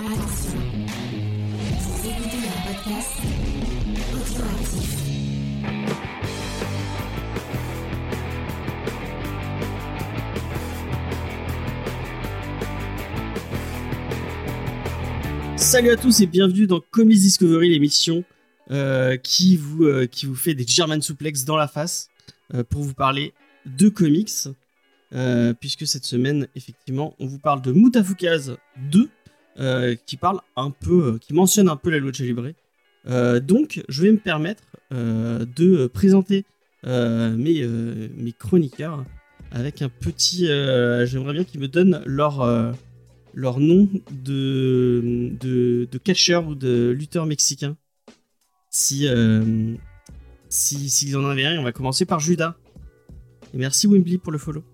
Attention, vous écoutez un podcast audioactif. Salut à tous et bienvenue dans Comics Discovery, l'émission qui vous fait des German suplex dans la face pour vous parler de comics. Puisque cette semaine, effectivement, on vous parle de Mutafukaz 2, qui parle un peu, qui mentionne un peu la Lucha Libre. Donc, je vais me permettre de présenter mes chroniqueurs avec un petit. J'aimerais bien qu'ils me donnent leur nom de catcheur ou de lutteur mexicain. S'ils en avaient un, on va commencer par Judas. Et merci Wimbly pour le follow.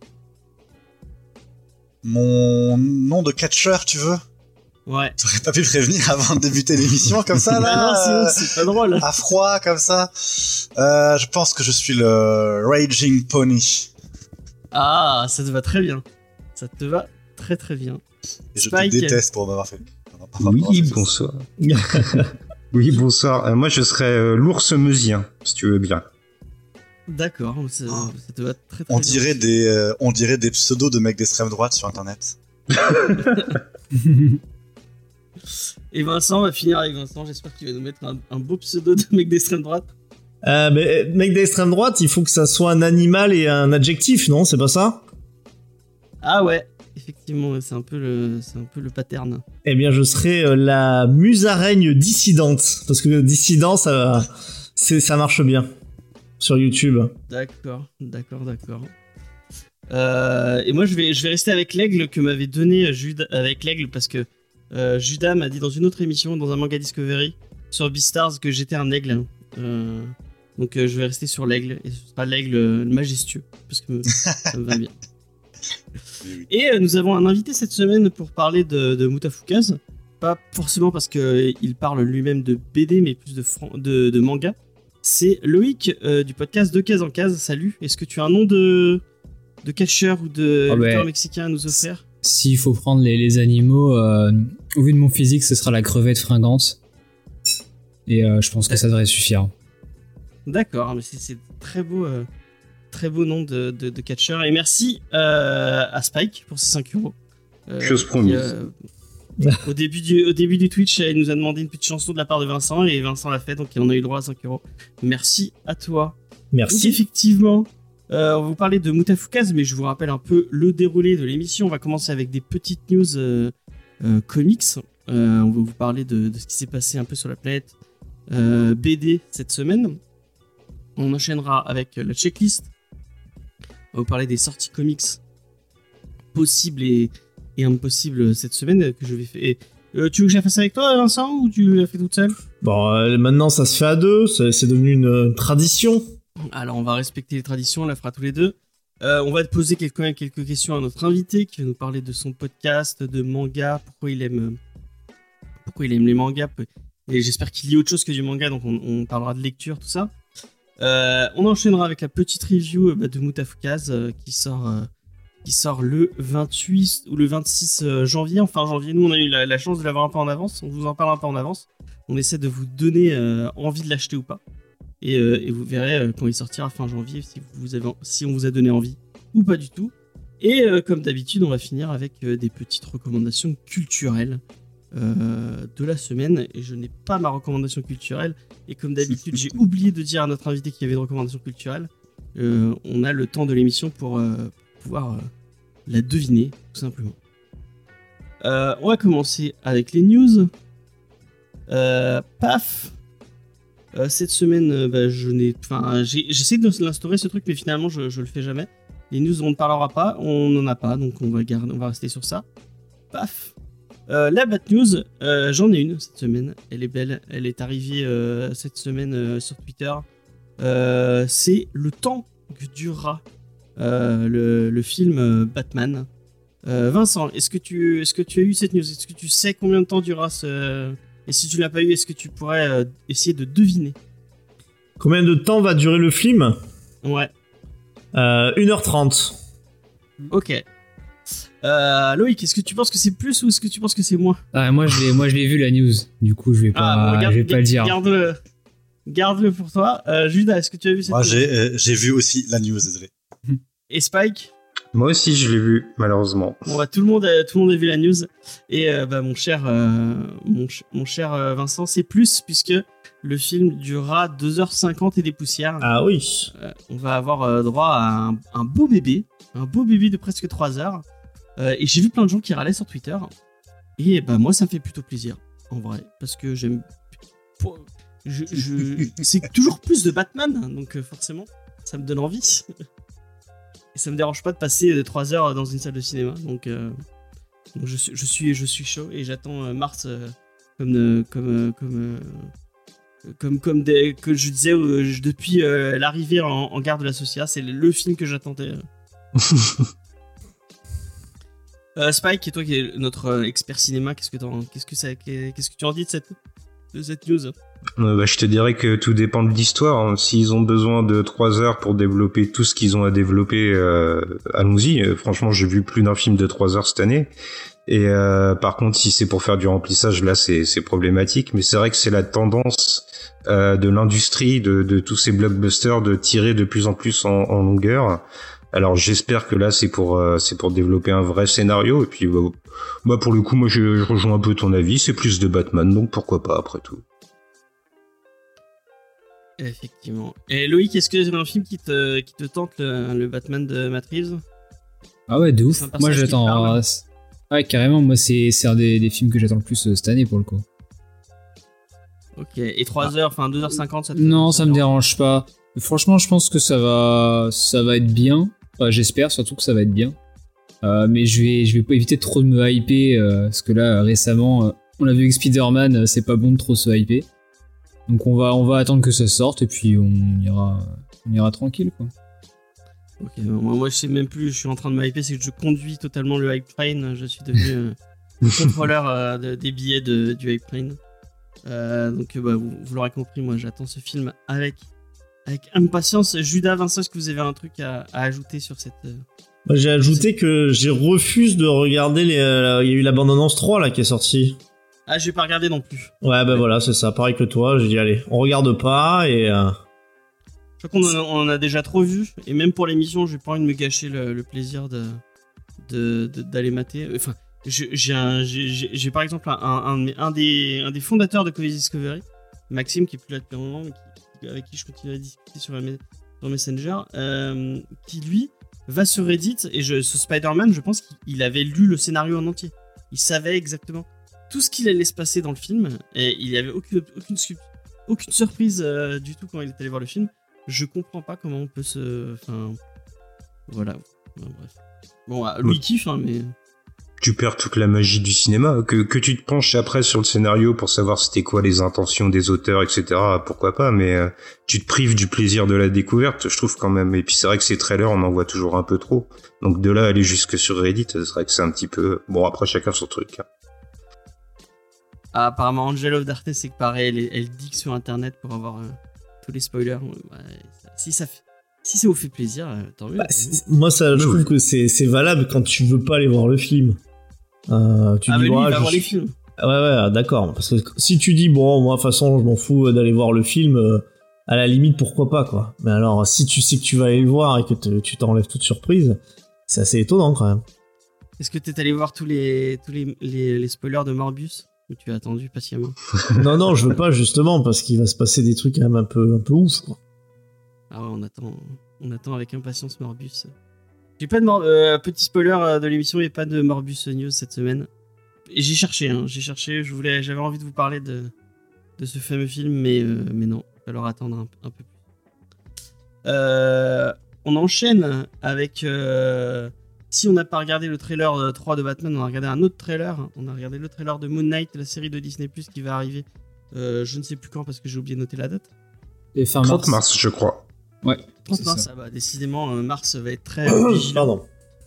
Mon nom de catcheur, tu veux? Ouais. T'aurais pas pu prévenir avant de débuter l'émission comme ça, là? Non, sinon, c'est pas drôle. À froid, comme ça. Je pense que je suis le Raging Pony. Ah, ça te va très bien. Ça te va très très bien. Et je Spike. te déteste pour m'avoir fait. Oui, bonsoir. Oui, bonsoir. Moi, je serais l'ours meusien, si tu veux bien. D'accord, ça te va très très On bien. dirait des pseudos de mecs d'extrême droite sur internet. Et Vincent, on va finir avec Vincent. J'espère qu'il va nous mettre un beau pseudo de mec d'extrême droite. Mais mec d'extrême droite, il faut que ça soit un animal et un adjectif, non? C'est pas ça? Ah ouais, effectivement, c'est un peu le pattern. Eh bien, je serais la musaraigne dissidente, parce que dissident, ça marche bien sur YouTube. D'accord. Et moi, je vais rester avec l'aigle que m'avait donné Judas, avec l'aigle parce que Judas m'a dit dans une autre émission, dans un manga Discovery, sur Beastars, que j'étais un aigle. Donc je vais rester sur l'aigle, et ce sera l'aigle majestueux, parce que ça me va bien. Et nous avons un invité cette semaine pour parler de Mutafukaz. Pas forcément parce qu'il parle lui-même de BD, mais plus de manga. C'est Loïc du podcast De Case en Case. Salut, est-ce que tu as un nom de catcheur ou de lutteur mexicain à nous offrir? S'il faut prendre les animaux, au vu de mon physique, ce sera la crevette fringante. Et je pense que ça devrait suffire. D'accord, mais c'est très beau nom de catcheur. Et merci à Spike pour ses 5 euros. Chose promise. Au début du Twitch, il nous a demandé une petite chanson de la part de Vincent, et Vincent l'a fait, donc on a eu droit à 5 euros. Merci à toi. Merci. Donc effectivement, on va vous parler de Mutafukaz, mais je vous rappelle un peu le déroulé de l'émission. On va commencer avec des petites news comics. On va vous parler de ce qui s'est passé un peu sur la planète BD cette semaine. On enchaînera avec la checklist. On va vous parler des sorties comics possibles et impossibles cette semaine que je vais faire. Tu veux que je la fasse avec toi, Vincent, ou tu la fais toute seule? Bon, maintenant ça se fait à deux, c'est devenu une tradition. Alors on va respecter les traditions, on la fera tous les deux. On va te poser quelques questions à notre invité qui va nous parler de son podcast, de manga, pourquoi il aime les mangas. Et j'espère qu'il lit autre chose que du manga, donc on parlera de lecture, tout ça. On enchaînera avec la petite review de Mutafukaz qui sort le 28 ou le 26 janvier. Enfin janvier, nous on a eu la chance de l'avoir un peu en avance. On vous en parle un peu en avance. On essaie de vous donner envie de l'acheter ou pas. Et vous verrez quand il sortira fin janvier si on vous a donné envie ou pas du tout. Et comme d'habitude, on va finir avec des petites recommandations culturelles de la semaine. Et je n'ai pas ma recommandation culturelle. Et comme d'habitude, j'ai oublié de dire à notre invité qu'il y avait une recommandation culturelle. On a le temps de l'émission pour pouvoir la deviner, tout simplement. On va commencer avec les news. Paf. Cette semaine, j'essaie de l'instaurer ce truc, mais finalement je le fais jamais. Les news, on ne parlera pas, on n'en a pas, donc on va rester sur ça. Paf. La bad news, j'en ai une cette semaine. Elle est belle, elle est arrivée cette semaine sur Twitter. C'est Le temps que durera le film Batman. Vincent, est-ce que tu as eu cette news? Est-ce que tu sais combien de temps durera ce... Et si tu l'as pas eu, est-ce que tu pourrais essayer de deviner? Combien de temps va durer le film? Ouais. 1h30. Ok. Loïc, est-ce que tu penses que c'est plus ou est-ce que tu penses que c'est moins? Moi je l'ai vu la news, du coup je vais pas, bon, je vais pas le dire. Garde-le pour toi. Judas, est-ce que tu as vu cette Moi, news? j'ai vu aussi la news, désolé. Et Spike? Moi aussi, je l'ai vu, malheureusement. Bon, bah, tout le monde a vu la news. Et mon cher Vincent, c'est plus puisque le film durera 2h50 et des poussières. Ah oui. On va avoir droit à un beau bébé de presque 3 heures. Et j'ai vu plein de gens qui râlaient sur Twitter. Et bah moi, ça me fait plutôt plaisir, en vrai, parce que j'aime. C'est toujours plus de Batman, donc forcément, ça me donne envie. Et ça me dérange pas de passer 3 heures dans une salle de cinéma, donc je suis chaud et j'attends mars que je disais depuis l'arrivée en gare de la Socia, c'est le film que j'attendais. Spike, et toi qui es notre expert cinéma, qu'est-ce que tu en dis de cette news? Je te dirais que tout dépend de l'histoire. Hein. S'ils ont besoin de 3 heures pour développer tout ce qu'ils ont à développer, allons-y. Franchement, j'ai vu plus d'un film de 3 heures cette année. Et par contre, si c'est pour faire du remplissage, là, c'est problématique. Mais c'est vrai que c'est la tendance de l'industrie, de tous ces blockbusters, de tirer de plus en plus en longueur. Alors j'espère que là c'est pour développer un vrai scénario. Et puis bah pour le coup, moi je rejoins un peu ton avis. C'est plus de Batman, donc pourquoi pas après tout. Effectivement. Et Loïc, est-ce que c'est un film qui te tente, le Batman de Matt Reeves? Ah ouais, de ouf. Moi j'attends. Ouais, carrément. Moi c'est un des films que j'attends le plus cette année pour le coup. Ok. Et 3 heures, enfin 2h50, ça te Non, ça me dérange pas. Franchement, je pense que ça va être bien. Enfin, j'espère surtout que ça va être bien. Mais je vais pas éviter de trop de me hyper parce que là récemment, on a vu avec Spider-Man, c'est pas bon de trop se hyper. Donc on va attendre que ça sorte et puis on ira tranquille quoi. Ok, moi je sais même plus, je suis en train de me hyper, c'est que je conduis totalement le hype train, je suis devenu le contrôleur des billets du hype train. Donc vous l'aurez compris, moi j'attends ce film avec impatience. Judas, Vincent, est-ce que vous avez un truc à ajouter sur cette... Moi, j'ai ajouté que j'ai refusé de regarder il y a eu la bande-annonce 3 là qui est sortie. Ah, j'ai pas regardé non plus. Ouais, bah voilà, c'est ça, pareil que toi, j'ai dit allez, on regarde pas et... Je crois qu'on en a déjà trop vu, et même pour l'émission, j'ai pas envie de me gâcher le plaisir d'aller mater. Enfin, j'ai par exemple un des fondateurs de Cozy Discovery, Maxime, qui est plus là depuis un moment, mais avec qui je continue à discuter sur Messenger, qui lui va sur Reddit, et ce Spider-Man, je pense qu'il avait lu le scénario en entier. Il savait exactement tout ce qu'il allait se passer dans le film, et il n'y avait aucune surprise du tout quand il est allé voir le film. Je comprends pas comment on peut enfin, voilà. Bref. Bon, Louis kiffe, hein, mais... Tu perds toute la magie du cinéma. Que tu te penches après sur le scénario pour savoir c'était quoi les intentions des auteurs, etc., pourquoi pas, mais tu te prives du plaisir de la découverte, je trouve quand même. Et puis c'est vrai que ces trailers, on en voit toujours un peu trop. Donc de là aller jusque sur Reddit, c'est vrai que c'est un petit peu... Bon, après chacun son truc. Hein. Ah, apparemment, Angel of Darkness, c'est que pareil, elle digue sur internet pour avoir tous les spoilers. Ouais, si ça vous fait plaisir, tant mieux. Moi, je trouve que c'est valable quand tu veux pas aller voir le film. Tu dis, mais lui, il va voir les films. Ouais, d'accord. Parce que si tu dis, bon, moi, de toute façon, je m'en fous d'aller voir le film, à la limite, pourquoi pas, quoi. Mais alors, si tu sais que tu vas aller le voir et que tu t'enlèves toute surprise, c'est assez étonnant, quand même. Est-ce que t'es allé voir tous les spoilers de Morbius? Ou tu as attendu patiemment? Non, je veux pas, justement, parce qu'il va se passer des trucs quand même un peu ouf, quoi. Ah ouais, on attend avec impatience Morbius. J'ai pas de petit spoiler de l'émission, il n'y a pas de Morbius News cette semaine. Et j'ai cherché, j'avais envie de vous parler de ce fameux film, mais non, il va falloir attendre un peu plus. On enchaîne avec... si on n'a pas regardé le trailer 3 de Batman, on a regardé un autre trailer. On a regardé le trailer de Moon Knight, la série de Disney+, qui va arriver, je ne sais plus quand, parce que j'ai oublié de noter la date. Et fin 30 mars, je crois. Ouais. 30 mars, ça va. Décidément, mars va être très vigilant.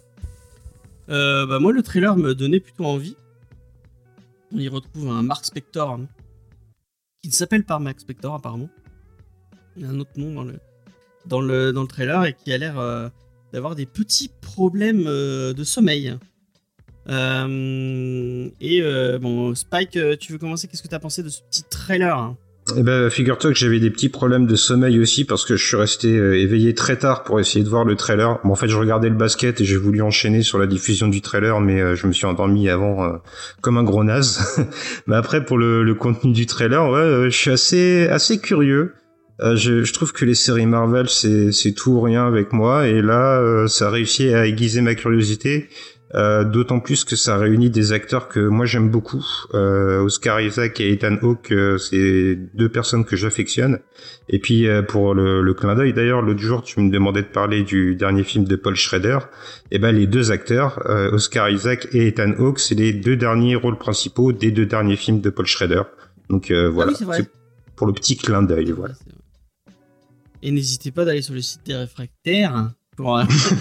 Pardon. Moi, le trailer me donnait plutôt envie. On y retrouve un Mark Spector, qui ne s'appelle pas Mark Spector, apparemment. Il y a un autre nom dans le trailer, et qui a l'air d'avoir des petits problèmes de sommeil. Bon, Spike, tu veux commencer? Qu'est-ce que t'as pensé de ce petit trailer, hein? Eh ben, figure-toi que j'avais des petits problèmes de sommeil aussi parce que je suis resté éveillé très tard pour essayer de voir le trailer. Bon, en fait, je regardais le basket et j'ai voulu enchaîner sur la diffusion du trailer, mais je me suis endormi avant comme un gros naze. Mais après, pour le contenu du trailer, ouais, je suis assez curieux. Je trouve que les séries Marvel, c'est tout ou rien avec moi, et là, ça a réussi à aiguiser ma curiosité. D'autant plus que ça réunit des acteurs que moi j'aime beaucoup. Oscar Isaac et Ethan Hawke, c'est deux personnes que j'affectionne. Et puis pour le clin d'œil d'ailleurs, l'autre jour tu me demandais de parler du dernier film de Paul Schrader. Et ben les deux acteurs, Oscar Isaac et Ethan Hawke, c'est les deux derniers rôles principaux des deux derniers films de Paul Schrader. Donc voilà, oui, c'est vrai. c'est pour le petit clin d'œil, voilà. Et n'hésitez pas d'aller sur le site des réfractaires pour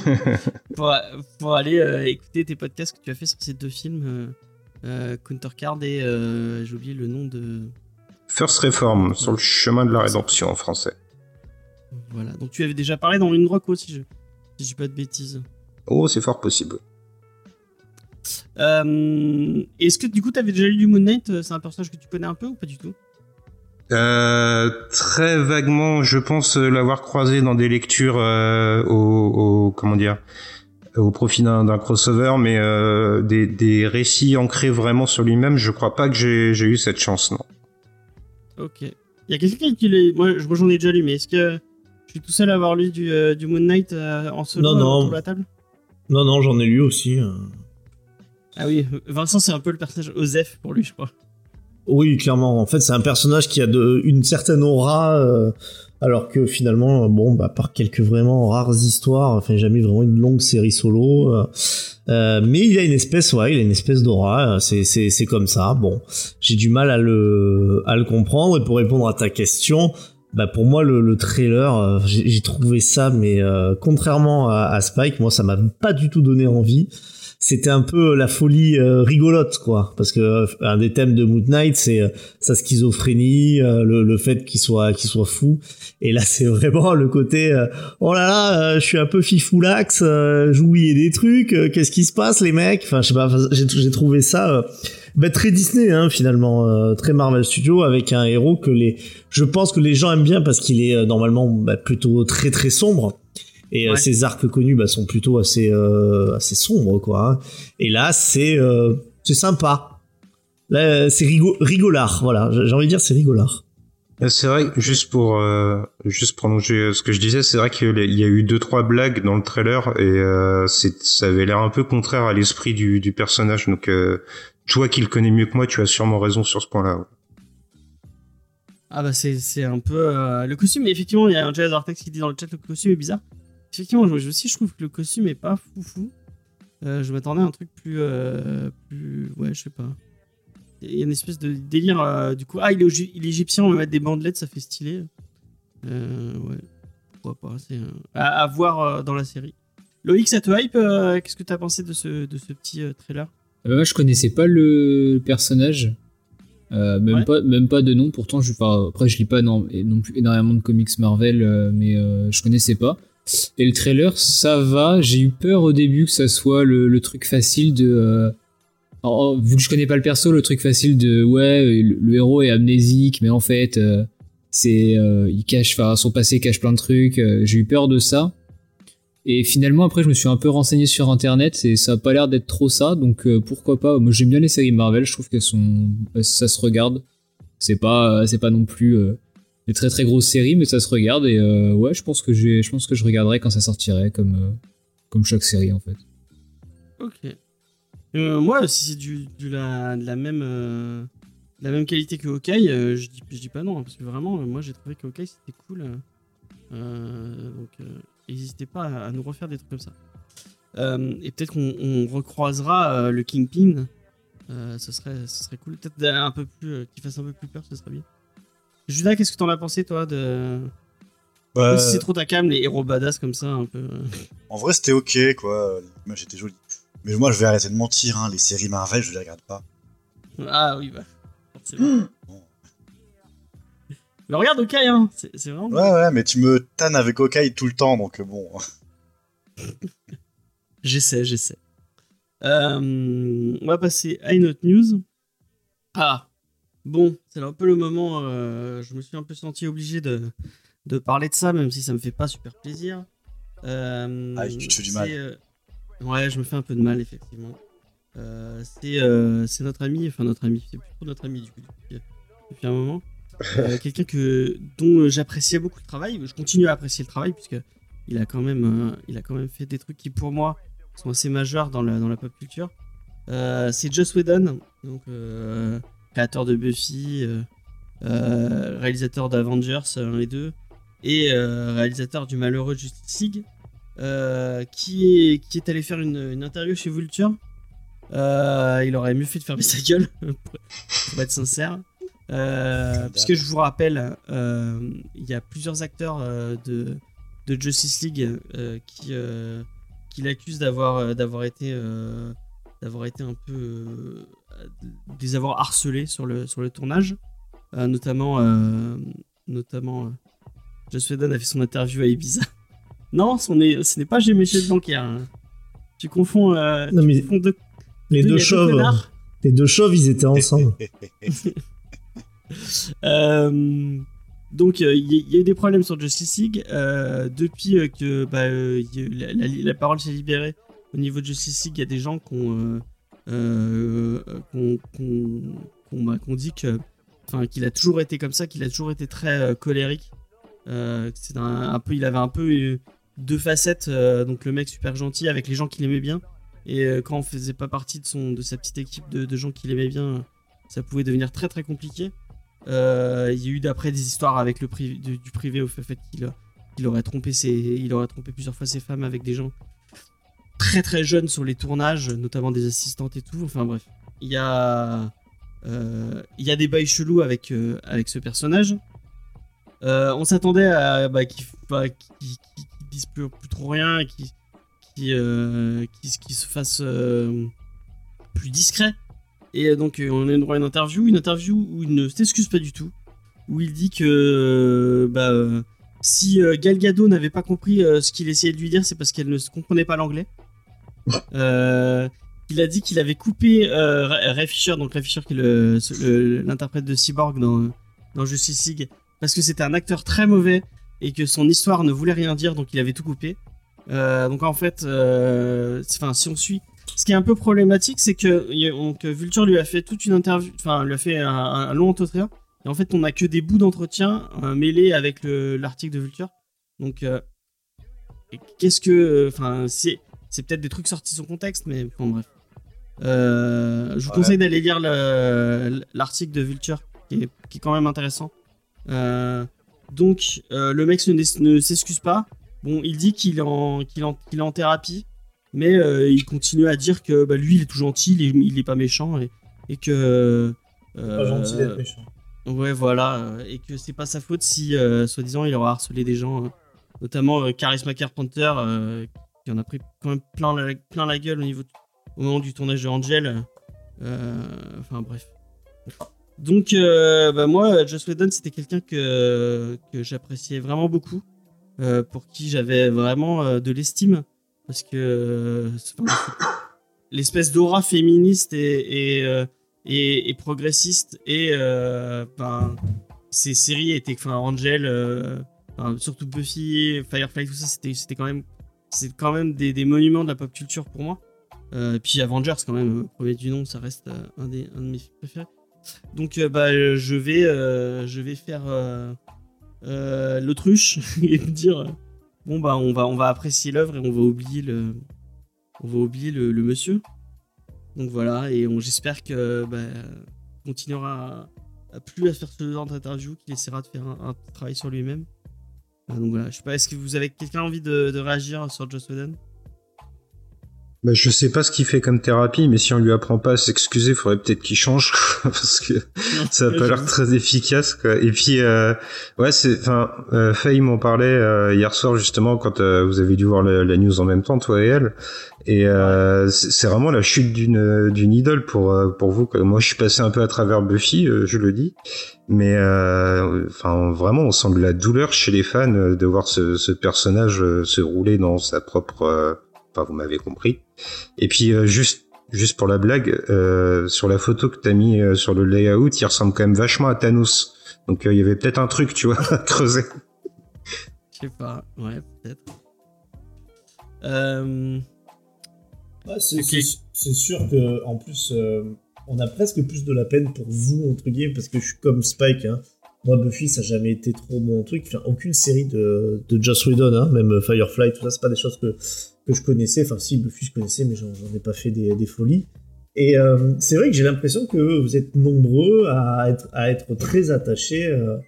aller écouter tes podcasts que tu as fait sur ces deux films, Countercard et j'ai oublié le nom de... First Reform, sur le chemin de la rédemption en français. Voilà, donc tu avais déjà parlé dans Une Rock aussi, si je dis pas de bêtises. Oh, c'est fort possible. Est-ce que du coup tu avais déjà lu du Moon Knight? C'est un personnage que tu connais un peu ou pas du tout? Très vaguement, je pense l'avoir croisé dans des lectures comment dire, au profit d'un crossover, mais des récits ancrés vraiment sur lui-même, je crois pas que j'ai eu cette chance, non. Ok. Il y a quelqu'un qui l'est... Moi j'en ai déjà lu, mais est-ce que je suis tout seul à avoir lu du Moon Knight en solo autour de la table? Non, j'en ai lu aussi. Ah oui, Vincent c'est un peu le personnage Osef pour lui, je crois. Oui, clairement. En fait, c'est un personnage qui a une certaine aura, alors que finalement, par quelques vraiment rares histoires, enfin, jamais vraiment une longue série solo. Mais il a une espèce d'aura. C'est comme ça. Bon, j'ai du mal à le comprendre. Et pour répondre à ta question, pour moi, le trailer, j'ai trouvé ça, mais contrairement à Spike, moi, ça m'a pas du tout donné envie. C'était un peu la folie rigolote, quoi, parce que un des thèmes de Moon Knight, c'est sa schizophrénie, le fait qu'il soit fou, et là c'est vraiment le côté oh là là, je suis un peu fifoulax, j'oubliais des trucs, qu'est-ce qui se passe les mecs, enfin je sais pas, j'ai trouvé ça très Disney, hein, finalement, très Marvel Studios, avec un héros je pense que les gens aiment bien parce qu'il est normalement plutôt très très sombre. Et ces arcs connus sont plutôt assez sombres, quoi. Hein. Et là, c'est sympa. Là, c'est rigolard. Voilà, j'ai envie de dire c'est rigolard. C'est vrai, juste pour prolonger ce que je disais, c'est vrai qu'il y a eu 2-3 blagues dans le trailer et ça avait l'air un peu contraire à l'esprit du personnage. Donc, toi qui le connais mieux que moi, tu as sûrement raison sur ce point-là. Ouais. Ah c'est un peu le costume. Effectivement, il y a un Jazz Artex qui dit dans le chat le costume est bizarre. Effectivement, je trouve que le costume est pas foufou. Je m'attendais à un truc plus ouais, je sais pas. Il y a une espèce de délire du coup. Ah, il est égyptien, on va mettre des bandelettes, ça fait stylé. Ouais, pourquoi pas. C'est à voir dans la série. Loïc, ça te hype? Qu'est-ce que t'as pensé de ce petit trailer? Moi, je connaissais pas le personnage. Même pas de nom. Pourtant, après, je lis pas non plus énormément de comics Marvel, mais je connaissais pas. Et le trailer, ça va. J'ai eu peur au début que ça soit le truc facile de... vu que je connais pas le perso, le truc facile de... le héros est amnésique, mais en fait, il cache... Enfin, son passé cache plein de trucs. J'ai eu peur de ça. Et finalement, après, je me suis un peu renseigné sur Internet et ça a pas l'air d'être trop ça. Donc, pourquoi pas. Moi, j'aime bien les séries Marvel. Je trouve ça se regarde. C'est pas non plus... des très très grosses séries, mais ça se regarde et ouais, je pense que je regarderai quand ça sortirait, comme chaque série en fait. Ok. Moi, si c'est de la même qualité que Hawkeye, je dis pas non, hein, parce que vraiment, moi j'ai trouvé que Hawkeye c'était cool. Donc n'hésitez pas à nous refaire des trucs comme ça. Et peut-être qu'on recroisera le Kingpin. Ce serait cool. Peut-être un peu plus qu'il fasse un peu plus peur, ce serait bien. Judas, qu'est-ce que t'en as pensé, toi, de... Même si c'est trop ta cam, les héros badass comme ça, un peu... En vrai, c'était ok, quoi. L'image était jolie. Mais moi, je vais arrêter de mentir, hein. Les séries Marvel, je les regarde pas. Ah oui, forcément. Bon. Mais regarde Hawkeye, hein. C'est vraiment... Ouais, mais tu me tannes avec Hawkeye tout le temps, donc bon... J'essaie. On va passer à une autre news. Ah, bon, c'est un peu le moment. Je me suis un peu senti obligé de parler de ça, même si ça me fait pas super plaisir. Tu te fais du mal. Ouais, je me fais un peu de mal, effectivement. C'est notre ami, c'est plus trop notre ami du coup, depuis un moment. Quelqu'un dont j'appréciais beaucoup le travail. Je continue à apprécier le travail, puisque il a quand même fait des trucs qui, pour moi, sont assez majeurs dans la pop culture. C'est Joss Whedon, donc créateur de Buffy, réalisateur d'Avengers 1 et 2, et réalisateur du malheureux Justice League, qui est allé faire une interview chez Vulture. Il aurait mieux fait de fermer sa gueule, pour être sincère. Puisque je vous rappelle, il y a plusieurs acteurs de Justice League qui l'accusent d'avoir été un peu les avoir harcelés sur le tournage, notamment Joss Whedon a fait son interview à Ibiza. Non, ce n'est pas J'ai Michel Blanquer, hein. Tu confonds les deux chauves, ils étaient ensemble. Donc il y a eu des problèmes sur Justice League depuis que la parole s'est libérée au niveau de Justice League. Il y a des gens qui ont dit qu'il a toujours été comme ça, qu'il a toujours été très colérique. C'est il avait un peu deux facettes, donc le mec super gentil avec les gens qu'il aimait bien, et quand on faisait pas partie de sa petite équipe de gens qu'il aimait bien, ça pouvait devenir très très compliqué. Il y a eu d'après des histoires avec du privé au fait qu'il aurait trompé plusieurs fois ses femmes avec des gens très très jeunes sur les tournages, notamment des assistantes et tout. Enfin bref, il y a des bails chelous avec ce personnage. On s'attendait à qu'il dise plus trop rien, et qu'il se fasse plus discret. Et donc on a droit à une interview où il ne s'excuse pas du tout, où il dit que si Gal Gadot n'avait pas compris ce qu'il essayait de lui dire, c'est parce qu'elle ne comprenait pas l'anglais. Il a dit qu'il avait coupé Ray Fisher, donc Ray Fisher qui est l'interprète de Cyborg dans Justice League, parce que c'était un acteur très mauvais et que son histoire ne voulait rien dire, donc il avait tout coupé. Donc en fait, si on suit, ce qui est un peu problématique, c'est que Vulture lui a fait toute une interview, lui a fait un long entretien, et en fait on a que des bouts d'entretien mêlés avec l'article de Vulture. Donc c'est peut-être des trucs sortis de son contexte, mais bon bref. Je vous conseille d'aller lire l'article de Vulture, qui est quand même intéressant. Donc le mec ne s'excuse pas. Bon, il dit qu'il est en thérapie, mais il continue à dire que lui il est tout gentil, il est pas méchant, et que pas gentil d'être méchant. Ouais, voilà, et que c'est pas sa faute si soi-disant il aura harcelé des gens, notamment Charisma Carpenter, qui en a pris quand même plein la gueule au moment du tournage de Angel. Enfin bref. Donc moi, Joss Whedon, c'était quelqu'un que j'appréciais vraiment beaucoup, pour qui j'avais vraiment de l'estime, parce que l'espèce d'aura féministe et progressiste, et ces séries étaient, Angel, surtout Buffy, Firefly, tout ça, c'est quand même des monuments de la pop culture pour moi. Puis Avengers, quand même, premier du nom, ça reste un de mes films préférés. Donc je vais faire l'autruche et me dire on va apprécier l'œuvre et on va oublier le monsieur. Donc voilà, et j'espère que continuera à plus à faire ce genre d'interview, qu'il essaiera de faire un travail sur lui-même. Donc voilà, je sais pas, est-ce que vous avez quelqu'un envie de réagir sur Joss Whedon? Je sais pas ce qu'il fait comme thérapie, mais si on lui apprend pas à s'excuser, faudrait peut-être qu'il change, quoi, parce que ça a pas l'air très efficace, quoi. Et puis, Faye m'en parlait hier soir, justement, quand vous avez dû voir la news en même temps, toi et elle. Et c'est vraiment la chute d'une idole pour vous, quoi. Moi, je suis passé un peu à travers Buffy, je le dis, mais vraiment, on sent de la douleur chez les fans de voir ce personnage se rouler dans sa propre... vous m'avez compris. Et puis juste juste pour la blague, sur la photo que t'as mis sur le layout, il ressemble quand même vachement à Thanos. Donc il y avait peut-être un truc, tu vois, à creuser. Je sais pas, ouais, peut-être. Ouais, c'est Ok. c'est sûr que en plus, on a presque plus de la peine pour vous entre guillemets parce que je suis comme Spike. Hein. Moi, Buffy, ça n'a jamais été trop mon truc. Enfin, aucune série de Joss Whedon, hein, même Firefly, tout ça, c'est pas des choses que je connaissais. Enfin, si Buffy, je connaissais, mais j'en ai pas fait des folies. Et c'est vrai que j'ai l'impression que vous êtes nombreux à être très attachés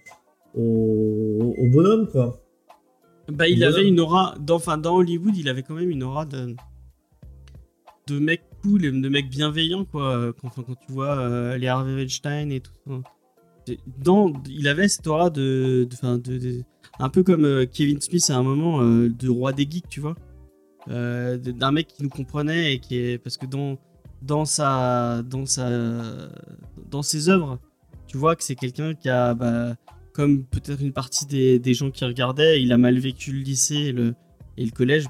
au bonhomme, quoi. Bah, il Voilà. avait une aura, dans Hollywood, il avait quand même une aura de mec cool, de mec bienveillant, quoi. Quand tu vois les Harvey Weinstein et tout ça. Il avait cette aura un peu comme Kevin Smith à un moment, de roi des geeks, tu vois. D'un mec qui nous comprenait et qui est. Parce que dans ses œuvres, tu vois que c'est quelqu'un qui a. Bah, comme peut-être une partie des gens qui regardaient, il a mal vécu le lycée et le collège.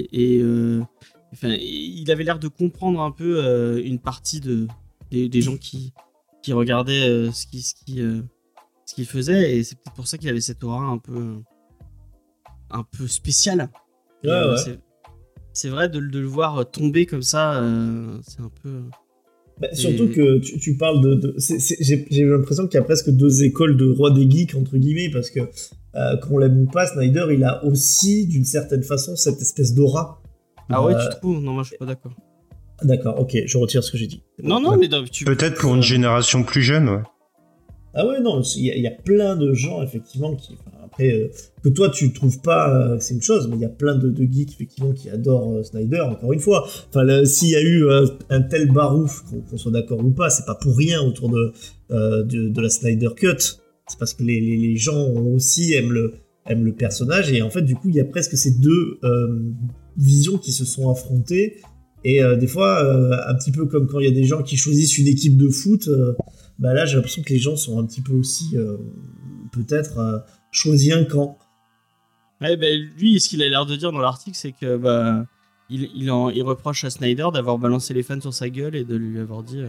Il avait l'air de comprendre un peu une partie des gens qui regardaient ce qu'il faisait, et c'est peut-être pour ça qu'il avait cette aura un peu spéciale. Ouais, Et, ouais. c'est vrai de le voir tomber comme ça, c'est un peu. Bah, surtout que tu parles j'ai l'impression qu'il y a presque deux écoles de roi des geeks entre guillemets parce que qu'on l'aime ou pas, Snyder il a aussi d'une certaine façon cette espèce d'aura. Ah ouais, tu trouves? Non, moi je suis pas d'accord. D'accord, ok, je retire ce que j'ai dit. Non, mais tu Peut-être pour une génération plus jeune, ouais. Ah ouais, non, il y a plein de gens, effectivement, qui... Enfin, après, que toi, tu trouves pas, c'est une chose, mais il y a plein de geeks, effectivement, qui adorent Snyder, encore une fois. Enfin, s'il y a eu un tel barouf, qu'on soit d'accord ou pas, c'est pas pour rien autour de la Snyder Cut. C'est parce que les gens aussi aiment le personnage, et en fait, du coup, il y a presque ces deux visions qui se sont affrontées. Et des fois, un petit peu comme quand il y a des gens qui choisissent une équipe de foot, bah là j'ai l'impression que les gens sont un petit peu aussi peut-être choisi un camp. Ouais, ben lui, ce qu'il a l'air de dire dans l'article, c'est que bah il reproche à Snyder d'avoir balancé les fans sur sa gueule et de lui avoir dit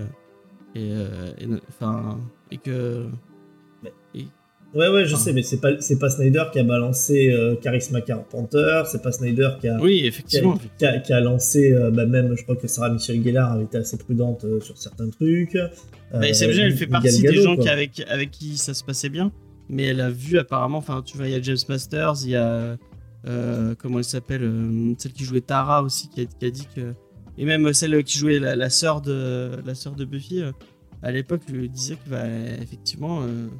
et que Ouais, je sais, mais c'est pas Snyder qui a balancé Charisma Carpenter, c'est pas Snyder qui a oui, effectivement. qui a lancé même je crois que Sarah Michelle Gellar avait été assez prudente sur certains trucs. SMG, elle fait Gal partie Gadot, des gens quoi. avec qui ça se passait bien, mais elle a vu apparemment, enfin tu vois, il y a James Masters, il y a comment elle s'appelle, celle qui jouait Tara aussi, qui a dit que, et même celle qui jouait la sœur de Buffy, à l'époque lui disait que bah, effectivement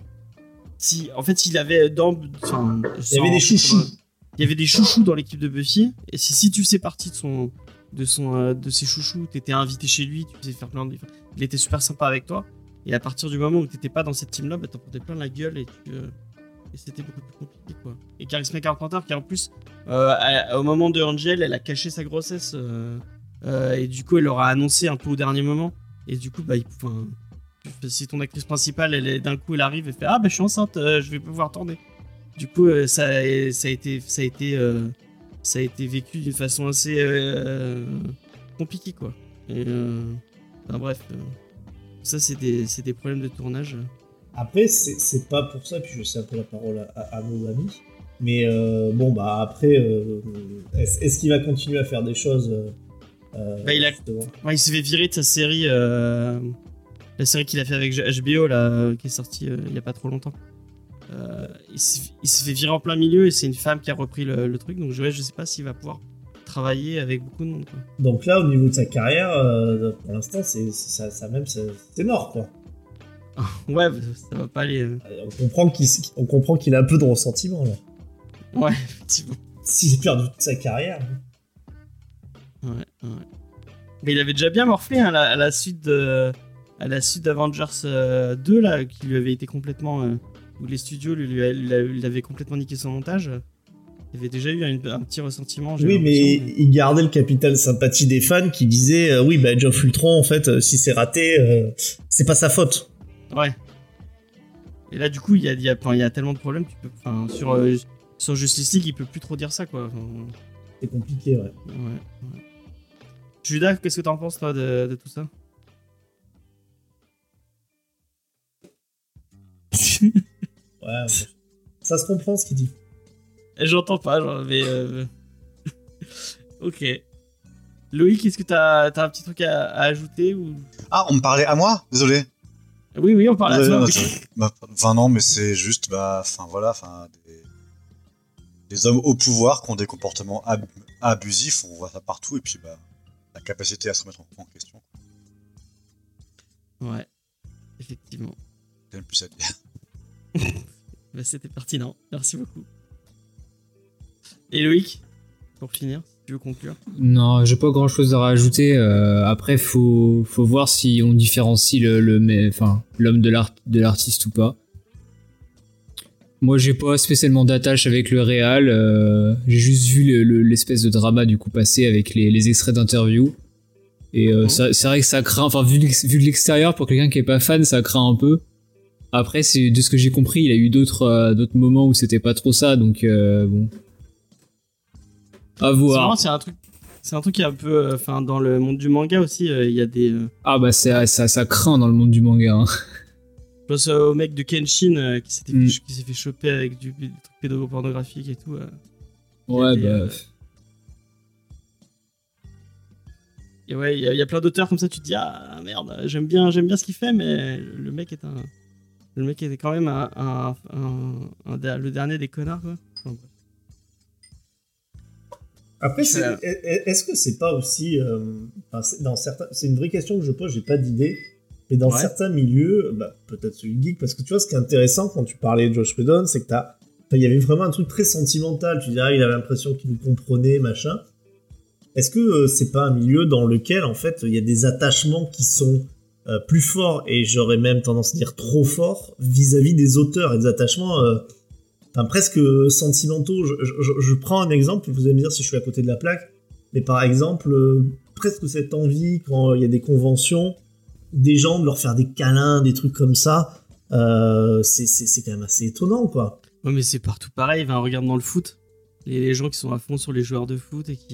s'il avait Il y avait des chouchous. il y avait des chouchous dans l'équipe de Buffy, et si tu faisais partie de ses chouchous, t'étais invité chez lui, tu faisais faire plein de... Il était super sympa avec toi, et à partir du moment où t'étais pas dans cette team là, bah t'en prenais plein la gueule et c'était beaucoup plus compliqué, quoi. Et Charisma Carpenter qui en plus au moment de Angel, elle a caché sa grossesse, et du coup elle l'aura annoncé un peu au dernier moment, et du coup bah si ton actrice principale d'un coup elle arrive et fait ah bah je suis enceinte, je vais pouvoir tourner, du coup ça a été vécu d'une façon assez compliquée, quoi. Et enfin, bref, ça c'est des problèmes de tournage. Après, c'est pas pour ça, puis je sais un peu la parole à nos amis, mais bon, bah après, est-ce qu'il va continuer à faire des choses justement Il s'est fait virer de sa série, la série qu'il a fait avec HBO, là, qui est sortie il y a pas trop longtemps. Il s'est fait virer en plein milieu, et c'est une femme qui a repris le truc, donc je sais pas s'il va pouvoir travailler avec beaucoup de monde, quoi. Donc là, au niveau de sa carrière, pour l'instant, c'est mort, quoi. Ouais, ça va pas aller. On comprend qu'il a un peu de ressentiment, là. Ouais, effectivement. S'il a perdu toute sa carrière. Ouais. Mais il avait déjà bien morflé, hein, à la suite d'Avengers 2, là, qui lui avait été complètement... où les studios lui avaient complètement niqué son montage. Il y avait déjà eu un petit ressentiment. Oui, mais il gardait le capital sympathie des fans qui disaient oui, bah Geoff Ultron, en fait, si c'est raté, c'est pas sa faute. Ouais. Et là, du coup, il y a tellement de problèmes, sur Justice League, il peut plus trop dire ça, quoi. C'est compliqué, ouais. Ouais. Judas, qu'est-ce que t'en penses toi de tout ça? Ouais, ça se comprend ce qu'il dit. J'entends pas, genre, mais ok. Loïc, est-ce que t'as un petit truc à ajouter ou... Ah, on me parlait à moi? Désolé. Oui, on parle à toi. Enfin non, mais c'est juste, des hommes au pouvoir qui ont des comportements abusifs, on voit ça partout, et puis la capacité à se remettre en question. Ouais, effectivement. J'ai même plus à dire. C'était pertinent, merci beaucoup. Et Loïc, pour finir, si tu veux conclure. Non, j'ai pas grand chose à rajouter. Après, faut voir si on différencie l'homme de l'artiste ou pas. Moi, j'ai pas spécialement d'attache avec le réal. J'ai juste vu l'espèce de drama du coup passé avec les extraits d'interviews. Et c'est vrai que ça craint. Enfin, vu de l'extérieur, pour quelqu'un qui est pas fan, ça craint un peu. Après, c'est de ce que j'ai compris, il y a eu d'autres moments où c'était pas trop ça, donc bon. À voir. C'est un truc qui est un peu, dans le monde du manga aussi, il y a des. Ah bah ça craint dans le monde du manga. Hein. Je pense au mec de Kenshin qui s'est fait choper avec du truc pédopornographique et tout. Ouais, bah. Et ouais, il y a plein d'auteurs comme ça, tu te dis ah merde, j'aime bien ce qu'il fait, mais le mec était quand même le dernier des connards, quoi. Enfin, bref. Après, est-ce que c'est pas aussi, c'est une vraie question que je pose, j'ai pas d'idée, mais dans certains milieux, peut-être celui de geek, parce que tu vois, ce qui est intéressant quand tu parlais de Joss Whedon, c'est que il y avait vraiment un truc très sentimental, tu dirais, il avait l'impression qu'il nous comprenait, machin. Est-ce que c'est pas un milieu dans lequel, en fait, il y a des attachements qui sont plus forts, et j'aurais même tendance à dire trop forts, vis-à-vis des auteurs, et des attachements presque sentimentaux. Je prends un exemple, vous allez me dire si je suis à côté de la plaque, mais par exemple, presque cette envie, quand il y a des conventions, des gens de leur faire des câlins, des trucs comme ça, c'est quand même assez étonnant, quoi. Ouais, mais c'est partout pareil, regarde dans le foot, les gens qui sont à fond sur les joueurs de foot et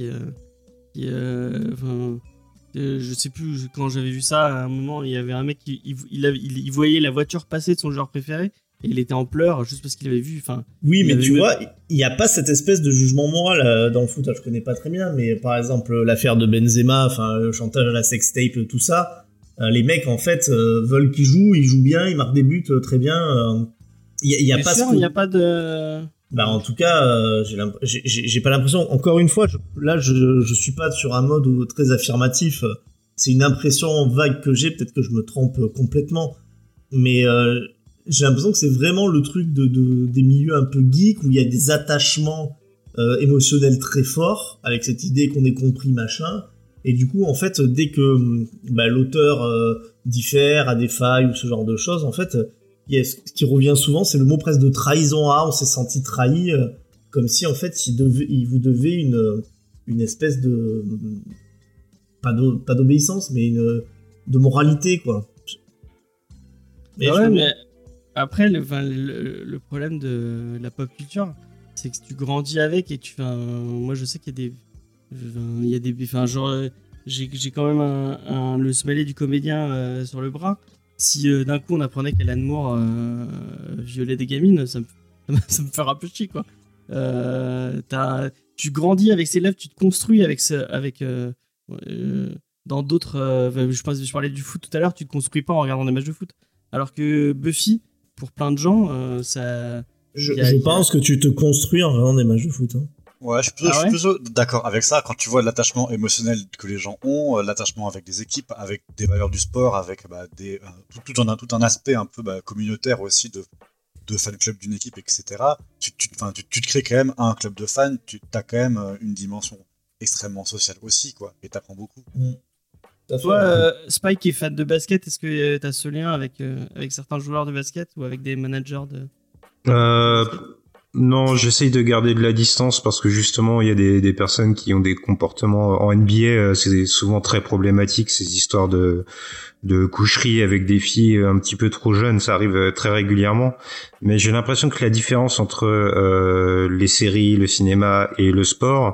je sais plus, quand j'avais vu ça, à un moment, il y avait un mec, il voyait la voiture passer de son joueur préféré, et il était en pleurs juste parce qu'il avait vu. Oui, mais tu vois, il n'y a pas cette espèce de jugement moral dans le foot. Je connais pas très bien, mais par exemple, l'affaire de Benzema, le chantage à la sextape, tout ça, les mecs, en fait, veulent qu'il joue, ils jouent bien, ils marquent des buts très bien. Il y a pas sûr, il n'y a pas de... en tout cas, j'ai pas l'impression. Encore une fois, je suis pas sur un mode très affirmatif. C'est une impression vague que j'ai. Peut-être que je me trompe complètement, mais j'ai l'impression que c'est vraiment le truc des milieux un peu geeks où il y a des attachements émotionnels très forts avec cette idée qu'on est compris, machin. Et du coup, en fait, dès que l'auteur diffère, a des failles ou ce genre de choses, en fait. Ce qui revient souvent, c'est le mot presque de trahison. On s'est senti trahi, comme si en fait il vous devait une espèce de pas d'obéissance, mais de moralité, quoi. Mais après le problème de la pop culture, c'est que tu grandis avec et moi je sais qu'il y a des j'ai quand même le smiley du comédien sur le bras. Si d'un coup on apprenait qu'Alan Moore violait des gamines, ça me fera un peu chier, quoi. Tu grandis avec ses lèvres, tu te construis dans d'autres. Je parlais du foot tout à l'heure, tu te construis pas en regardant des matchs de foot. Alors que Buffy, pour plein de gens, ça. Je pense que tu te construis en regardant des matchs de foot. Hein. Ouais, je suis plutôt d'accord avec ça. Quand tu vois l'attachement émotionnel que les gens ont, l'attachement avec des équipes, avec des valeurs du sport, avec tout un aspect un peu communautaire aussi de fan club d'une équipe, etc. Tu te crées quand même un club de fans. Tu as quand même une dimension extrêmement sociale aussi, quoi. Et t'apprends beaucoup. Toi, Spike est fan de basket. Est-ce que t'as ce lien avec certains joueurs de basket ou avec des managers de Non, j'essaye de garder de la distance parce que justement il y a des personnes qui ont des comportements en NBA, c'est souvent très problématique, ces histoires de coucherie avec des filles un petit peu trop jeunes, ça arrive très régulièrement. Mais j'ai l'impression que la différence entre les séries, le cinéma et le sport,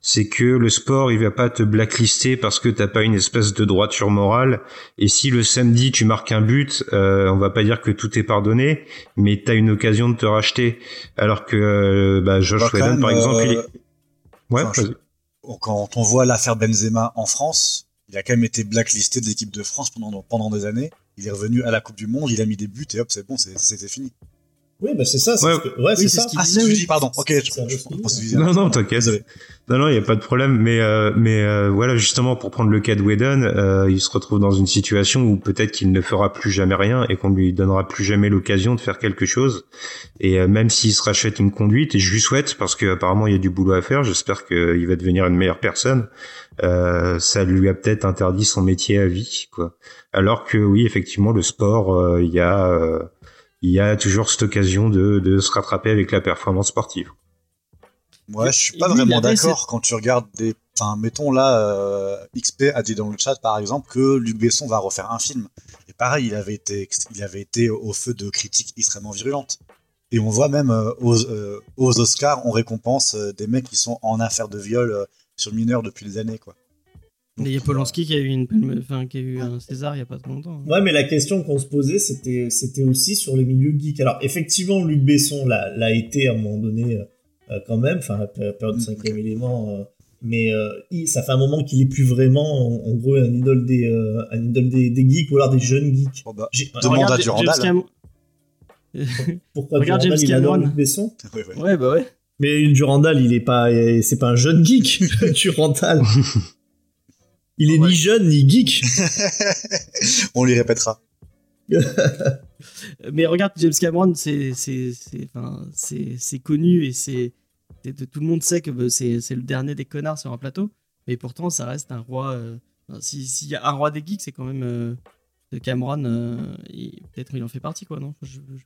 c'est que le sport, il va pas te blacklister parce que t'as pas une espèce de droiture morale. Et si le samedi tu marques un but, on va pas dire que tout est pardonné, mais t'as une occasion de te racheter. Alors que Josh Whedon, par exemple, il est... Ouais, enfin, vas-y. Quand on voit l'affaire Benzema en France, il a quand même été blacklisté de l'équipe de France pendant des années. Il est revenu à la Coupe du Monde, il a mis des buts et hop, c'est bon, c'était fini. Oui, bah c'est ça. Ouais. C'est ça. ce qu'il Ah, disait, c'est ce que je oui. dis, pardon. Ok, C'est un je autre pense que film. Non, t'inquiète. Désolé. Non, il y a pas de problème. Mais voilà, justement, pour prendre le cas de Whedon, il se retrouve dans une situation où peut-être qu'il ne fera plus jamais rien et qu'on lui donnera plus jamais l'occasion de faire quelque chose. Et même s'il se rachète une conduite, et je lui souhaite, parce qu'apparemment il y a du boulot à faire, j'espère qu'il va devenir une meilleure personne, ça lui a peut-être interdit son métier à vie, quoi. Alors que oui, effectivement, le sport, il y a toujours cette occasion de se rattraper avec la performance sportive. Ouais, je suis pas Et lui, il vraiment avait d'accord quand tu regardes des. Enfin, mettons là, XP a dit dans le chat par exemple que Luc Besson va refaire un film. Et pareil, il avait été au feu de critiques extrêmement virulentes. Et on voit même aux Oscars, on récompense des mecs qui sont en affaire de viol sur mineurs depuis des années, quoi. Mais il y a Polanski qui a eu une palme, enfin qui a eu un César il y a pas trop longtemps. Ouais, mais la question qu'on se posait, c'était aussi sur les milieux geeks. Alors, effectivement, Luc Besson l'a été à un moment donné quand même, enfin, la période de 5e élément, mais ça fait un moment qu'il est plus vraiment, en gros, un idole des geeks ou alors des jeunes geeks. Oh bah, Alors, demande à Regarde Durandal. pourquoi regarde Durandal, James il adore Cameron. Luc Besson? Ouais. Ouais, bah ouais. Mais Durandal, c'est pas un jeune geek, Durandal. Il est Ouais. ni jeune ni geek. On lui répétera. Mais regarde James Cameron, c'est connu et tout le monde sait que c'est le dernier des connards sur un plateau. Mais pourtant, ça reste un roi. S'il y a un roi des geeks, c'est quand même Cameron. Peut-être il en fait partie, quoi, non?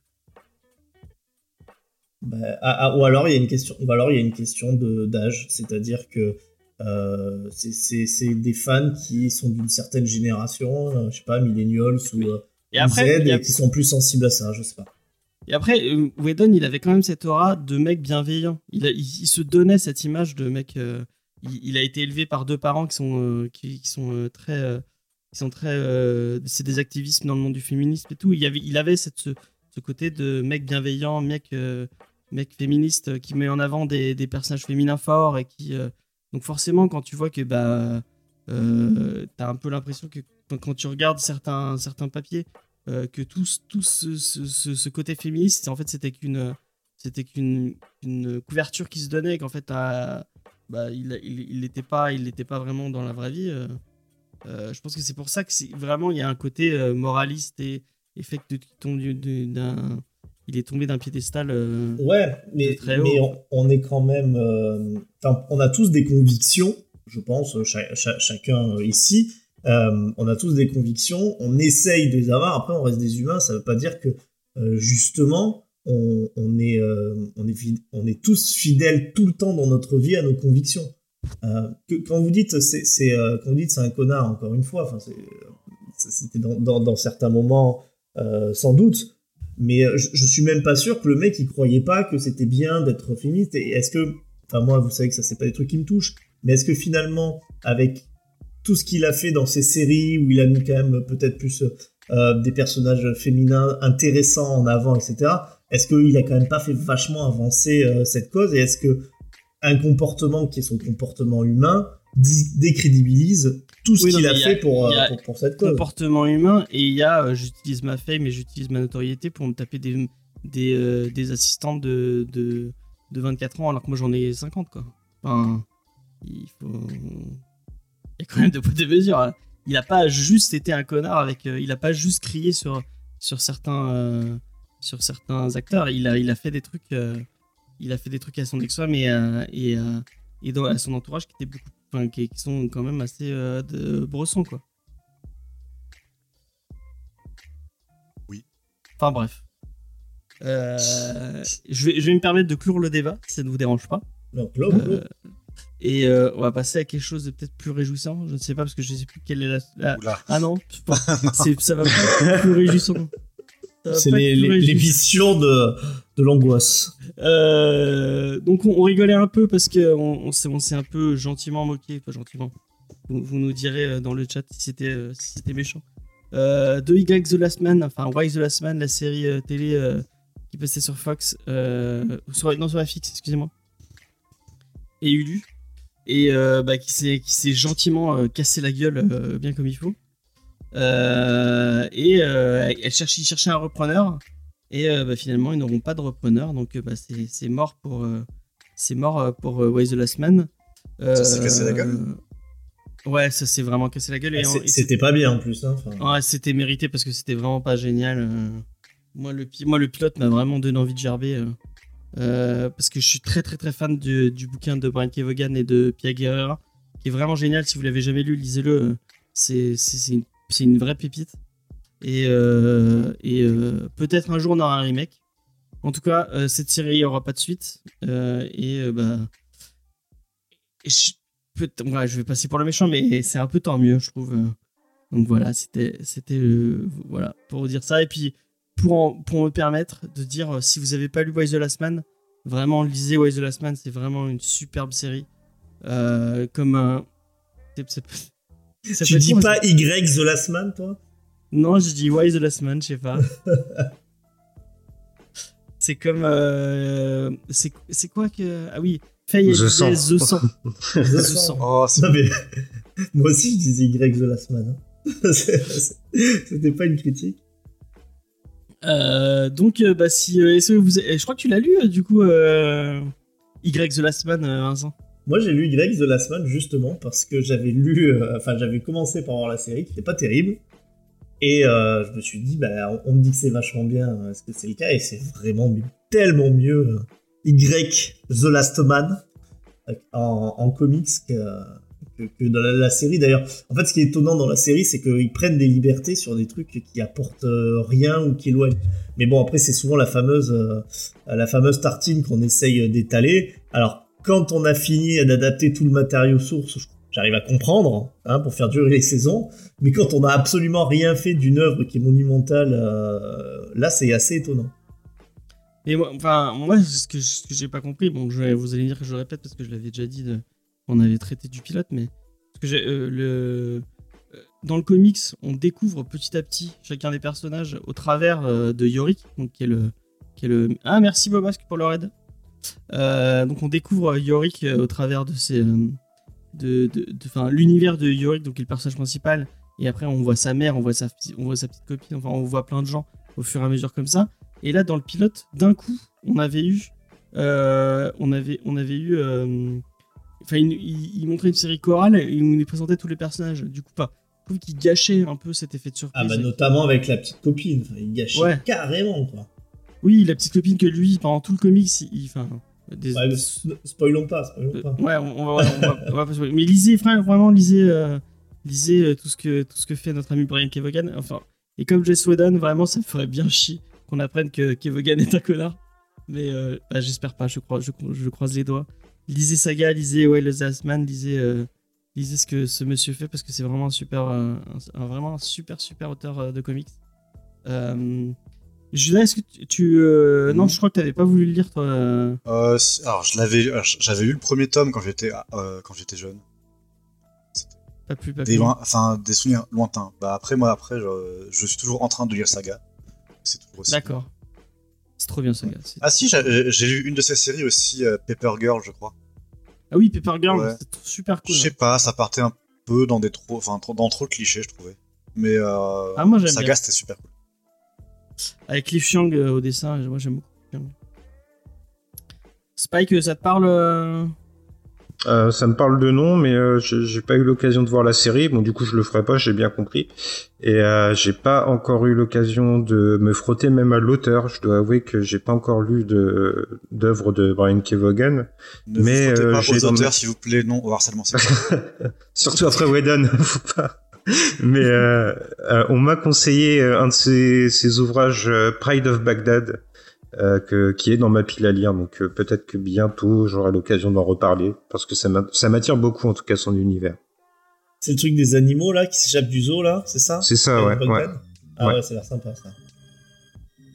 Ou alors il y a une question d'âge, c'est-à-dire que c'est des fans qui sont d'une certaine génération, je sais pas, millennials ou Et après, Z, et qui sont plus sensibles à ça, je sais pas. Et après, Whedon, il avait quand même cette aura de mec bienveillant. Il se donnait cette image de mec. Il a été élevé par deux parents qui sont très. C'est des activistes dans le monde du féminisme et tout. Il avait ce côté de mec bienveillant, mec féministe qui met en avant des personnages féminins forts et qui. Donc forcément, quand tu vois que t'as un peu l'impression que quand tu regardes certains papiers. Que tout ce côté féministe, en fait, c'était qu'une couverture qui se donnait, qu'en fait, il n'était pas vraiment dans la vraie vie. Je pense que c'est pour ça que vraiment il y a un côté moraliste et fait que il est tombé d'un piédestal. Ouais, mais on est quand même. On a tous des convictions, je pense, chacun ici. On a tous des convictions, on essaye de les avoir, après on reste des humains, ça veut pas dire que justement on est tous fidèles tout le temps dans notre vie à nos convictions. Quand vous dites c'est un connard, encore une fois, c'était dans certains moments sans doute, mais je suis même pas sûr que le mec il croyait pas que c'était bien d'être féministe. Et est-ce que, moi vous savez que ça c'est pas des trucs qui me touchent, mais est-ce que finalement avec tout ce qu'il a fait dans ses séries où il a mis quand même peut-être plus des personnages féminins intéressants en avant, etc. Est-ce qu'il a quand même pas fait vachement avancer cette cause, et est-ce que un comportement qui est son comportement humain décrédibilise tout ce qu'il a fait pour cette cause? Comportement humain, et il y a j'utilise ma fame et j'utilise ma notoriété pour me taper des assistantes de 24 ans alors que moi j'en ai 50, quoi. Enfin, il y a quand même de poids de mesure, hein. Il a pas juste été un connard il a pas juste crié sur certains acteurs. Il a fait des trucs à son ex-femme et à son entourage qui sont quand même assez de bressons, quoi. Oui. Enfin bref. Je vais me permettre de clore le débat si ça ne vous dérange pas. Non, clore. Et on va passer à quelque chose de peut-être plus réjouissant. Je ne sais pas parce que je ne sais plus quelle est la... Oula. Ah non, ça va pas être plus réjouissant. C'est les visions de l'angoisse. Donc on rigolait un peu parce que on s'est un peu gentiment moqué, pas gentiment. Vous nous direz dans le chat si c'était méchant. De Y The Last Man, enfin Why The Last Man, la série télé qui passait sur Fox, sur FX, excusez-moi, et Hulu, et qui s'est gentiment cassé la gueule bien comme il faut. Il cherchait un repreneur, et finalement ils n'auront pas de repreneur, donc c'est mort pour Why The Last Man. Ça s'est cassé la gueule. Ouais, ça s'est vraiment cassé la gueule. C'était pas bien en plus. Hein, ouais, c'était mérité parce que c'était vraiment pas génial. Moi, le pilote m'a vraiment donné envie de gerber. Parce que je suis très très très fan du bouquin de Brian Kevogan et de Pia Guerrera, qui est vraiment génial. Si vous l'avez jamais lu, lisez-le. C'est une vraie pépite. Et peut-être un jour on aura un remake. En tout cas, cette série, il n'y aura pas de suite. Je vais passer pour le méchant, mais c'est un peu tant mieux, je trouve. Donc voilà, c'était voilà, pour vous dire ça. Et puis, pour me permettre de dire, si vous n'avez pas lu Why The Last Man, vraiment, lisez Why The Last Man, c'est vraiment une superbe série. Tu dis pas Y The Last Man, toi ? Non, je dis Why The Last Man, je sais pas. C'est comme... c'est quoi que... Ah oui, Faye The Sang. The Sang. The Sang. Oh, non, mais... Moi aussi, je disais Y The Last Man. Hein. C'était pas une critique. Donc, est-ce que je crois que tu l'as lu, du coup, Y The Last Man, Vincent. Moi, j'ai lu Y The Last Man, justement, parce que j'avais commencé par voir la série, qui n'était pas terrible. Et je me suis dit, on me dit que c'est vachement bien, est-ce que c'est le cas ? Et c'est vraiment tellement mieux Y The Last Man en comics que dans la série. D'ailleurs, en fait, ce qui est étonnant dans la série, c'est qu'ils prennent des libertés sur des trucs qui apportent rien ou qui éloignent. Mais bon, après, c'est souvent la fameuse tartine qu'on essaye d'étaler. Alors, quand on a fini d'adapter tout le matériau source, j'arrive à comprendre, hein, pour faire durer les saisons, mais quand on n'a absolument rien fait d'une œuvre qui est monumentale, là c'est assez étonnant. Et moi, ce que j'ai pas compris, bon, vous allez dire que je le répète parce que je l'avais déjà dit, on avait traité du pilote, mais parce que dans le comics, on découvre petit à petit chacun des personnages au travers de Yorick, donc qui est le... Ah, merci Bobasque pour le raid. Donc on découvre Yorick au travers de ses... l'univers de Yorick, donc qui est le personnage principal, et après on voit sa mère, on voit sa petite copine, enfin on voit plein de gens au fur et à mesure comme ça. Et là dans le pilote, d'un coup, il montrait une série chorale et on nous présentait tous les personnages. Du coup, je trouve qu'il gâchait un peu cet effet de surprise. Ah notamment avec la petite copine, il gâchait carrément quoi. Oui, la petite copine que lui, pendant tout le comics, spoilons pas. Ouais, on va pas spoiler. Mais lisez, frère, vraiment, lisez tout ce que fait notre ami Brian Kevogan. Enfin, et comme Joss Whedon, vraiment, ça me ferait bien chier qu'on apprenne que Kevogan est un connard. Mais j'espère pas, je croise les doigts. Lisez Saga, lisez Why The Last Man, lisez ce que ce monsieur fait parce que c'est vraiment vraiment un super auteur de comics. Judas, est-ce que non, je crois que t'avais pas voulu le lire, toi. Alors, j'avais lu le premier tome quand j'étais jeune. Pas plus. Des souvenirs lointains. Après, je suis toujours en train de lire Saga. C'est toujours aussi. D'accord. C'est trop bien, Saga. Ah si, j'ai lu une de ces séries aussi, Paper Girl, je crois. Ah oui, Paper Girl, ouais. C'est super cool. Je sais pas, ça partait un peu dans trop de clichés, je trouvais. Mais moi, j'aime Saga, bien. c'était super cool. Avec Cliff Chiang au dessin, moi j'aime beaucoup. Spike, ça te parle Ça me parle de nom, mais j'ai pas eu l'occasion de voir la série. Bon, du coup, je le ferai pas, j'ai bien compris. Et j'ai pas encore eu l'occasion de me frotter même à l'auteur. Je dois avouer que j'ai pas encore lu d'œuvre de Brian Kevogan. Ne vous frottez pas aux auteurs, s'il vous plaît, non au harcèlement sexuel. Surtout après Whedon, faut pas. Mais on m'a conseillé un de ses ouvrages, Pride of Baghdad, qui est dans ma pile à lire, donc peut-être que bientôt j'aurai l'occasion d'en reparler, parce que ça m'attire beaucoup en tout cas son univers. C'est le truc des animaux là qui s'échappent du zoo là, c'est ça ? C'est ça, ouais. Ah ouais, ça a l'air sympa ça.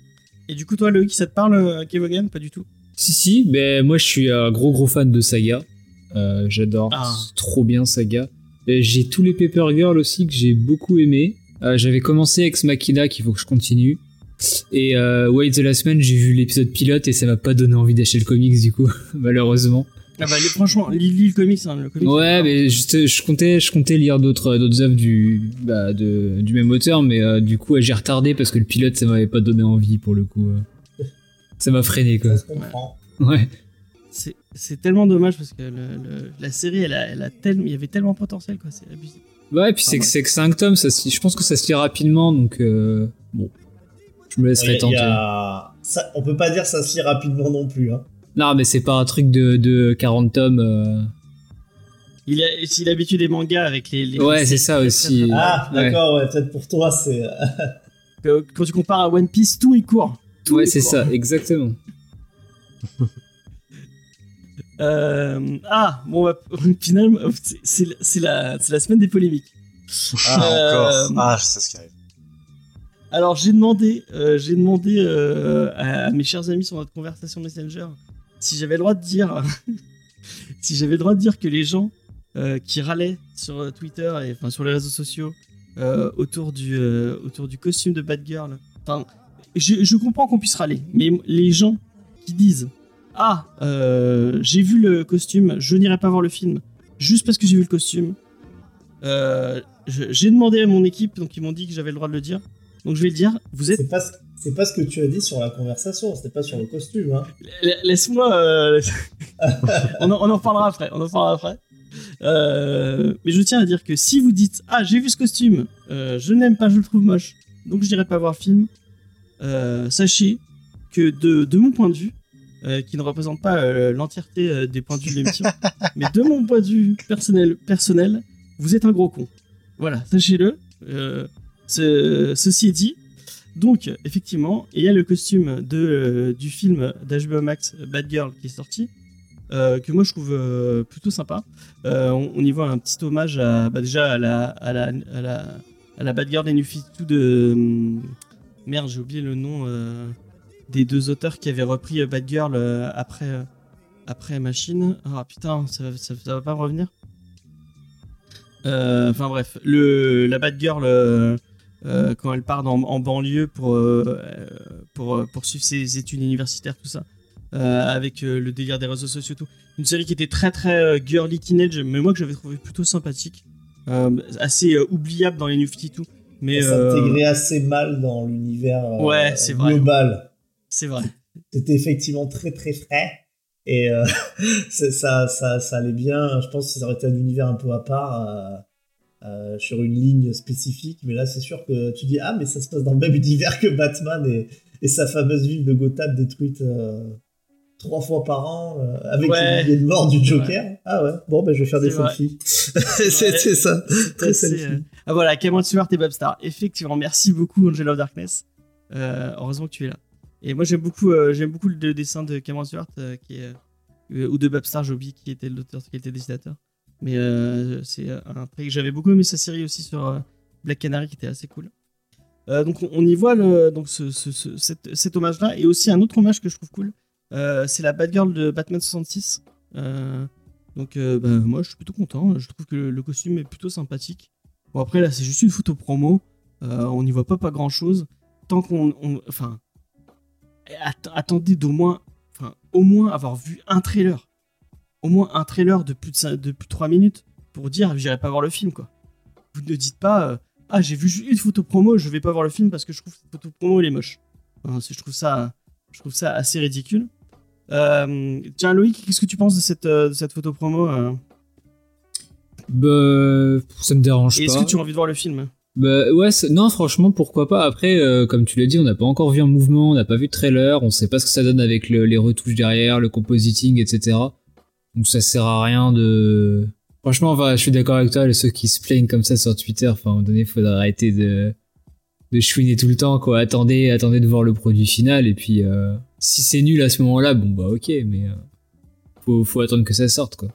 Et du coup, toi, Loïc, ça te parle, Kevogan? Pas du tout. Si, mais moi je suis un gros fan de Saga. J'adore, Ah. c'est trop bien Saga. Et j'ai tous les Paper Girls aussi que j'ai beaucoup aimé. J'avais commencé Ex Machina qu'il faut que je continue. Et Wait the Last Man, j'ai vu l'épisode pilote et ça m'a pas donné envie d'acheter le comics du coup, malheureusement. Ah bah, franchement, lis le comics. Hein, le comics Ouais, mais juste, je comptais lire d'autres œuvres du même auteur, mais du coup j'ai retardé parce que le pilote ça m'avait pas donné envie pour le coup. Ça m'a freiné quoi. Ça se comprend. Ouais. C'est tellement dommage parce que la série, il y avait tellement de potentiel, quoi. C'est abusé. Ouais, et puis c'est que 5 tomes, je pense que ça se lit rapidement, donc bon, je me laisserai tenter. Ça, on peut pas dire ça se lit rapidement non plus. Hein. Non, mais c'est pas un truc de 40 tomes. Il a l'habitude des mangas avec les Ouais, c'est ça aussi. Ah, d'accord, ouais, peut-être pour toi, c'est... Quand tu compares à One Piece, tout est court. Ouais, c'est ça, exactement. Bon, bah, finalement, c'est la semaine des polémiques. Encore. Je sais ce qui arrive. Alors, j'ai demandé à mes chers amis sur notre conversation Messenger si j'avais le droit de dire que les gens qui râlaient sur Twitter et enfin sur les réseaux sociaux autour du costume de Batgirl. Enfin, je comprends qu'on puisse râler, mais les gens qui disent j'ai vu le costume, je n'irai pas voir le film juste parce que j'ai vu le costume. J'ai demandé à mon équipe, donc ils m'ont dit que j'avais le droit de le dire. Donc je vais le dire, vous êtes... C'est pas ce que tu as dit sur la conversation, c'était pas sur le costume. Hein. Laisse-moi... on en parlera après. Mais je tiens à dire que si vous dites « Ah, j'ai vu ce costume, je n'aime pas, je le trouve moche, donc je n'irai pas voir le film », sachez que de mon point de vue, qui ne représente pas l'entièreté des points de vue de l'émission, mais de mon point de vue personnel, vous êtes un gros con. Voilà, sachez-le. Ceci est dit. Donc, effectivement, il y a le costume du film d'HBO Max Batgirl qui est sorti, que moi je trouve plutôt sympa. On y voit un petit hommage déjà à la Batgirl des New 52 de... merde, j'ai oublié le nom des deux auteurs qui avaient repris Batgirl après Machine. Ah putain, ça va pas me revenir. Enfin bref, la Batgirl... quand elle part en banlieue pour suivre ses études universitaires, tout ça, avec le délire des réseaux sociaux, tout. Une série qui était très très girly teenage, mais moi que j'avais trouvé plutôt sympathique, assez oubliable dans les New 52. Mais ça s'intégrait assez mal dans l'univers c'est global. Vrai. C'est vrai. C'était effectivement très très frais. Et ça allait bien. Je pense que ça aurait été un univers un peu à part. Sur une ligne spécifique, mais là c'est sûr que tu dis mais ça se passe dans le même univers que Batman et sa fameuse ville de Gotham détruite 3 fois par an avec les milliers de morts du Joker. Ouais. Ah ouais, bon je vais faire des selfies. C'était ça. Très selfie. Voilà, Cameron Stewart et Babstar. Effectivement, merci beaucoup Angel of Darkness. Heureusement que tu es là. Et moi j'aime beaucoup le dessin de Cameron Stewart ou de Babstar, j'ai oublié qui était l'auteur, qui était le dessinateur. Mais c'est un truc que j'avais beaucoup aimé sa série aussi sur Black Canary qui était assez cool. Donc on y voit cet hommage-là, et aussi un autre hommage que je trouve cool. C'est la Batgirl de Batman 66. Donc moi je suis plutôt content. Je trouve que le costume est plutôt sympathique. Bon après là c'est juste une photo promo. On n'y voit pas grand-chose. Tant enfin attendez au moins avoir vu un trailer. Au moins un trailer de plus de 3 minutes pour dire j'irai pas voir le film, quoi. Vous ne dites pas j'ai vu une photo promo, je vais pas voir le film parce que je trouve cette photo promo elle est moche. Je trouve ça assez ridicule. Tiens Loïc, qu'est-ce que tu penses de cette photo promo Ça me dérange pas. Est-ce que tu as envie de voir le film? Ouais, non, franchement, pourquoi pas. Après, comme tu l'as dit, on n'a pas encore vu un mouvement, on n'a pas vu de trailer, on sait pas ce que ça donne avec les retouches derrière, le compositing, etc. Donc ça sert à rien de... Franchement, je suis d'accord avec toi, ceux qui se plaignent comme ça sur Twitter, à un moment donné, il faudrait arrêter de chouiner tout le temps, quoi. Attendez de voir le produit final, et puis si c'est nul à ce moment-là, ok, mais faut attendre que ça sorte, quoi.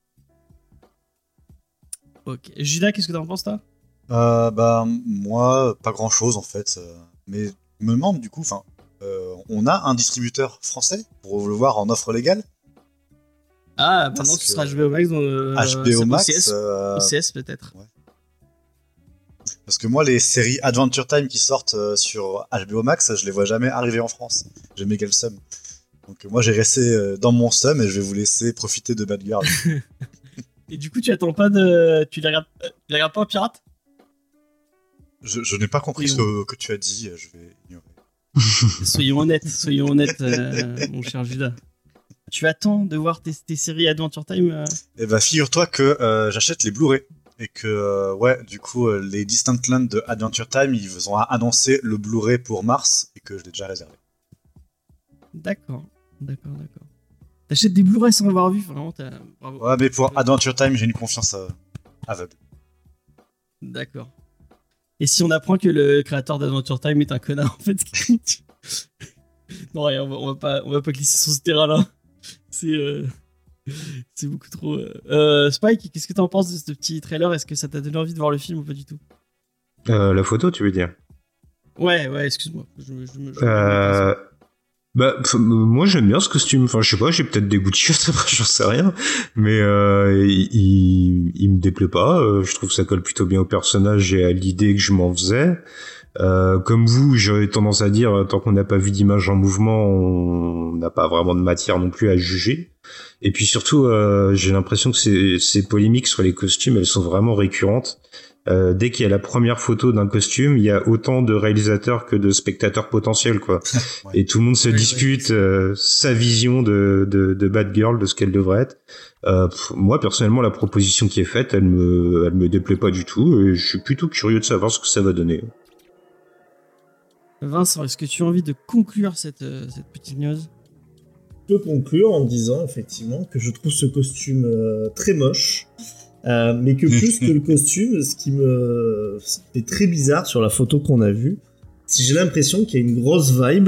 Ok. Judas, qu'est-ce que t'en penses, toi? Moi, pas grand-chose, en fait. Mais je me demande, du coup, on a un distributeur français pour le voir en offre légale. Ah, Parce maintenant, ce que- sera HBO Max. HBO Max. OCS peut-être. Parce que moi, les séries Adventure Time qui sortent sur HBO Max, je les vois jamais arriver en France. J'ai méga le seum. Donc moi, j'ai resté dans mon seum et je vais vous laisser profiter de Bad Girl. Et du coup, tu attends pas de. Tu les regardes pas en pirate? Je n'ai pas compris Oui, ce que tu as dit, je vais ignorer. Soyons honnêtes, mon cher Judas. Tu attends de voir tes séries Adventure Time Et bah, figure-toi que j'achète les Blu-ray. Et que, du coup, les Distant Land de Adventure Time, ils ont annoncé le Blu-ray pour mars et que je l'ai déjà réservé. D'accord. T'achètes des Blu-ray sans avoir vu, vraiment, bravo. Ouais, mais pour Adventure Time, j'ai une confiance aveugle. D'accord. Et si on apprend que le créateur d'Adventure Time est un connard, en fait. Non, rien, on va pas glisser sur ce terrain-là. C'est beaucoup trop. Spike, qu'est-ce que t'en penses de ce petit trailer? Est-ce que ça t'a donné envie de voir le film ou pas du tout? La photo, tu veux dire? Ouais, excuse-moi. Moi j'aime bien ce costume. Enfin, je sais pas, j'ai peut-être des goûts de chiottes, j'en sais rien. Mais il me déplaît pas. Je trouve que ça colle plutôt bien au personnage et à l'idée que je m'en faisais. Comme vous, j'aurais tendance à dire, tant qu'on n'a pas vu d'image en mouvement, on n'a pas vraiment de matière non plus à juger. Et puis surtout, j'ai l'impression que ces polémiques sur les costumes, elles sont vraiment récurrentes. Dès qu'il y a la première photo d'un costume, il y a autant de réalisateurs que de spectateurs potentiels, quoi. Ouais. Et tout le monde se dispute sa vision de Bad Girl, de ce qu'elle devrait être. Moi, personnellement, la proposition qui est faite, elle me déplaît pas du tout. Et je suis plutôt curieux de savoir ce que ça va donner. Vincent, est-ce que tu as envie de conclure cette petite news? Je peux conclure en disant effectivement que je trouve ce costume très moche, mais que plus que le costume, ce qui me fait très bizarre sur la photo qu'on a vue, c'est que j'ai l'impression qu'il y a une grosse vibe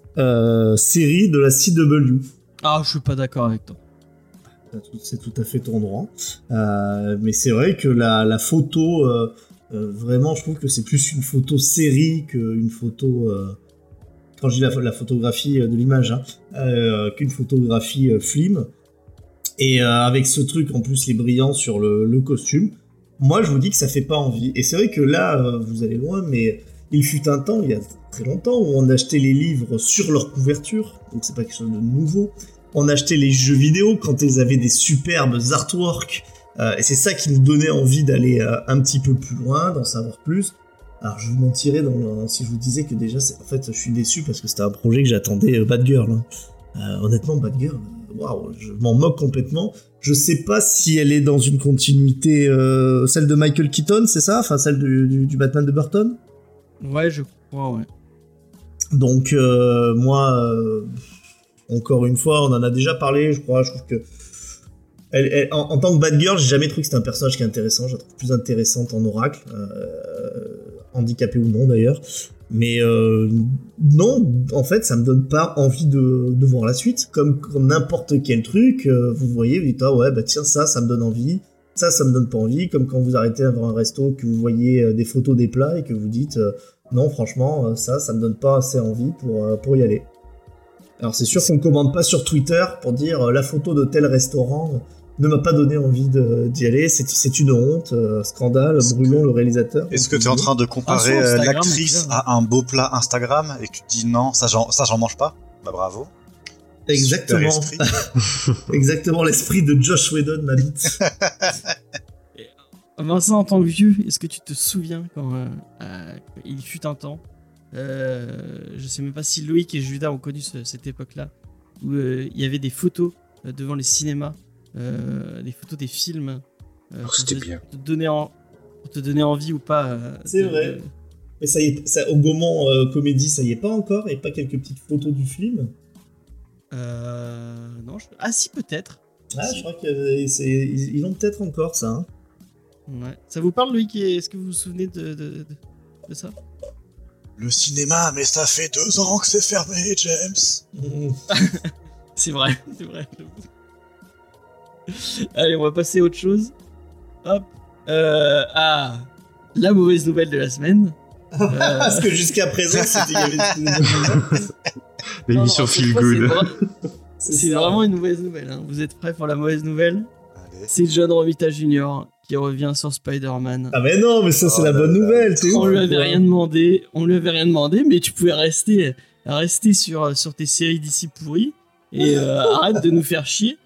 série de la CW. Ah, je suis pas d'accord avec toi. C'est tout à fait ton droit, mais c'est vrai que la photo, vraiment, je trouve que c'est plus une photo série qu'une photo. Quand je dis la photographie de l'image, qu'une photographie film. Et avec ce truc, en plus, les brillants sur le costume, moi, je vous dis que ça fait pas envie. Et c'est vrai que là, vous allez loin, mais il fut un temps, il y a très longtemps, où on achetait les livres sur leur couverture, donc c'est pas quelque chose de nouveau. On achetait les jeux vidéo quand ils avaient des superbes artworks, et c'est ça qui nous donnait envie d'aller un petit peu plus loin, d'en savoir plus. Alors je vous mentirais si je vous disais que déjà, en fait, je suis déçu parce que c'était un projet que j'attendais, Bad Girl. Honnêtement, Bad Girl, waouh, je m'en moque complètement. Je sais pas si elle est dans une continuité, celle de Michael Keaton, c'est ça? Enfin, celle du Batman de Burton? Ouais, je crois, ouais. Donc, moi, encore une fois, on en a déjà parlé, je trouve que en tant que Bad Girl, j'ai jamais trouvé que c'était un personnage qui est intéressant. Je la trouve plus intéressante en Oracle, handicapé ou non d'ailleurs. Mais non, en fait, ça me donne pas envie de voir la suite. Comme n'importe quel truc, vous voyez, vous dites, ah ouais, bah tiens, ça me donne envie. Ça me donne pas envie. Comme quand vous arrêtez devant un resto, que vous voyez des photos des plats et que vous dites, non, franchement, ça me donne pas assez envie pour y aller. Alors c'est sûr qu'on commande pas sur Twitter pour dire la photo de tel restaurant ne m'a pas donné envie d'y aller, c'est une honte, scandale, brûlons le réalisateur. Est-ce que tu es en train de comparer l'actrice à un beau plat Instagram et que tu te dis non, ça j'en mange pas? Bah bravo. Exactement. Exactement, l'esprit de Josh Whedon m'habite. Vincent, en tant que vieux, est-ce que tu te souviens quand il fut un temps, je sais même pas si Loïc et Judas ont connu cette époque-là, où il y avait des photos devant les cinémas, des photos des films, c'était bien. Pour te donner envie ou pas. C'est vrai. Mais ça y est, ça, au Gaumont Comédie, ça y est pas encore? Et pas quelques petites photos du film? Non. Ah si, peut-être. Ah, je crois qu'ils ont peut-être encore ça. Hein. Ouais. Ça vous parle, Loïc? Est-ce que vous vous souvenez de ça? Le cinéma, mais ça fait 2 ans que c'est fermé, James. C'est vrai. Allez, on va passer à autre chose. Hop. La mauvaise nouvelle de la semaine. Parce que jusqu'à présent, c'était... L'émission Feel Good. C'est vraiment une mauvaise nouvelle. Hein. Vous êtes prêts pour la mauvaise nouvelle? Allez. C'est John Romita Jr. qui revient sur Spider-Man. Ah mais non, mais ça c'est la bonne nouvelle, t'es On ouf. lui avait rien demandé, mais tu pouvais rester sur tes séries d'ici pourries et arrête de nous faire chier.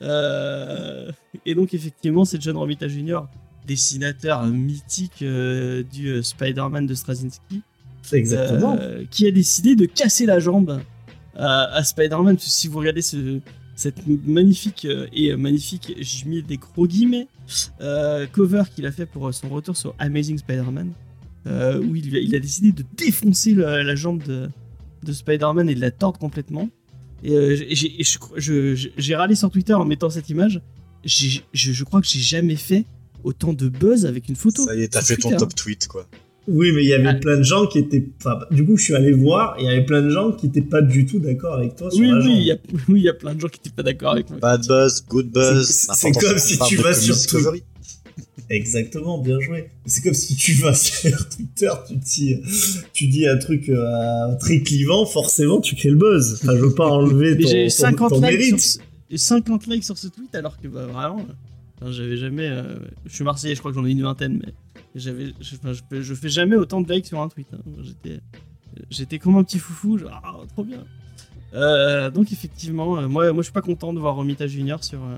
Et donc effectivement, c'est John Romita Jr., dessinateur mythique du Spider-Man de Straczynski, Exactement. qui a décidé de casser la jambe à Spider-Man. Si vous regardez cette magnifique j'ai mis des gros guillemets, cover qu'il a fait pour son retour sur Amazing Spider-Man, où il a décidé de défoncer la jambe de Spider-Man et de la tordre complètement. Et j'ai râlé sur Twitter en mettant cette image. Je crois que j'ai jamais fait autant de buzz avec une photo. Ça y est, t'as fait ton top tweet, quoi. Oui, mais il y avait plein de gens qui étaient... Enfin, du coup, je suis allé voir, il y avait plein de gens qui étaient pas du tout d'accord avec toi sur la jambe. Il y a plein de gens qui étaient pas d'accord avec moi. Bad buzz, good buzz. C'est comme si tu vas sur Discovery. Exactement, bien joué. C'est comme si tu vas sur Twitter, tu dis un truc très clivant, forcément tu crées le buzz. Enfin, je veux pas enlever mais j'ai eu 50 ton likes mérite. 50 likes sur ce tweet, alors que vraiment, j'avais jamais... je suis marseillais, je crois que j'en ai une vingtaine, mais je fais jamais autant de likes sur un tweet. Hein. J'étais comme un petit foufou, genre, trop bien. Donc effectivement, moi je suis pas content de voir Romita Jr.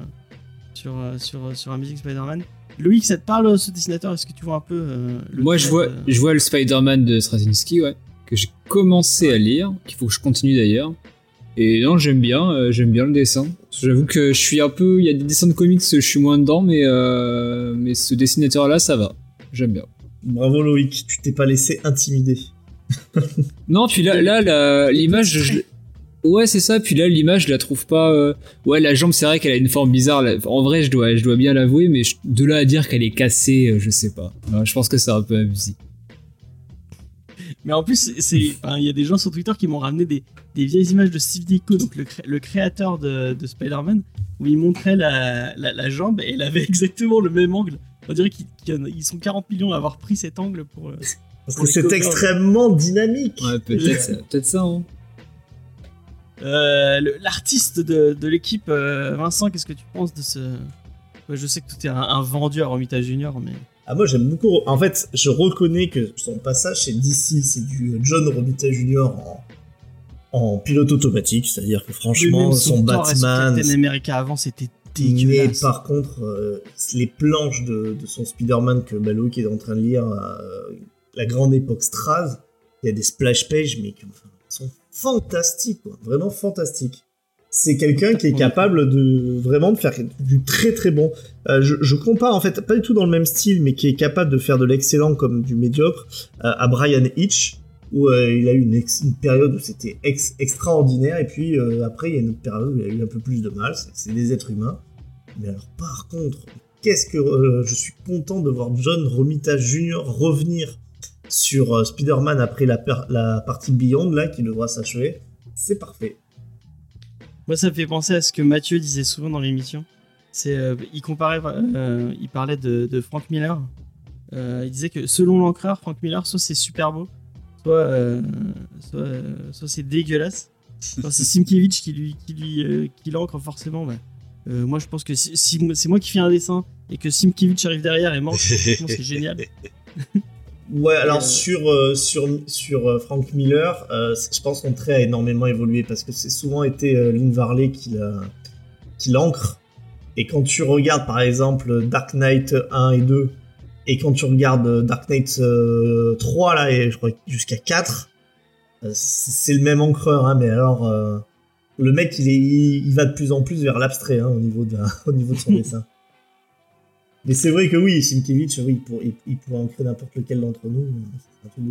sur Amazing Spider-Man. Loïc, ça te parle ce dessinateur? Est-ce que tu vois un peu Moi, je vois le Spider-Man de Straczynski, ouais, que j'ai commencé à lire, qu'il faut que je continue d'ailleurs. Et non, j'aime bien le dessin. J'avoue que je suis un peu, il y a des dessins de comics, je suis moins dedans, mais ce dessinateur-là, ça va. J'aime bien. Bravo Loïc, tu t'es pas laissé intimider. Non, puis là, l'image, ouais, c'est ça. Puis là, l'image, je la trouve pas. Ouais, la jambe, c'est vrai qu'elle a une forme bizarre. En vrai, je dois bien l'avouer, mais de là à dire qu'elle est cassée, je sais pas. Je pense que c'est un peu abusé. Mais en plus, il y a des gens sur Twitter qui m'ont ramené des vieilles images de Steve Ditko, donc le créateur de Spider-Man, où il montrait la jambe et elle avait exactement le même angle. On dirait qu'ils sont 40 millions à avoir pris cet angle pour. Parce que c'est extrêmement dynamique. Ouais, peut-être ça. Hein. L'artiste de l'équipe, Vincent, qu'est-ce que tu penses de ce... Ouais, je sais que tout est un vendu à Romita Junior, mais... Ah, moi j'aime beaucoup. En fait, je reconnais que son passage chez DC, c'est du John Romita Jr. en pilote automatique, c'est-à-dire que franchement, son Batman... Captain America avant, c'était dégueulasse. Mais par contre, les planches de son Spider-Man que Loïc est en train de lire, la grande époque Straz, il y a des splash pages, mais qui sont fantastiques, quoi. Vraiment fantastiques. C'est quelqu'un qui est capable de faire du très très bon. Je compare en fait, pas du tout dans le même style, mais qui est capable de faire de l'excellent comme du médiocre, à Brian Hitch, où il a eu une période où c'était extraordinaire, et puis après il y a une autre période où il a eu un peu plus de mal, c'est des êtres humains. Mais alors par contre, qu'est-ce que je suis content de voir John Romita Jr. revenir sur Spider-Man après la partie Beyond là qui devra s'achever. C'est parfait. Moi, ça me fait penser à ce que Mathieu disait souvent dans l'émission. Il parlait de Frank Miller. Il disait que selon l'encreur, Frank Miller, soit c'est super beau, soit c'est dégueulasse. Soit c'est Sienkiewicz qui l'encre forcément. Moi, je pense que si c'est moi qui fais un dessin et que Sienkiewicz arrive derrière et manque, c'est génial. Ouais, alors sur Frank Miller, je pense que son trait a énormément évolué parce que c'est souvent été Lynn Varley qui l'ancre. Et quand tu regardes par exemple Dark Knight 1 et 2, et quand tu regardes Dark Knight 3 là, et je crois jusqu'à 4, c'est le même encreur, hein, mais alors le mec il va de plus en plus vers l'abstrait, hein, au niveau de son dessin. Mais c'est vrai que oui, Sienkiewicz, oui, il pourrait ancrer n'importe lequel d'entre nous. C'est un truc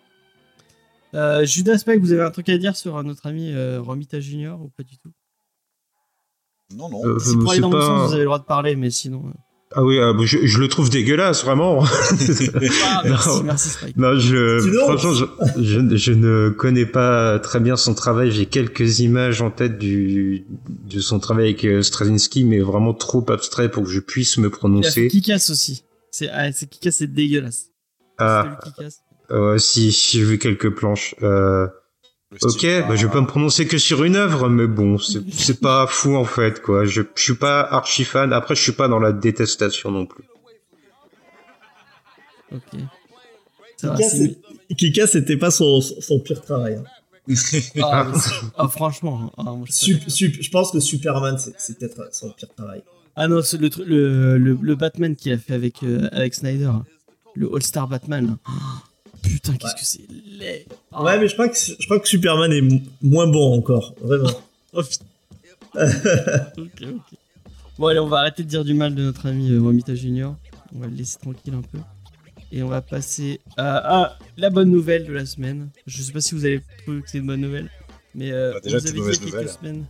de ouf. Judas Spike, vous avez un truc à dire sur notre ami Romita Junior ou pas du tout? Non. Si pour aller dans mon sens, vous avez le droit de parler, mais sinon... Ah oui, je le trouve dégueulasse, vraiment. Merci Spike. Non, franchement, je ne connais pas très bien son travail. J'ai quelques images en tête de son travail avec Straczynski, mais vraiment trop abstrait pour que je puisse me prononcer. Il a fait Kick-Ass aussi. C'est Kick-Ass, c'est dégueulasse. Ah, si j'ai vu quelques planches. Ok, bah je vais pas me prononcer que sur une œuvre, mais bon, c'est pas fou en fait, quoi. Je suis pas archi fan. Après, je suis pas dans la détestation non plus. Ok. Ça va, c'est... Kika, c'était pas son pire travail. Hein. Franchement. Moi, je pense que Superman, c'est peut-être son pire travail. Ah non, c'est le Batman qu'il a fait avec Snyder. Le All-Star Batman. Là. Putain, qu'est-ce que c'est laid. Ouais, mais je crois que Superman est moins bon encore, vraiment. Oh putain. Ok. Bon, allez, on va arrêter de dire du mal de notre ami Romita Junior. On va le laisser tranquille un peu. Et on va passer à la bonne nouvelle de la semaine. Je sais pas si vous avez trouvé que c'est une bonne nouvelle, mais déjà, vous avez dit il y a quelques semaines.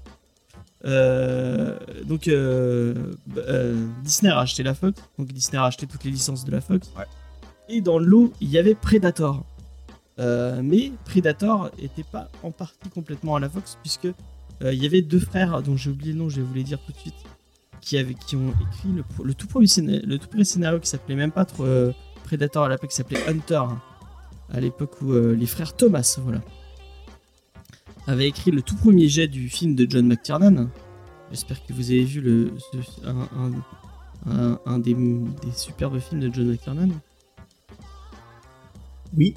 Donc Disney a racheté la Fox. Donc Disney a racheté toutes les licences de la Fox. Ouais. Et dans le lot, il y avait Predator. Mais Predator était pas en partie complètement à la Fox, puisque il y avait deux frères dont j'ai oublié le nom, je vais vous les dire tout de suite, qui ont écrit le tout premier scénario qui s'appelait même pas Predator à l'époque, qui s'appelait Hunter, à l'époque où les frères Thomas, voilà, avaient écrit le tout premier jet du film de John McTiernan. J'espère que vous avez vu un des superbes films de John McTiernan. Oui.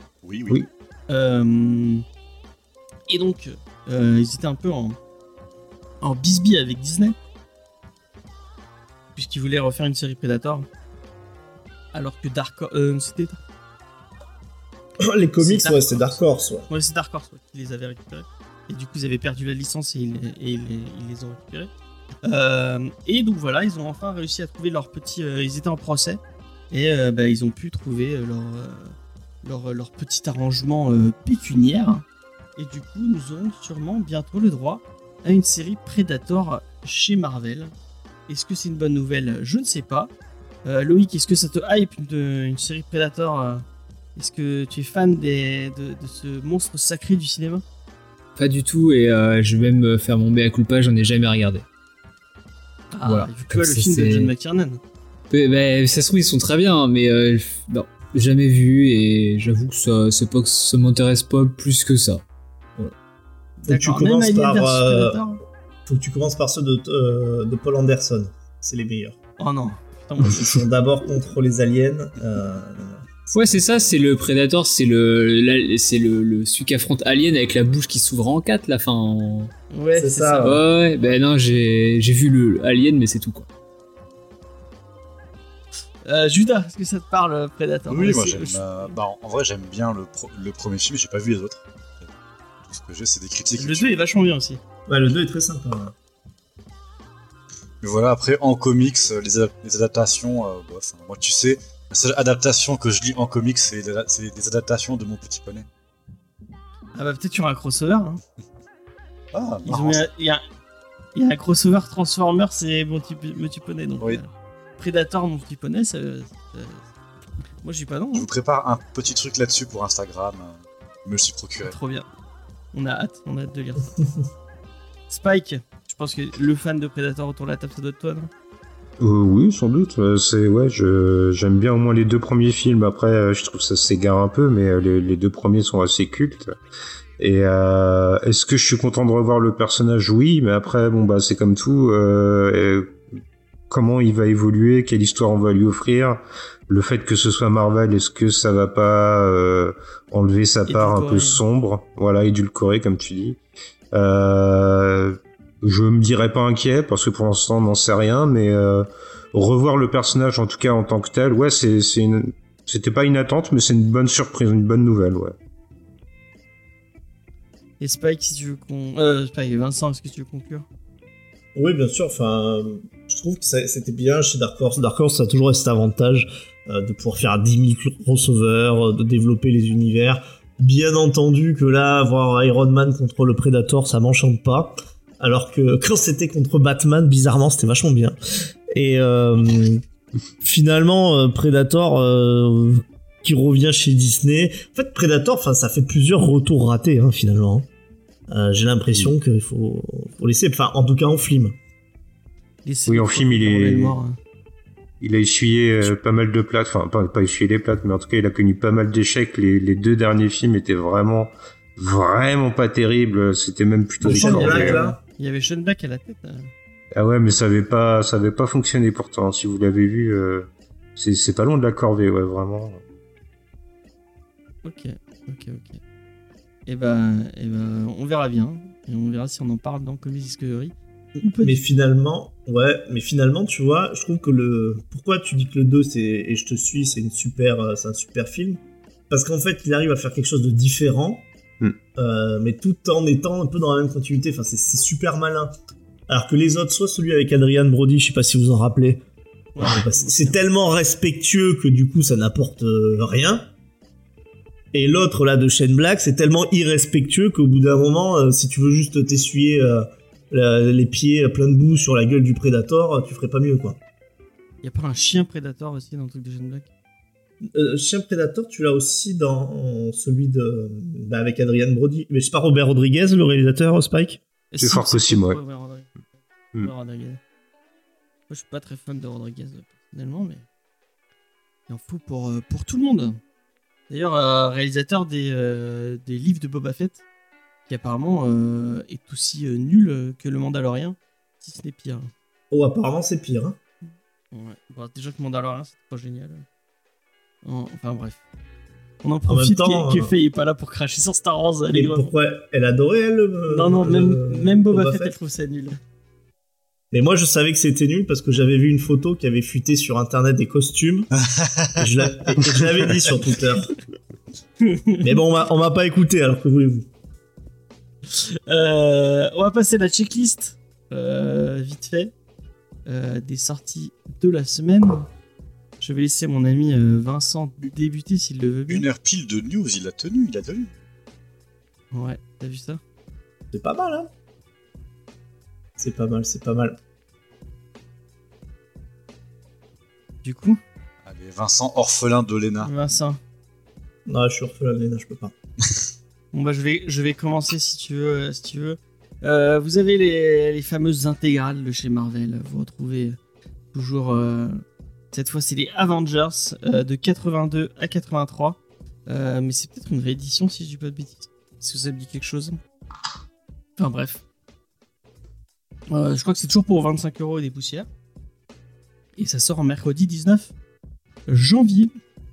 Et donc, ils étaient un peu en bisbille avec Disney, puisqu'ils voulaient refaire une série Predator. Alors que Dark Horse... c'était... Les comics, c'est Dark Horse. Ouais, c'est Dark Horse qui les avait récupérés. Et du coup, ils avaient perdu la licence et ils les ont récupérés. Et donc voilà, ils ont enfin réussi à trouver leur petit... ils étaient en procès. Et ils ont pu trouver leur petit arrangement pécuniaire. Et du coup, nous aurons sûrement bientôt le droit à une série Predator chez Marvel. Est-ce que c'est une bonne nouvelle ? Je ne sais pas. Loïc, est-ce que ça te hype une série Predator ? Est-ce que tu es fan de ce monstre sacré du cinéma ? Pas du tout, et je vais même faire mon mea culpa, j'en ai jamais regardé. Voilà. Tu vois le film de John McTiernan ? Ça se trouve, ils sont très bien, hein, mais non, jamais vu, et j'avoue que ça m'intéresse pas plus que ça. Voilà. D'accord, faut que tu commences par ceux de Paul Anderson, c'est les meilleurs. Oh non. Ils sont d'abord contre les aliens. Ouais, c'est ça, c'est le Predator, c'est celui qui affronte Alien avec la bouche qui s'ouvre en 4, la fin. Ouais, c'est ça. Ouais, ben non, j'ai vu le Alien, mais c'est tout, quoi. Judas, est-ce que ça te parle, Predator ? Oui, moi j'aime. En vrai, j'aime bien le premier film, j'ai pas vu les autres. Tout ce que j'ai, c'est des critiques. Le 2 est vachement bien aussi. Ouais, le 2 est très sympa. Ouais. Mais voilà, après, en comics, les adaptations, moi tu sais, la seule adaptation que je lis en comics, c'est des adaptations de Mon Petit Poney. Ah bah peut-être qu'il y aura un crossover. Hein. Ah, il y a un crossover Transformers et Mon Petit Poney. Donc, oui. Predator, Mon Petit Poney, moi je dis pas non. Je vous prépare un petit truc là-dessus pour Instagram. Je me le suis procuré. Trop bien. On a hâte de lire ça. Spike, je pense que le fan de Predator autour de la table, ça doit être toi, non ? Oui, sans doute. J'aime bien au moins les deux premiers films. Après, je trouve ça s'égare un peu, mais les deux premiers sont assez cultes. Et est-ce que je suis content de revoir le personnage ? Oui, mais après, c'est comme tout. Comment il va évoluer ? Quelle histoire on va lui offrir ? Le fait que ce soit Marvel, est-ce que ça va pas enlever sa part un peu sombre ? Voilà, édulcorée, comme tu dis. Je me dirais pas inquiet parce que pour l'instant on n'en sait rien, mais revoir le personnage en tout cas en tant que tel, ouais, c'était pas une attente, mais c'est une bonne surprise, une bonne nouvelle, ouais. Et Spike, si tu veux Vincent, est-ce que tu veux conclure ? Oui, bien sûr. Enfin, je trouve que c'était bien chez Dark Horse. Dark Horse, ça a toujours cet avantage de pouvoir faire 10 000 crossovers, de développer les univers. Bien entendu que là, voir Iron Man contre le Predator, ça m'enchante pas. Alors que quand c'était contre Batman, bizarrement, c'était vachement bien. Et finalement, Predator qui revient chez Disney. En fait, Predator, ça fait plusieurs retours ratés, hein, finalement. J'ai l'impression qu'il faut laisser... Enfin, en tout cas, en film. Oui, en film, il a essuyé pas mal de plates. Enfin, pas essuyé les plates, mais en tout cas, il a connu pas mal d'échecs. Les deux derniers films étaient vraiment vraiment pas terrible. C'était même plutôt Shane décordé. Black, là. Il y avait Shane Black à la tête. Ah ouais, mais ça avait pas fonctionné pourtant. Si vous l'avez vu, c'est pas loin de la corvée, ouais, vraiment. Ok. Et ben, on verra bien. Et on verra si on en parle dans Comics Discovery. Ou pas Mais du tout. finalement, tu vois, je trouve que pourquoi tu dis que le 2, et je te suis, c'est un super film. Parce qu'en fait, il arrive à faire quelque chose de différent, mais tout en étant un peu dans la même continuité. Enfin, c'est super malin. Alors que les autres, soit celui avec Adrian Brody, je sais pas si vous en rappelez, c'est tellement respectueux que du coup, ça n'apporte rien. Et l'autre, là, de Shane Black, c'est tellement irrespectueux qu'au bout d'un moment, si tu veux juste t'essuyer les pieds plein de boue sur la gueule du Predator, tu ferais pas mieux, quoi. Y a pas un chien Predator aussi dans le truc de Shane Black? Chien Predator, tu l'as aussi dans celui avec Adrian Brody. Mais c'est pas Robert Rodriguez, le réalisateur, Spike? C'est fort possible, ouais. Robert Rodriguez. Moi, je suis pas très fan de Rodriguez personnellement, mais il en faut pour tout le monde. D'ailleurs, réalisateur des livres de Boba Fett, qui apparemment est aussi nul que le Mandalorian, si ce n'est pire. Oh, apparemment c'est pire. Hein. Ouais. Bon, déjà que Mandalorian, c'était pas génial. Enfin bref. On en profite que Faye est pas là pour cracher sur Star Wars. Et pourquoi elle adorait, elle Non, même Boba Fett, elle trouve ça nul. Mais moi, je savais que c'était nul parce que j'avais vu une photo qui avait fuité sur internet des costumes. et je l'avais dit sur Twitter. Mais bon, on m'a pas écouté, alors que voulez-vous? On va passer la checklist vite fait des sorties de la semaine. Je vais laisser mon ami Vincent débuter s'il le veut bien. 1 heure pile de news, il a tenu. Ouais, t'as vu ça? C'est pas mal, hein? C'est pas mal. Du coup? Allez, Vincent, orphelin de Léna. Vincent. Non, je suis orphelin de Léna, je peux pas. Bon bah je vais commencer si tu veux. Vous avez les fameuses intégrales de chez Marvel. Vous retrouvez toujours... cette fois c'est les Avengers de 82 à 83. Mais c'est peut-être une réédition si je dis pas de bêtises. Est-ce que ça me dit quelque chose? Enfin bref. Je crois que c'est toujours pour 25€ et des poussières. Et ça sort en mercredi 19 janvier.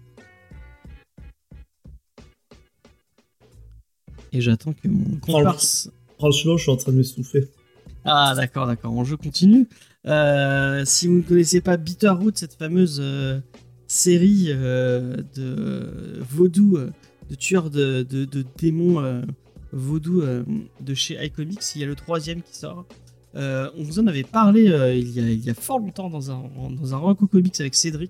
Et j'attends que mon comparse... Franchement, je suis en train de m'essouffler. Ah d'accord, bon, je continue. Si vous ne connaissez pas Bitterroot, cette fameuse série de vaudou, de tueurs de démons vaudou de chez iComics, il y a le 3e qui sort. On vous en avait parlé il y a fort longtemps dans un Rocco Comics avec Cédric,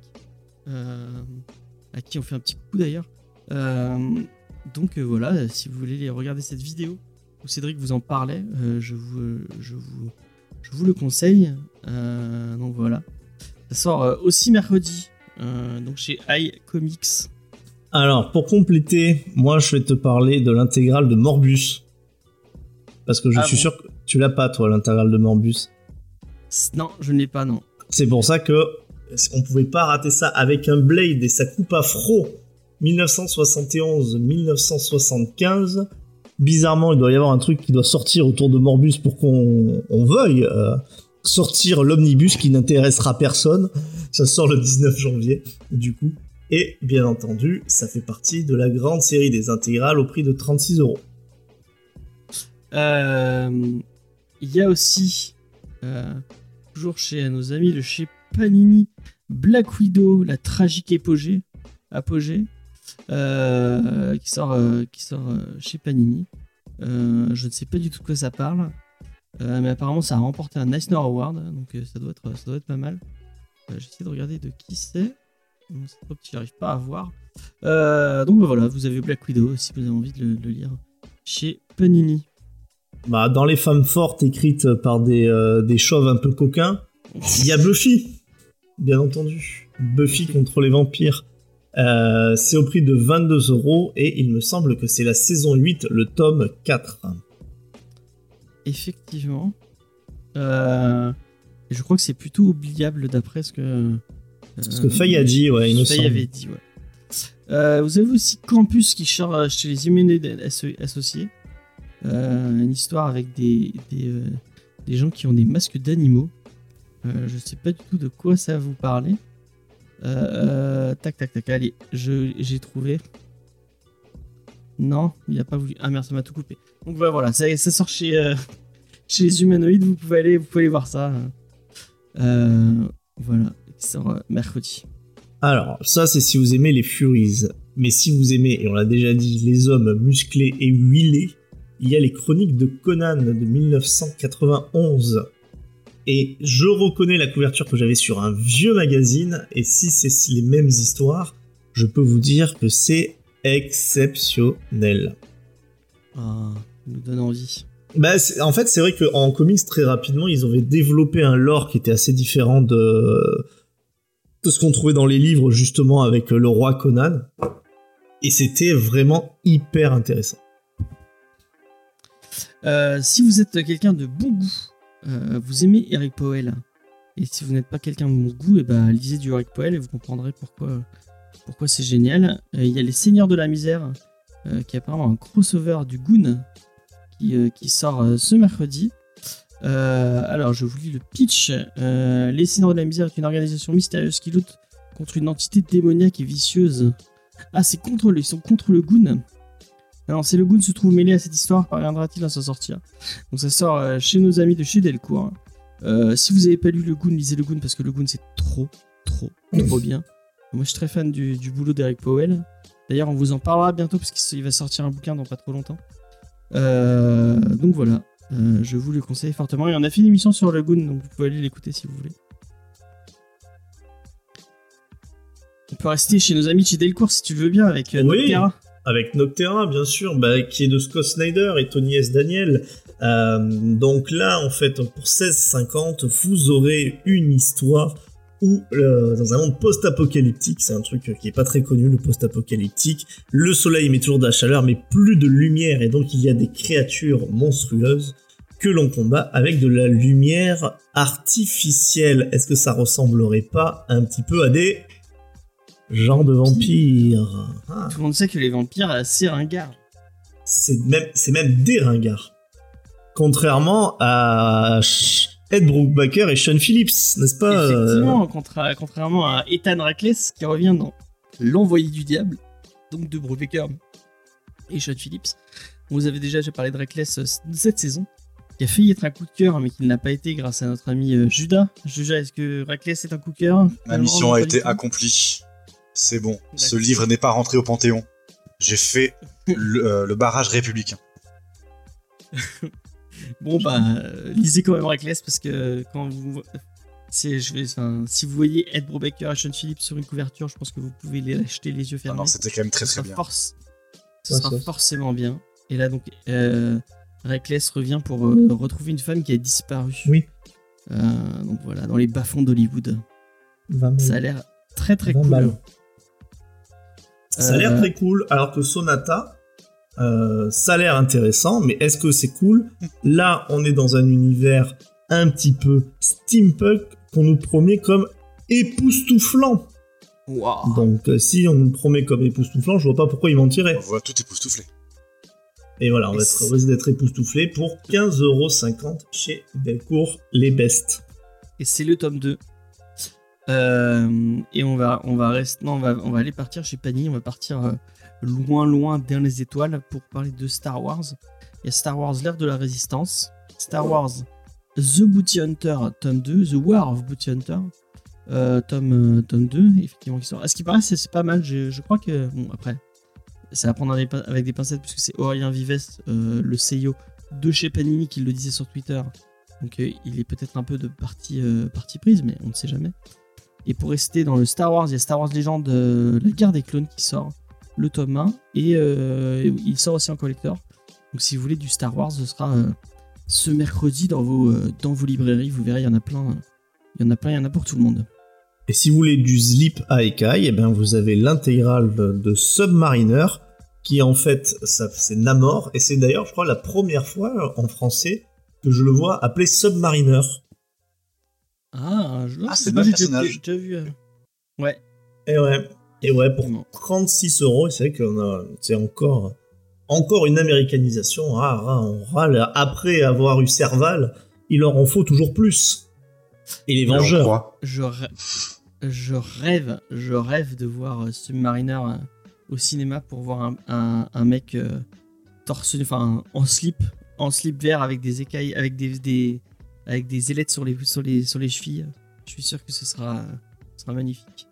à qui on fait un petit coucou d'ailleurs. Donc voilà, si vous voulez regarder cette vidéo où Cédric vous en parlait, je vous le conseille. Donc voilà, ça sort aussi mercredi, donc chez iComics. Alors pour compléter, moi je vais te parler de l'intégrale de Morbus, parce que je suis sûr que tu l'as pas toi, l'intégrale de Morbus. Non, je ne l'ai pas, non. C'est pour ça que on pouvait pas rater ça avec un Blade et sa coupe afro 1971-1975. Bizarrement, il doit y avoir un truc qui doit sortir autour de Morbus pour qu'on veuille sortir l'omnibus qui n'intéressera personne. Ça sort le 19 janvier, du coup. Et bien entendu, ça fait partie de la grande série des intégrales au prix de 36€. Il y a aussi, toujours chez nos amis de chez Panini, Black Widow, la tragique apogée, qui sort chez Panini. Je ne sais pas du tout de quoi ça parle, mais apparemment ça a remporté un Eisner Award, donc ça doit être pas mal. J'essaie de regarder de qui c'est. C'est trop petit, j'arrive pas à voir. Donc voilà, vous avez Black Widow si vous avez envie de le lire chez Panini. Bah, dans les femmes fortes écrites par des chauves un peu coquins, il y a Buffy, bien entendu. Buffy contre les vampires. C'est au prix de 22€ et il me semble que c'est la saison 8, le tome 4. Effectivement. Et je crois que c'est plutôt oubliable d'après ce que Faye a dit, ouais, il me semble. Faye avait dit, ouais. Vous avez aussi Campus qui sort chez les Humanoïdes Associés. Une histoire avec des gens qui ont des masques d'animaux. Je sais pas du tout de quoi ça va vous parler. Tac, allez, j'ai trouvé. Non, il a pas voulu. Ah merde, ça m'a tout coupé. Donc voilà, ça sort chez les Humanoïdes, vous pouvez aller voir ça. Voilà, ça sort mercredi. Alors, ça, c'est si vous aimez les Furies. Mais si vous aimez, et on l'a déjà dit, les hommes musclés et huilés, il y a les Chroniques de Conan de 1991. Et je reconnais la couverture que j'avais sur un vieux magazine, et si c'est les mêmes histoires, je peux vous dire que c'est exceptionnel. Ah, ça nous donne envie. Bah, en fait, c'est vrai qu'en comics, très rapidement, ils avaient développé un lore qui était assez différent de ce qu'on trouvait dans les livres, justement, avec le roi Conan. Et c'était vraiment hyper intéressant. Si vous êtes quelqu'un de bon goût, vous aimez Eric Powell, et si vous n'êtes pas quelqu'un de bon goût, et ben lisez du Eric Powell et vous comprendrez pourquoi c'est génial. Il y a les Seigneurs de la Misère, qui est apparemment un crossover du Goon, qui sort ce mercredi. Alors, je vous lis le pitch. Les Seigneurs de la Misère est une organisation mystérieuse qui lutte contre une entité démoniaque et vicieuse. Ah, ils sont contre le Goon. Alors, si le Goon se trouve mêlé à cette histoire, parviendra-t-il à s'en sortir? Donc, ça sort chez nos amis de chez Delcourt. Si vous n'avez pas lu le Goon, lisez le Goon parce que le Goon c'est trop bien. Moi, je suis très fan du boulot d'Eric Powell. D'ailleurs, on vous en parlera bientôt parce qu'il va sortir un bouquin dans pas trop longtemps. Donc voilà. Je vous le conseille fortement. Et on a fait une émission sur le Goon, donc vous pouvez aller l'écouter si vous voulez. On peut rester chez nos amis de chez Delcourt si tu le veux bien avec Noctera. Avec Noctera, bien sûr, qui est de Scott Snyder et Tony S. Daniel. Donc là, en fait, pour 16,50, vous aurez une histoire où, dans un monde post-apocalyptique, c'est un truc qui est pas très connu, le post-apocalyptique, le soleil met toujours de la chaleur, mais plus de lumière, et donc il y a des créatures monstrueuses que l'on combat avec de la lumière artificielle. Est-ce que ça ressemblerait pas un petit peu à des genres de vampires? Tout le monde sait que les vampires, c'est ringard. C'est même des ringards. Contrairement à Ed Brubaker et Sean Phillips, n'est-ce pas? Effectivement, contrairement à Ethan Rackless qui revient dans L'Envoyé du Diable, donc de Brubaker et Sean Phillips. On vous avait déjà parlé de Rackless cette saison, qui a failli être un coup de cœur, mais qui ne l'a pas été grâce à notre ami Judas. Judas, est-ce que Rackless est un coup de cœur? Ma mission a été accomplie. C'est bon. D'accord. Ce livre n'est pas rentré au Panthéon. J'ai fait le barrage républicain. Bon lisez quand même Rackless parce que si vous voyez Ed Brubaker et Sean Phillips sur une couverture, je pense que vous pouvez les acheter les yeux fermés. Non, c'était quand même très bien. Ce sera forcément bien. Et là donc Rackless revient pour retrouver une femme qui a disparu. Oui. Donc voilà, dans les bas-fonds d'Hollywood. Ça a l'air très cool. Balles. Ça a l'air très cool, alors que Sonata, ça a l'air intéressant, mais est-ce que c'est cool? Là, on est dans un univers un petit peu steampunk qu'on nous promet comme époustouflant. Wow. Donc, si on nous promet comme époustouflant, je vois pas pourquoi ils mentiraient. On voit tout époustouflé. Et voilà, on risque d'être époustouflé pour 15,50€ chez Delcourt, les bestes. Et c'est le tome 2. Et on va aller partir chez Panini, on va partir loin dans les étoiles pour parler de Star Wars. Il y a Star Wars l'ère de la résistance, Star Wars The Bounty Hunter tome 2, The War of Bounty Hunter tome 2 effectivement qui sort. À ce qui paraît c'est pas mal, je crois que bon après c'est à prendre avec des pincettes puisque c'est Aurélien Vives, le CEO de chez Panini qui le disait sur Twitter, donc il est peut-être un peu de partie prise, mais on ne sait jamais. Et pour rester dans le Star Wars, il y a Star Wars Legend, la guerre des clones qui sort, le tome 1, et il sort aussi en collector. Donc si vous voulez du Star Wars, ce sera ce mercredi dans vos librairies. Vous verrez, il y en a plein, il y en a pour tout le monde. Et si vous voulez du Sleep Aekai, eh ben vous avez l'intégrale de Submariner, qui en fait, c'est Namor, et c'est d'ailleurs, je crois, la première fois en français que je le vois appelé Submariner. Ah, c'est le même personnage. J'ai déjà vu. Ouais. Et ouais. Et ouais, pour 36€, c'est vrai que c'est encore une américanisation. On râle. Après avoir eu Serval, il leur en faut toujours plus. Et les Vengeurs. Je rêve de voir Submariner au cinéma pour voir un mec torse, enfin en slip vert avec des écailles, avec des ailettes sur les chevilles. Je suis sûr que ce sera magnifique.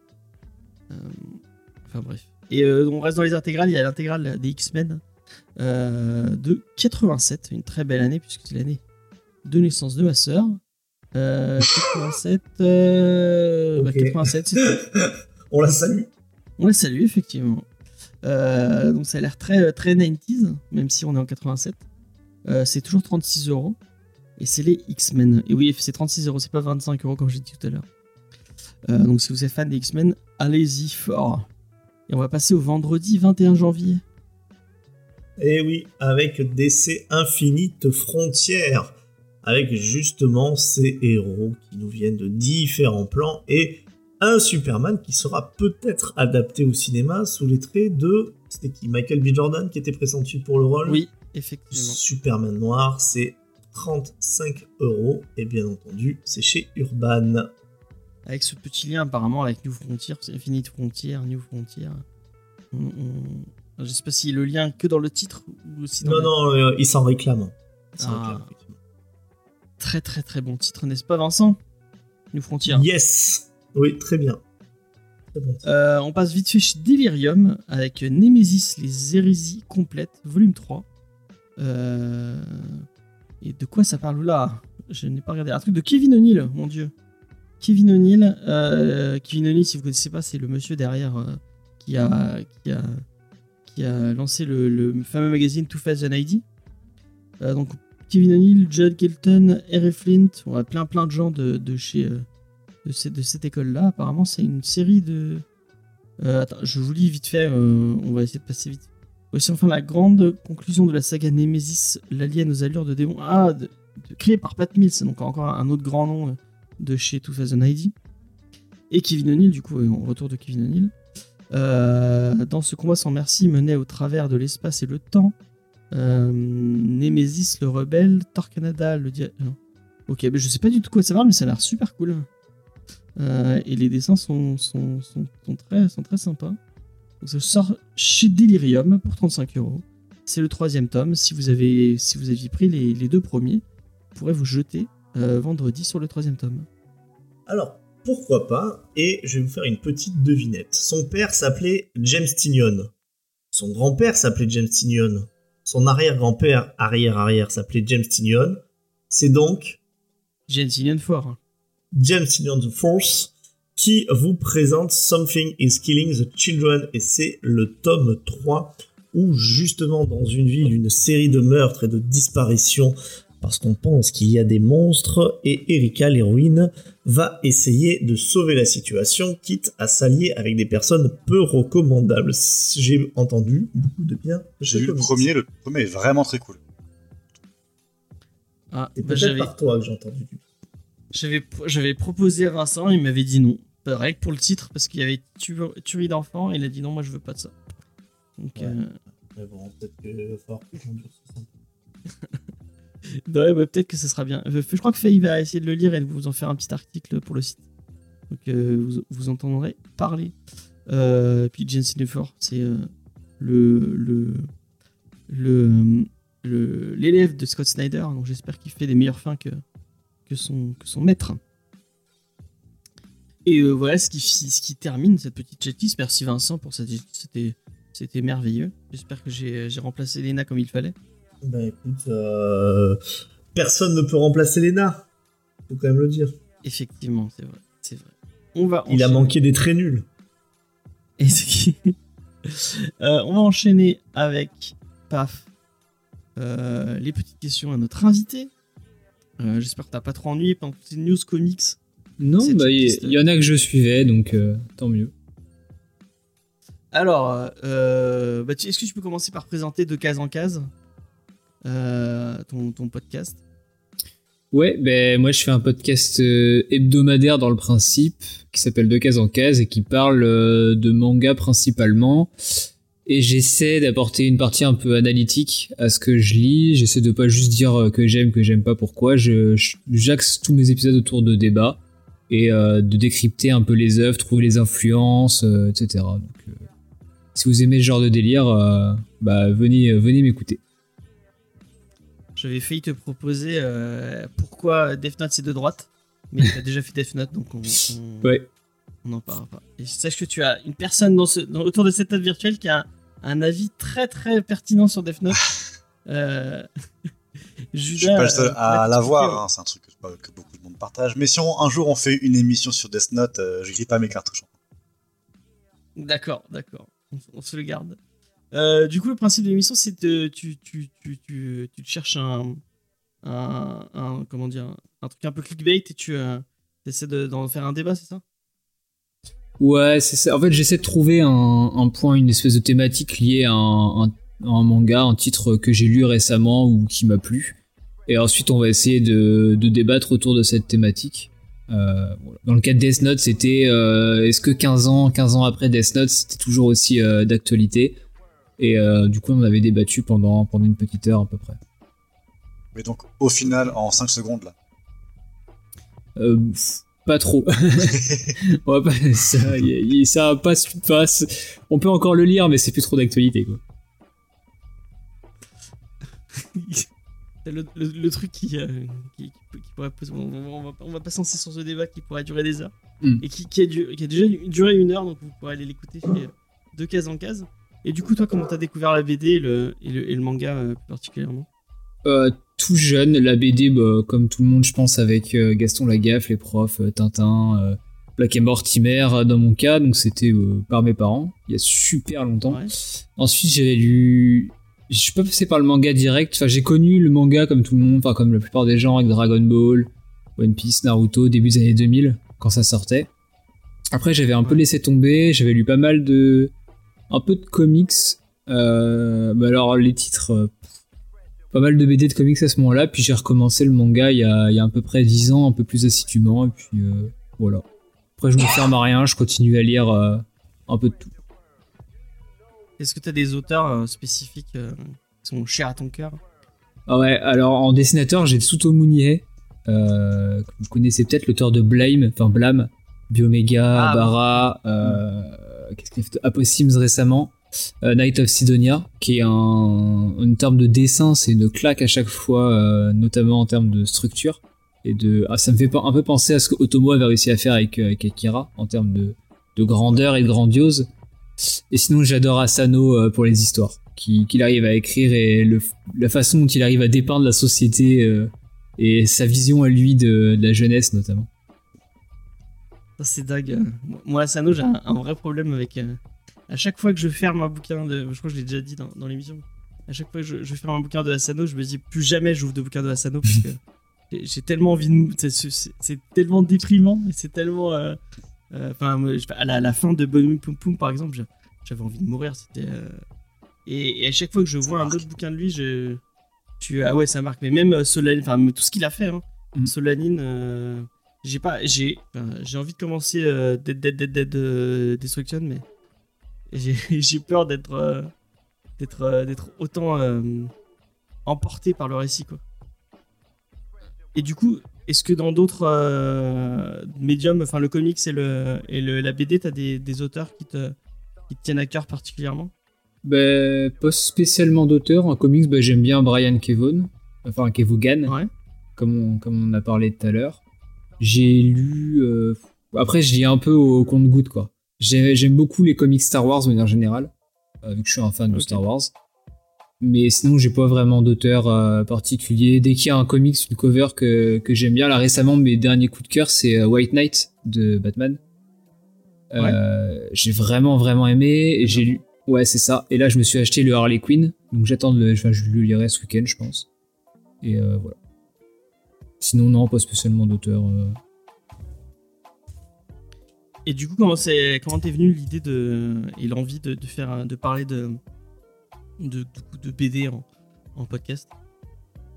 Enfin bref. Et on reste dans les intégrales. Il y a l'intégrale des X-Men de 87, une très belle année puisque c'est l'année de naissance de ma sœur. 87, Okay. 87, c'est tout. On la salue. On la salue effectivement. Donc ça a l'air très très 90s, même si on est en 87. C'est toujours 36€. Et c'est les X-Men. Et oui, c'est 36€, c'est pas 25€ comme j'ai dit tout à l'heure. Donc si vous êtes fan des X-Men, allez-y fort. Et on va passer au vendredi 21 janvier. Et oui, avec DC Infinite Frontières. Avec justement ces héros qui nous viennent de différents plans. Et un Superman qui sera peut-être adapté au cinéma sous les traits de... C'était qui ? Michael B. Jordan qui était pressenti pour le rôle ? Oui, effectivement. Superman noir, c'est 35€. Et bien entendu, c'est chez Urban. Avec ce petit lien apparemment avec New Frontier, c'est Infinite Frontier, New Frontier. Je sais pas si le lien que dans le titre ou aussi dans Non, il s'en réclame. Effectivement. Très très très bon titre, n'est-ce pas Vincent ? New Frontier. Yes. Oui, très bien. Très bon. On passe vite fait chez Delirium avec Nemesis, les hérésies complètes, volume 3. Et de quoi ça parle là ? Je n'ai pas regardé. Un truc de Kevin O'Neill, mon dieu. Kevin O'Neill, si vous connaissez pas, c'est le monsieur derrière qui a lancé le fameux magazine Too Fast and ID. Donc Kevin O'Neill, Judd Kelton, R.F. Flint, on a plein de gens de cette école-là. Apparemment, c'est une série de... attends, je vous lis vite fait, on va essayer de passer vite. Voici enfin la grande conclusion de la saga Nemesis, l'alien aux allures de démon. Créé par Pat Mills, donc encore un autre grand nom de chez 2000 et Kevin O'Neill, du coup, en retour de Kevin O'Neill. Dans ce combat sans merci mené au travers de l'espace et le temps, Nemesis le rebelle, Thor Canada le ok, mais je sais pas du tout quoi ça va, mais ça a l'air super cool. Et les dessins sont très sympas. Donc ça sort chez Delirium pour 35€. C'est le 3e tome. Si vous aviez pris les 2 premiers, vous pourrez vous jeter vendredi sur le 3e tome. Alors, pourquoi pas ? Et je vais vous faire une petite devinette. Son père s'appelait James Tynion. Son grand-père s'appelait James Tynion. Son arrière-grand-père, arrière s'appelait James Tynion. C'est donc... James Tynion fort. James Tynion The Force qui vous présente Something is Killing the Children. Et c'est le tome 3 où justement dans une ville, une série de meurtres et de disparitions parce qu'on pense qu'il y a des monstres et Erika, l'héroïne, va essayer de sauver la situation, quitte à s'allier avec des personnes peu recommandables. J'ai entendu beaucoup de bien. J'ai vu le premier est vraiment très cool. C'est peut-être par toi que j'ai entendu du bien. J'avais proposé à Vincent, il m'avait dit non. Rien que pour le titre, parce qu'il y avait tuerie d'enfants, il a dit non, moi je veux pas de ça. Donc, Mais bon, peut-être qu'il va falloir que j'endurcisse un peu. Ouais, bah, peut-être que ce sera bien. Je crois que Faye va essayer de le lire et de vous en faire un petit article pour le site. Donc vous entendrez parler. Puis Jensen Lefort, c'est l'élève de Scott Snyder, donc j'espère qu'il fait des meilleures fins que son maître. Et voilà ce qui termine cette petite checklist. Merci Vincent pour cette checklist, c'était merveilleux. J'espère que j'ai remplacé Léna comme il fallait. Ben écoute, personne ne peut remplacer Léna. Faut quand même le dire. Effectivement, c'est vrai. On va Il a manqué des traits nuls. Et on va enchaîner avec les petites questions à notre invité. J'espère que t'as pas trop ennuyé pendant toutes ces news comics. Non, il y en a que je suivais, donc tant mieux. Alors, est-ce que tu peux commencer par présenter de case en case ton podcast ? Ouais, ben moi je fais un podcast hebdomadaire dans le principe, qui s'appelle De Case en Case et qui parle de manga principalement. Et j'essaie d'apporter une partie un peu analytique à ce que je lis. J'essaie de pas juste dire que j'aime pas, pourquoi. J'axe tous mes épisodes autour de débats et de décrypter un peu les œuvres, trouver les influences, etc. Donc, si vous aimez ce genre de délire, venez m'écouter. J'avais failli te proposer pourquoi Death Note c'est de droite, mais tu as déjà fait Death Note, donc Ouais. on n'en parlera pas. Et sache que tu as une personne autour de cette table virtuelle qui a un avis très très pertinent sur Death Note. Je suis pas le seul à l'avoir, hein, c'est un truc que beaucoup de monde partage. Mais si un jour on fait une émission sur Death Note, je grille pas mes cartouches. D'accord. On se le garde. Du coup, le principe de l'émission, c'est que tu te cherches comment dire, un truc un peu clickbait et tu essaies d'en faire un débat, c'est ça? Ouais, c'est ça. En fait, j'essaie de trouver un point, une espèce de thématique liée à un manga, un titre que j'ai lu récemment ou qui m'a plu. Et ensuite, on va essayer de débattre autour de cette thématique. Voilà. Dans le cas de Death Note, c'était est-ce que 15 ans après Death Note, c'était toujours aussi d'actualité? Et du coup, on avait débattu pendant une petite heure à peu près. Mais donc, au final, en 5 secondes, là. Pas trop. On va pas, ça passe. On peut encore le lire, mais c'est plus trop d'actualité, quoi. le truc qui pourrait poser, on va pas se lancer sur ce débat qui pourrait durer des heures et qui a déjà duré 1 heure, donc vous pourrez aller l'écouter de case en case. Et du coup, toi, comment t'as découvert la BD et le manga plus particulièrement? Tout jeune, la BD, comme tout le monde, je pense, avec Gaston Lagaffe, les profs, Tintin, Black et Mortimer, dans mon cas, donc c'était par mes parents, il y a super longtemps. Ouais. Ensuite, j'avais lu... Je suis pas passé par le manga direct, enfin, j'ai connu le manga comme tout le monde, enfin, comme la plupart des gens, avec Dragon Ball, One Piece, Naruto, début des années 2000, quand ça sortait. Après, j'avais un peu laissé tomber, j'avais lu pas mal un peu de comics, alors les titres... pas mal de BD de comics à ce moment-là, puis j'ai recommencé le manga il y a à peu près 10 ans, un peu plus assidûment, et puis voilà. Après, je me ferme à rien, je continue à lire un peu de tout. Est-ce que tu as des auteurs spécifiques qui sont chers à ton cœur? Ah ouais, alors en dessinateur, j'ai Tsutomu Nie, vous connaissez peut-être, l'auteur de Blame, Biomega, Bara, qu'est-ce qu'il a fait, Apossims récemment. Night of Sidonia, qui est en termes de dessin, c'est une claque à chaque fois, notamment en termes de structure. Et ça me fait un peu penser à ce que Otomo avait réussi à faire avec Akira, en termes de grandeur et de grandiose. Et sinon, j'adore Asano pour les histoires qu'il arrive à écrire et la façon dont il arrive à dépeindre la société et sa vision à lui de la jeunesse, notamment. Ça, c'est dingue. Moi, Asano, j'ai un vrai problème avec... À chaque fois que je ferme un bouquin je crois que je l'ai déjà dit dans l'émission, à chaque fois que je ferme un bouquin de Asano, je me dis plus jamais j'ouvre de bouquin de Asano parce que j'ai tellement envie de... C'est tellement déprimant et c'est tellement... à la fin de Bonne Poum Poum, par exemple, j'avais envie de mourir. C'était... Et à chaque fois que je vois un autre bouquin de lui, ah ouais, ça marque. Mais même Solanine, enfin tout ce qu'il a fait, hein. Solanine, j'ai envie de commencer Dead Destruction, mais... J'ai peur d'être autant emporté par le récit, quoi. Et du coup, est-ce que dans d'autres médiums, enfin le comics et la BD, t'as des auteurs qui te tiennent à cœur particulièrement? Pas spécialement d'auteurs. En comics, j'aime bien Brian Kevogan, ouais. comme on a parlé tout à l'heure. J'ai lu... Après, je lis un peu au compte-gouttes, quoi. J'aime beaucoup les comics Star Wars de manière générale, vu que je suis un fan de Star Wars. Mais sinon, j'ai pas vraiment d'auteur particulier. Dès qu'il y a un comics, une cover que j'aime bien, là récemment, mes derniers coups de cœur, c'est White Knight de Batman. J'ai vraiment aimé. Et j'ai lu... Ouais, c'est ça. Et là, je me suis acheté le Harley Quinn. Donc j'attends je le lirai ce week-end, je pense. Et voilà. Sinon, non, pas spécialement d'auteur. Et du coup, comment t'es venue l'idée et l'envie de parler de BD en podcast?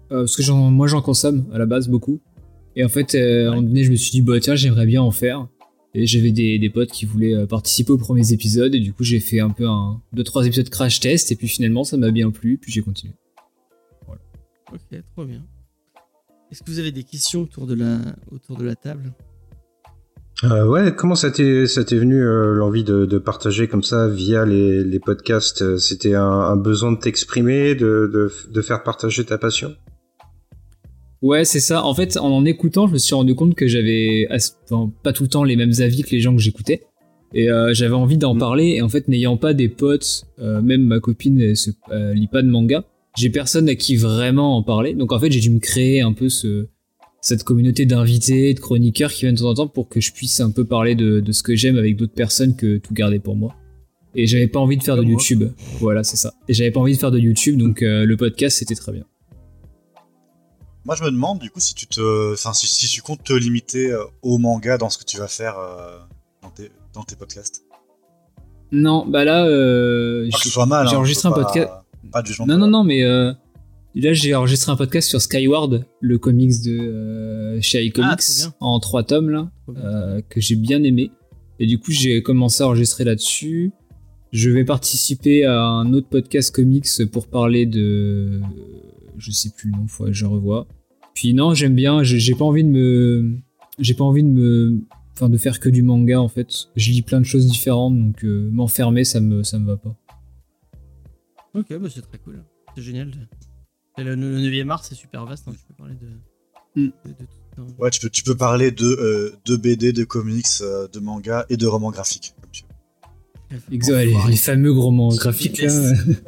Parce que moi j'en consomme à la base beaucoup. Et en fait, à un moment donné, je me suis dit, bah tiens, j'aimerais bien en faire. Et j'avais des potes qui voulaient participer aux premiers épisodes. Et du coup, j'ai fait un peu 2-3 épisodes crash test. Et puis finalement, ça m'a bien plu. Puis j'ai continué. Voilà. Ok, trop bien. Est-ce que vous avez des questions autour de la table? Ouais, comment ça t'est venu l'envie de partager comme ça via les podcasts? C'était un besoin de t'exprimer, de faire partager ta passion? Ouais, c'est ça. En fait, en écoutant, je me suis rendu compte que j'avais pas tout le temps les mêmes avis que les gens que j'écoutais. Et j'avais envie d'en parler. Et en fait, n'ayant pas des potes, même ma copine lit pas de manga, j'ai personne à qui vraiment en parler. Donc en fait, j'ai dû me créer un peu cette communauté d'invités, de chroniqueurs qui viennent de temps en temps pour que je puisse un peu parler de ce que j'aime avec d'autres personnes que tout garder pour moi. Et j'avais pas envie de faire de YouTube. Voilà, c'est ça. Et j'avais pas envie de faire de YouTube, donc le podcast, c'était très bien. Moi, je me demande, du coup, si tu comptes te limiter au manga dans ce que tu vas faire dans tes podcasts. Non, bah là, Pas que ce soit mal, j'ai enregistré un podcast. Pas de jugement. Non, mais là, j'ai enregistré un podcast sur Skyward, le comics de chez iComics, en 3 tomes, là, que j'ai bien aimé. Et du coup, j'ai commencé à enregistrer là-dessus. Je vais participer à un autre podcast comics pour parler de... Je sais plus le nom, faut que je revoie. Puis non, j'aime bien, j'ai pas envie de faire que du manga, en fait. Je lis plein de choses différentes, donc m'enfermer, ça me va pas. Ok, bah c'est très cool. C'est génial. Le 9e art, c'est super vaste, hein. Tu peux parler de tout. Ouais, tu peux parler de BD, de comics, de manga et de romans graphiques. Comme tu veux. Les fameux romans graphiques, là.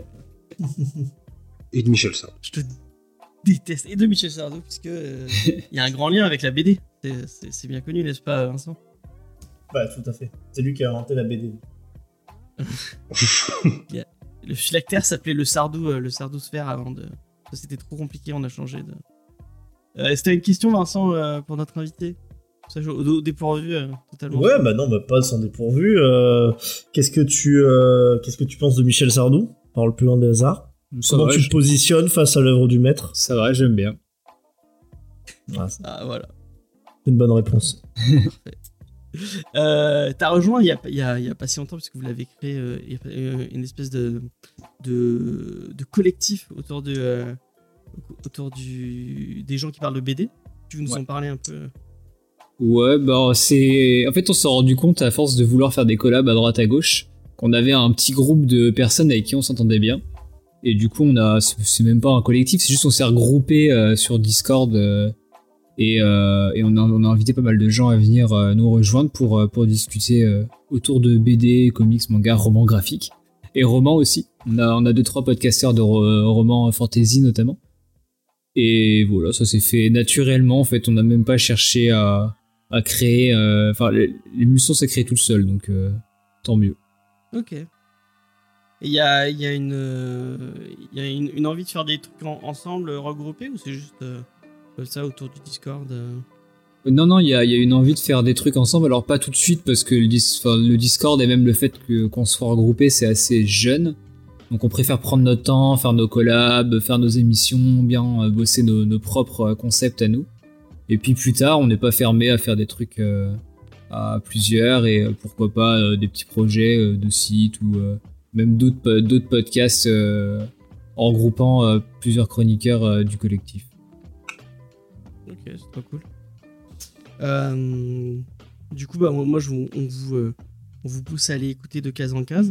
Et de Michel Sardou. Je te déteste. Et de Michel Sardou, puisque y a un grand lien avec la BD. C'est bien connu, n'est-ce pas, Vincent? Bah, tout à fait. C'est lui qui a inventé la BD. Le phylactère s'appelait le Sardou Sphère avant de... C'était trop compliqué, on a changé de... Est-ce que t'as une question, Vincent, pour notre invité? Ça, au dépourvu, totalement. Ouais, bah non, bah pas sans dépourvu. Qu'est-ce que tu penses de Michel Sardou, par le plus loin des hasards? Comment tu te positionnes face à l'œuvre du maître? Ça va, j'aime bien. Voilà. C'est une bonne réponse. Parfait. T'as rejoint il y a pas si longtemps, parce que vous l'avez créé, une espèce de collectif autour des gens qui parlent de BD. Tu veux nous en parler un peu? Ouais, bah en fait, on s'est rendu compte à force de vouloir faire des collabs à droite à gauche qu'on avait un petit groupe de personnes avec qui on s'entendait bien. Et du coup, c'est même pas un collectif, c'est juste on s'est regroupé sur Discord et on a invité pas mal de gens à venir nous rejoindre pour discuter autour de BD, comics, manga, romans graphiques et romans aussi. On a 2-3 podcasteurs de romans fantasy notamment. Et voilà, ça s'est fait naturellement. En fait, on n'a même pas cherché à créer. L'émulsion s'est créée toute seule, donc tant mieux. Ok. Et il y a une envie de faire des trucs ensemble, regroupés, ou c'est juste comme ça autour du Discord Non, il y a une envie de faire des trucs ensemble. Alors pas tout de suite, parce que le Discord et même le fait qu'on soit regroupé, c'est assez jeune. Donc on préfère prendre notre temps, faire nos collabs, faire nos émissions, bien bosser nos propres concepts à nous. Et puis plus tard, on n'est pas fermé à faire des trucs à plusieurs, et pourquoi pas des petits projets de sites ou même d'autres podcasts en regroupant plusieurs chroniqueurs du collectif. Ok, c'est trop cool. Du coup, bah, moi on vous pousse à aller écouter de case en case.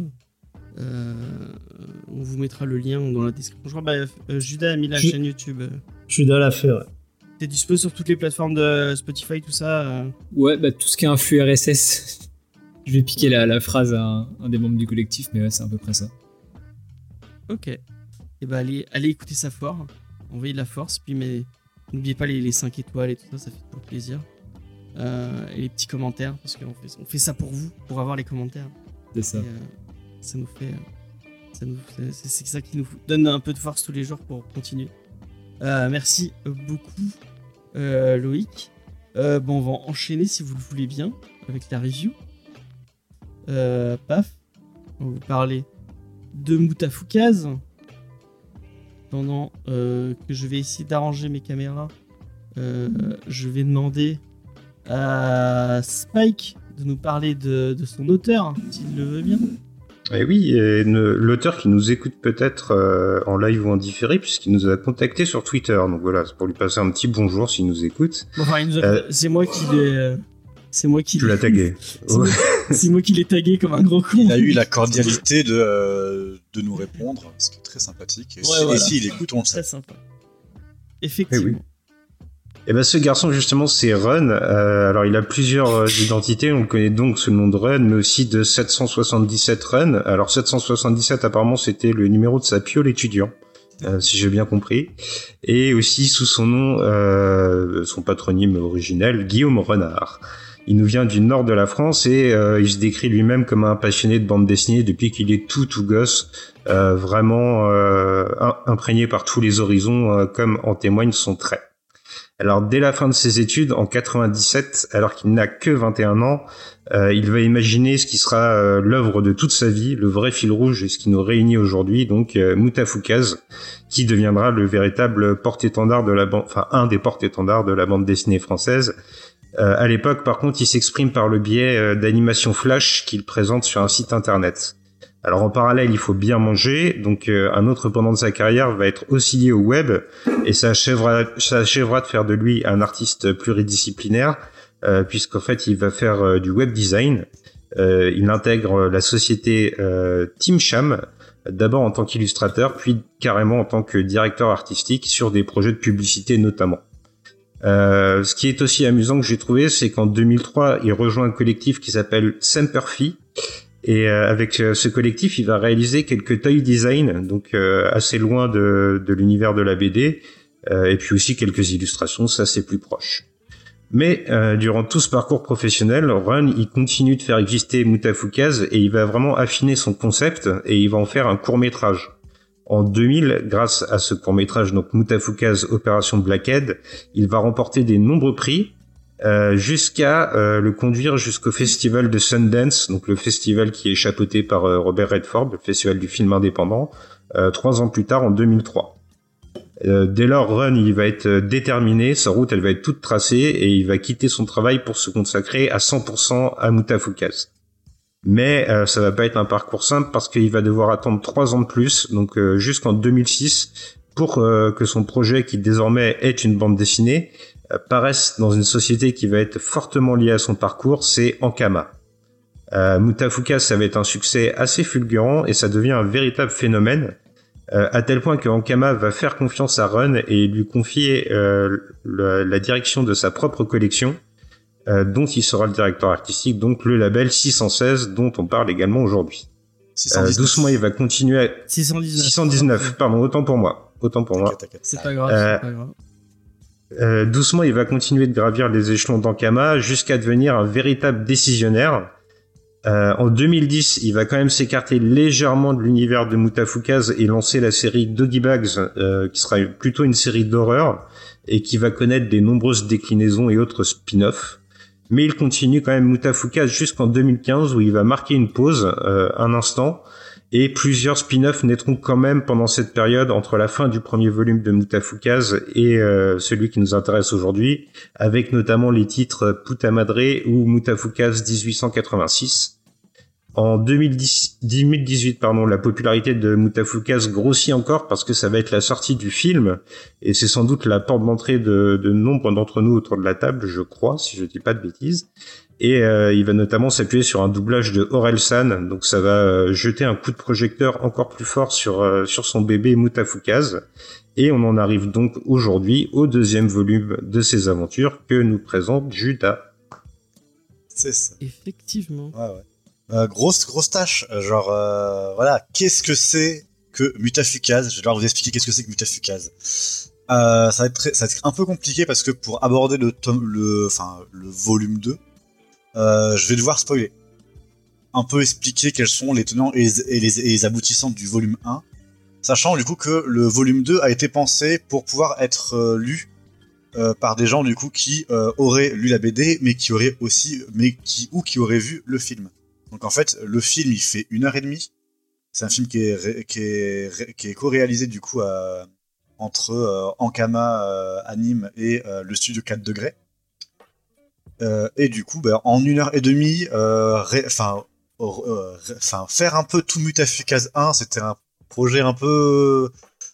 On vous mettra le lien dans la description. Je crois Judas a mis la chaîne YouTube. Judas l'a fait, ouais. T'es dispo sur toutes les plateformes de Spotify, tout ça Ouais, bah tout ce qui est un flux RSS. Je vais piquer la phrase à un des membres du collectif, mais ouais, c'est à peu près ça. Ok. Et bah allez écouter ça fort. Envoyez de la force. Puis mais n'oubliez pas les 5 étoiles et tout ça, ça fait toujours plaisir. Et les petits commentaires, parce qu'on fait ça pour vous, pour avoir les commentaires. C'est ça. Ça nous fait... c'est ça qui nous donne un peu de force tous les jours pour continuer. Merci beaucoup, Loïc. On va enchaîner, si vous le voulez bien, avec la review. Paf. On va vous parler de Moutafukaz. attendant que je vais essayer d'arranger mes caméras, je vais demander à Spike de nous parler de son auteur, s'il le veut bien. Et oui, l'auteur qui nous écoute peut-être en live ou en différé, puisqu'il nous a contacté sur Twitter. Donc voilà, c'est pour lui passer un petit bonjour s'il nous écoute. Enfin, c'est moi qui l'ai... Tu l'as tagué. C'est moi qui l'ai tagué comme un gros con. Il a eu la cordialité de nous répondre, ce qui est très sympathique. Et s'il écoute, on le sait. Très sympa. Effectivement. Eh oui. Et ben ce garçon justement c'est Run. Alors il a plusieurs identités. On le connaît donc sous le nom de Run, mais aussi de 777 Run. Alors 777 apparemment c'était le numéro de sa piole étudiant, si j'ai bien compris. Et aussi sous son nom, son patronyme originel, Guillaume Renard. Il nous vient du nord de la France et il se décrit lui-même comme un passionné de bande dessinée depuis qu'il est tout gosse, vraiment imprégné par tous les horizons, comme en témoignent son trait. Alors dès la fin de ses études, en 97, alors qu'il n'a que 21 ans, il va imaginer ce qui sera l'œuvre de toute sa vie, le vrai fil rouge et ce qui nous réunit aujourd'hui, donc Moutafoukaz, qui deviendra le véritable porte-étendard de la bande, enfin un des porte-étendards de la bande dessinée française. À l'époque, par contre, il s'exprime par le biais d'animations flash qu'il présente sur un site internet. Alors en parallèle, il faut bien manger, donc un autre pendant de sa carrière va être aussi lié au web, et ça achèvera de faire de lui un artiste pluridisciplinaire, puisqu'en fait il va faire du web design. Il intègre la société Team Cham, d'abord en tant qu'illustrateur, puis carrément en tant que directeur artistique sur des projets de publicité notamment. Ce qui est aussi amusant que j'ai trouvé, c'est qu'en 2003, il rejoint un collectif qui s'appelle Semperfi. Et avec ce collectif, il va réaliser quelques toy design, donc assez loin de l'univers de la BD, et puis aussi quelques illustrations, ça c'est plus proche. Mais durant tout ce parcours professionnel, Run, il continue de faire exister Moutafoukaz et il va vraiment affiner son concept et il va en faire un court-métrage. En 2000, grâce à ce court-métrage, donc Moutafoukaz Opération Blackhead, il va remporter des nombreux prix, jusqu'à le conduire jusqu'au festival de Sundance, donc le festival qui est chapeauté par Robert Redford, le festival du film indépendant, 3 ans plus tard en 2003. Dès lors, Run, il va être déterminé, sa route elle va être toute tracée et il va quitter son travail pour se consacrer à 100% à Moutafoukaz. Mais ça va pas être un parcours simple parce qu'il va devoir attendre 3 ans de plus, donc jusqu'en 2006, pour que son projet, qui désormais est une bande dessinée, paraissent dans une société qui va être fortement liée à son parcours, c'est Ankama. Moutafoukaz, ça va être un succès assez fulgurant et ça devient un véritable phénomène, à tel point que Ankama va faire confiance à Run et lui confier la direction de sa propre collection, dont il sera le directeur artistique, donc le label 616 dont on parle également aujourd'hui. Doucement, il va continuer à... 619, pardon, autant pour moi. T'inquiète. C'est pas grave. Doucement, il va continuer de gravir les échelons d'Ankama jusqu'à devenir un véritable décisionnaire. En 2010, il va quand même s'écarter légèrement de l'univers de Moutafoukaz et lancer la série Doggy Bags, qui sera plutôt une série d'horreur et qui va connaître des nombreuses déclinaisons et autres spin-offs. Mais il continue quand même Moutafoukaz jusqu'en 2015 où il va marquer une pause, un instant. Et plusieurs spin-offs naîtront quand même pendant cette période entre la fin du premier volume de Moutafoukaz et celui qui nous intéresse aujourd'hui, avec notamment les titres Puta Madre ou Moutafoukaz 1886. En 2018, la popularité de Moutafoukaz grossit encore parce que ça va être la sortie du film et c'est sans doute la porte d'entrée de nombre d'entre nous autour de la table, je crois, si je dis pas de bêtises. Et il va notamment s'appuyer sur un doublage de Orelsan, donc ça va jeter un coup de projecteur encore plus fort sur son bébé Moutafoukaz. Et on en arrive donc aujourd'hui au 2e volume de ses aventures que nous présente Judas. C'est ça. Effectivement. Ouais. Grosse tâche, genre voilà, qu'est-ce que c'est que Moutafoukaz? Je vais devoir vous expliquer qu'est-ce que c'est que Moutafoukaz. Ça va être un peu compliqué parce que pour aborder le volume 2, je vais devoir spoiler. Un peu expliquer quels sont les tenants et les aboutissants du volume 1, sachant du coup que le volume 2 a été pensé pour pouvoir être lu par des gens du coup qui auraient lu la BD mais qui auraient vu le film. Donc en fait, le film il fait 1h30. C'est un film qui est co-réalisé du coup entre Ankama Anime et le studio 4 degrés. Et du coup, en 1h30, faire un peu tout Mutafukaz 1, c'était un projet un peu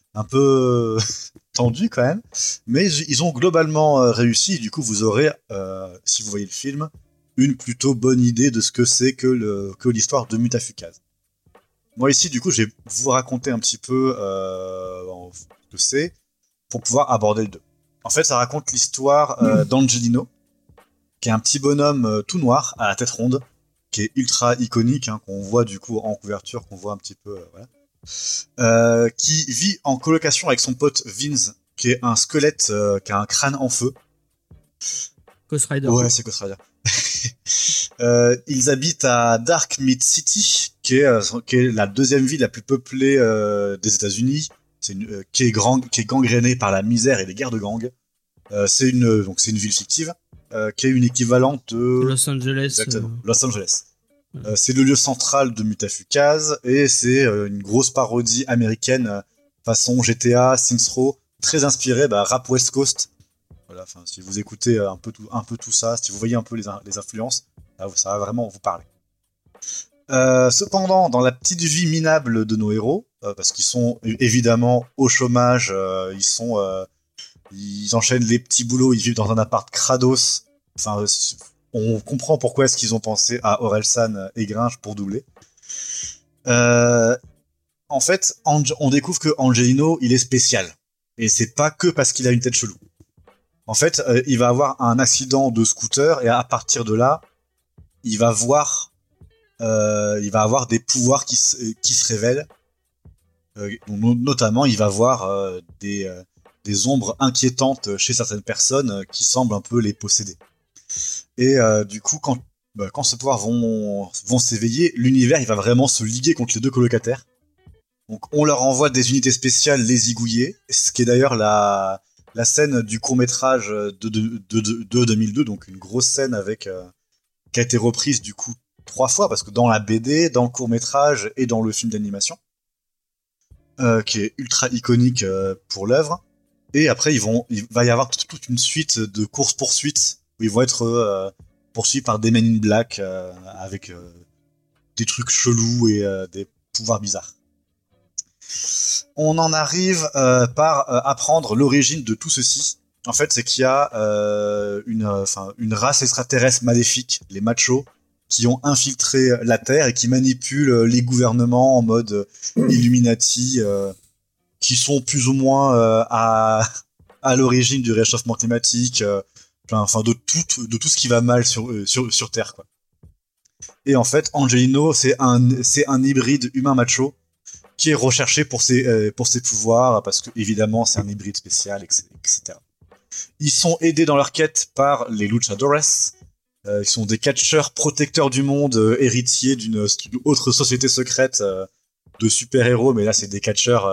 tendu quand même, mais ils ont globalement réussi. Et du coup, vous aurez, si vous voyez le film, une plutôt bonne idée de ce que c'est que l'histoire de Mutafukaz. Moi ici, du coup, je vais vous raconter un petit peu ce que c'est pour pouvoir aborder le 2. En fait, ça raconte l'histoire d'Angelino, qui est un petit bonhomme tout noir à la tête ronde, qui est ultra iconique, hein, qu'on voit du coup en couverture, qu'on voit un petit peu, qui vit en colocation avec son pote Vince, qui est un squelette qui a un crâne en feu. Ghost Rider. Ouais, c'est Ghost Rider. Ils habitent à Dark Mid City, qui est la deuxième ville la plus peuplée des États-Unis, qui est gangrénée par la misère et les guerres de gang. C'est une ville fictive, qui est une équivalente de Los Angeles. Exactement, Los Angeles. C'est le lieu central de Mutafukaz et c'est une grosse parodie américaine façon GTA, Saints Row, très inspirée rap West Coast. Voilà, si vous écoutez un peu tout ça, si vous voyez un peu les influences, ça va vraiment vous parler. Cependant, dans la petite vie minable de nos héros, parce qu'ils sont évidemment au chômage, ils enchaînent les petits boulots, ils vivent dans un appart crados. Enfin, on comprend pourquoi est-ce qu'ils ont pensé à Orelsan et Gringe pour doubler. En fait, on découvre que Angelino, il est spécial. Et c'est pas que parce qu'il a une tête chelou. En fait, il va avoir un accident de scooter et à partir de là, il va avoir des pouvoirs qui se révèlent. Notamment, il va voir des ombres inquiétantes chez certaines personnes qui semblent un peu les posséder. Et du coup, quand ces pouvoirs vont s'éveiller, l'univers il va vraiment se liguer contre les deux colocataires. Donc on leur envoie des unités spéciales les zigouiller, ce qui est d'ailleurs la scène du court-métrage de 2002, donc une grosse scène qui a été reprise du coup 3 fois, parce que dans la BD, dans le court-métrage et dans le film d'animation, qui est ultra iconique pour l'œuvre. Et après, il va y avoir toute une suite de courses-poursuites où ils vont être poursuivis par des Men in Black avec des trucs chelous et des pouvoirs bizarres. On en arrive par apprendre l'origine de tout ceci. En fait, c'est qu'il y a une race extraterrestre maléfique, les machos, qui ont infiltré la Terre et qui manipulent les gouvernements en mode Illuminati, qui sont plus ou moins à l'origine du réchauffement climatique, de tout ce qui va mal sur Terre, quoi. Et en fait, Angelino, c'est un hybride humain macho qui est recherché pour ses pouvoirs, parce que évidemment c'est un hybride spécial, etc. Ils sont aidés dans leur quête par les Luchadores. Ils sont des catcheurs protecteurs du monde, héritiers d'une autre société secrète de super-héros, mais là c'est des catcheurs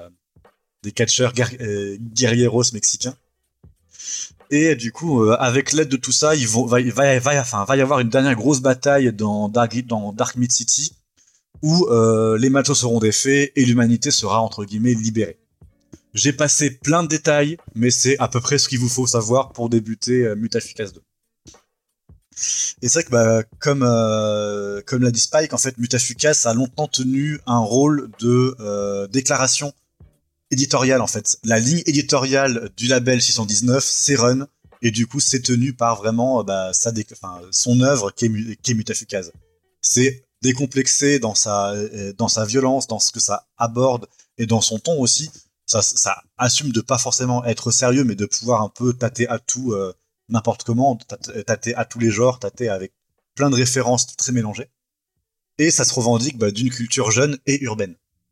guerrieros mexicains. Et du coup, avec l'aide de tout ça, va y avoir une dernière grosse bataille dans Dark Mid City, où les machos seront défaits et l'humanité sera entre guillemets libérée. J'ai passé plein de détails, mais c'est à peu près ce qu'il vous faut savoir pour débuter Mutafukaz 2. Et c'est vrai que comme l'a dit Spike, en fait, Mutafukaz a longtemps tenu un rôle de déclaration éditoriale, en fait. La ligne éditoriale du label 619, c'est Run, et du coup, c'est tenu par vraiment son œuvre qui est Mutafukaz. C'est décomplexé dans sa violence, dans ce que ça aborde, et dans son ton aussi. Ça assume de pas forcément être sérieux, mais de pouvoir un peu tâter à tout, n'importe comment, tâter à tous les genres, tâter avec plein de références très mélangées. Et ça se revendique d'une culture jeune et urbaine.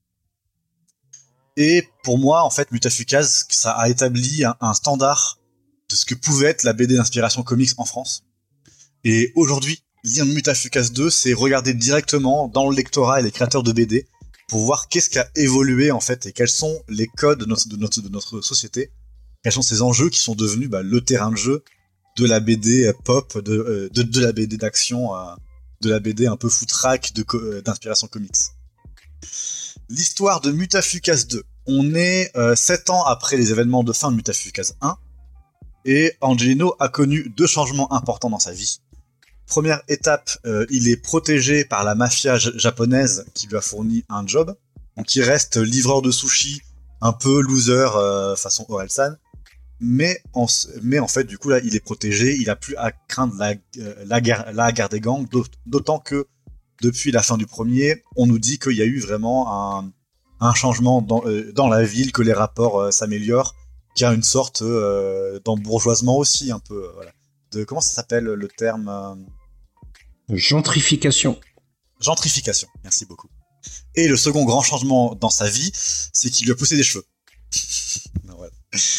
Et pour moi, en fait, Mutafukaz, ça a établi un standard de ce que pouvait être la BD d'inspiration comics en France. Et aujourd'hui, lire Mutafukaz 2, c'est regarder directement dans le lectorat et les créateurs de BD pour voir qu'est-ce qui a évolué, en fait, et quels sont les codes de notre société, quels sont ces enjeux qui sont devenus le terrain de jeu de la BD pop, de la BD d'action, de la BD un peu foutraque d'inspiration comics. L'histoire de Mutafukaz 2. On est 7 ans après les événements de fin de Mutafucase 1, et Angelino a connu 2 changements importants dans sa vie. Première étape, il est protégé par la mafia japonaise qui lui a fourni un job. Donc il reste livreur de sushi, un peu loser façon Orelsan. Mais en fait, du coup, là, il est protégé, il a plus à craindre la guerre des gangs, d'autant que depuis la fin du premier, on nous dit qu'il y a eu vraiment un changement dans la ville, que les rapports s'améliorent, qu'il y a une sorte d'embourgeoisement aussi, un peu, voilà. Comment ça s'appelle le terme Gentrification. Gentrification, merci beaucoup. Et le second grand changement dans sa vie, c'est qu'il lui a poussé des cheveux. Voilà.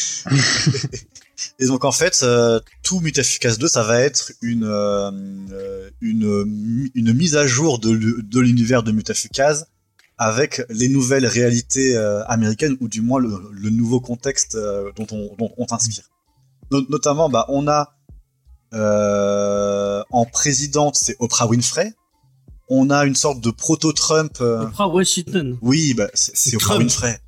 Et donc en fait, tout Mutafucase 2, ça va être une mise à jour de l'univers de Mutafucase avec les nouvelles réalités américaines, ou du moins le nouveau contexte dont on s'inspire. Notamment, on a en présidente, c'est Oprah Winfrey. On a une sorte de proto-Trump. Oprah Washington. Oui, c'est Oprah Winfrey.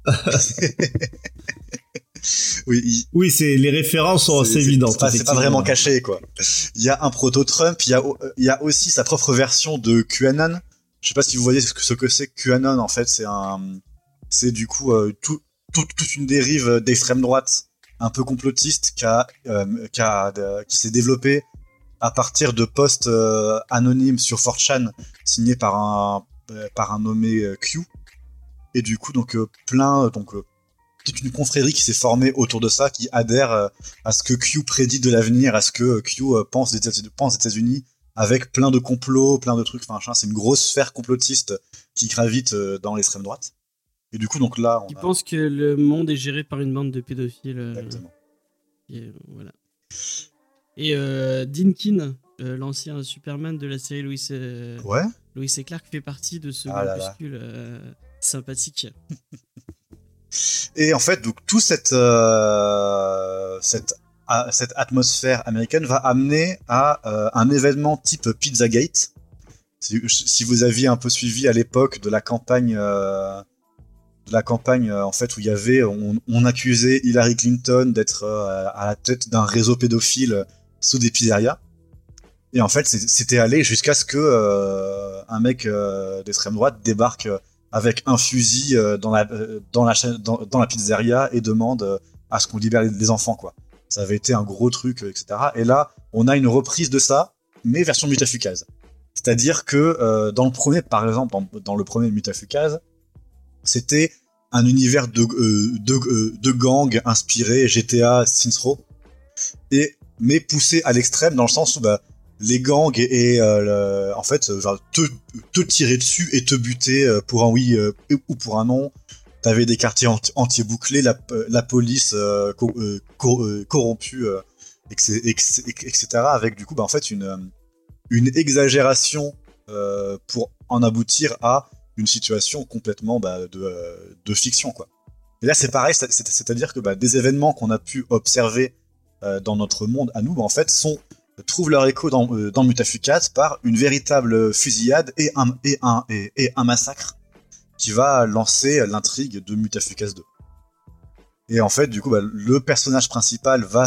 Oui, les références sont assez évidentes. C'est pas vraiment caché, quoi. Il y a un proto-Trump, il y a aussi sa propre version de QAnon. Je sais pas si vous voyez ce que c'est QAnon, en fait. C'est du coup toute une dérive d'extrême droite, un peu complotiste, qui s'est développée à partir de posts anonymes sur 4chan, signés par un nommé Q. Et du coup, toute une confrérie qui s'est formée autour de ça, qui adhère à ce que Q prédit de l'avenir, à ce que Q pense des États-Unis, avec plein de complots, plein de trucs. Enfin, c'est une grosse sphère complotiste qui gravite dans l'extrême droite. Et du coup, donc là, Ils pensent que le monde est géré par une bande de pédophiles. Exactement. Voilà. Et Dinkin, l'ancien Superman de la série Lois et Clark, fait partie de ce groupuscule sympathique. Et en fait, donc toute cette atmosphère américaine va amener à un événement type Pizzagate. Si vous aviez un peu suivi à l'époque de la campagne en fait, où il y avait, on accusait Hillary Clinton d'être à la tête d'un réseau pédophile sous des pizzerias. Et en fait, c'était allé jusqu'à ce que un mec d'extrême droite débarque avec un fusil dans la pizzeria et demande à ce qu'on libère les enfants, quoi. Ça avait été un gros truc, etc. Et là, on a une reprise de ça, mais version Mutafucase. C'est-à-dire que dans le premier, par exemple, dans le premier Mutafucase, c'était un univers de gang inspiré GTA Saints Row, mais poussé à l'extrême, dans le sens où les gangs et en fait te tirer dessus et te buter pour un oui ou pour un non. T'avais des quartiers entiers bouclés, la police corrompue, etc. Avec du coup en fait une exagération pour en aboutir à une situation complètement de fiction, quoi. Et là c'est pareil, c'est-à-dire que des événements qu'on a pu observer dans notre monde à nous, en fait trouvent leur écho dans Mutafucase par une véritable fusillade et un massacre qui va lancer l'intrigue de Mutafucase 2. Et en fait, du coup, le personnage principal va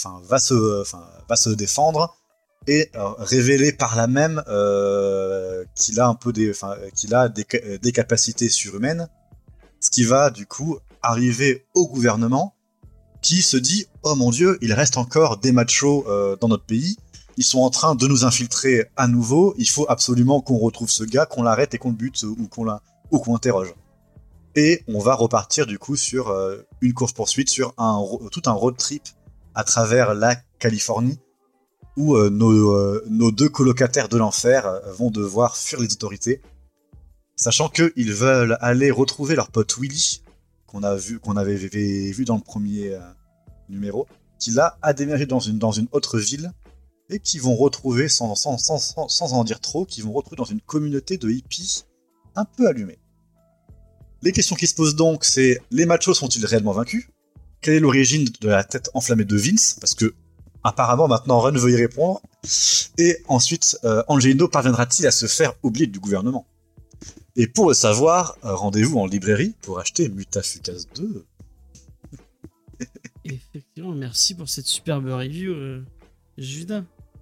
se défendre et révéler par là même qu'il a des capacités surhumaines, ce qui va du coup arriver au gouvernement, qui se dit « Oh mon Dieu, il reste encore des machos dans notre pays, ils sont en train de nous infiltrer à nouveau, il faut absolument qu'on retrouve ce gars, qu'on l'arrête et qu'on le bute ou qu'on interroge. » Et on va repartir du coup sur une course-poursuite, sur tout un road trip à travers la Californie, où nos deux colocataires de l'enfer vont devoir fuir les autorités, sachant qu'ils veulent aller retrouver leur pote Willy, qu'on avait vu dans le premier numéro, qui là a déménagé dans une autre ville, et qui vont retrouver, sans en dire trop, qui vont retrouver dans une communauté de hippies un peu allumés. Les questions qui se posent donc, c'est: les machos sont-ils réellement vaincus? Quelle est l'origine de la tête enflammée de Vince? Parce que, apparemment, maintenant, Run veut y répondre. Et ensuite, Angelino parviendra-t-il à se faire oublier du gouvernement? Et pour le savoir, rendez-vous en librairie pour acheter Mutafukaz 2. Effectivement, merci pour cette superbe review, Judas.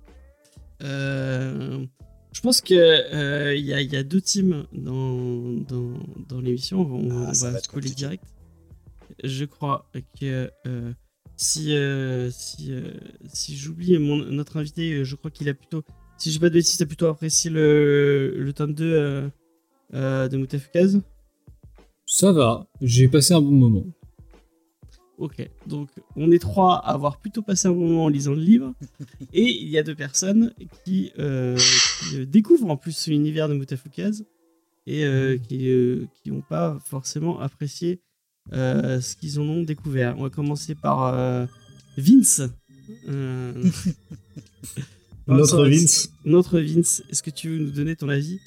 Je pense que il y a deux teams dans l'émission. On ça va va être spoiler compliqué. direct. Je crois que si j'oublie notre invité, je crois qu'il a plutôt, si je dis pas de bêtises, a plutôt apprécié le tome 2 de Mutafukaz. Ça va, j'ai passé un bon moment. Ok, donc on est trois à avoir plutôt passé un bon moment en lisant le livre, et il y a deux personnes qui découvrent en plus l'univers de Mutafukaz et qui n'ont pas forcément apprécié ce qu'ils en ont découvert. On va commencer par Vince. Notre Vince. Notre Vince, est-ce que tu veux nous donner ton avis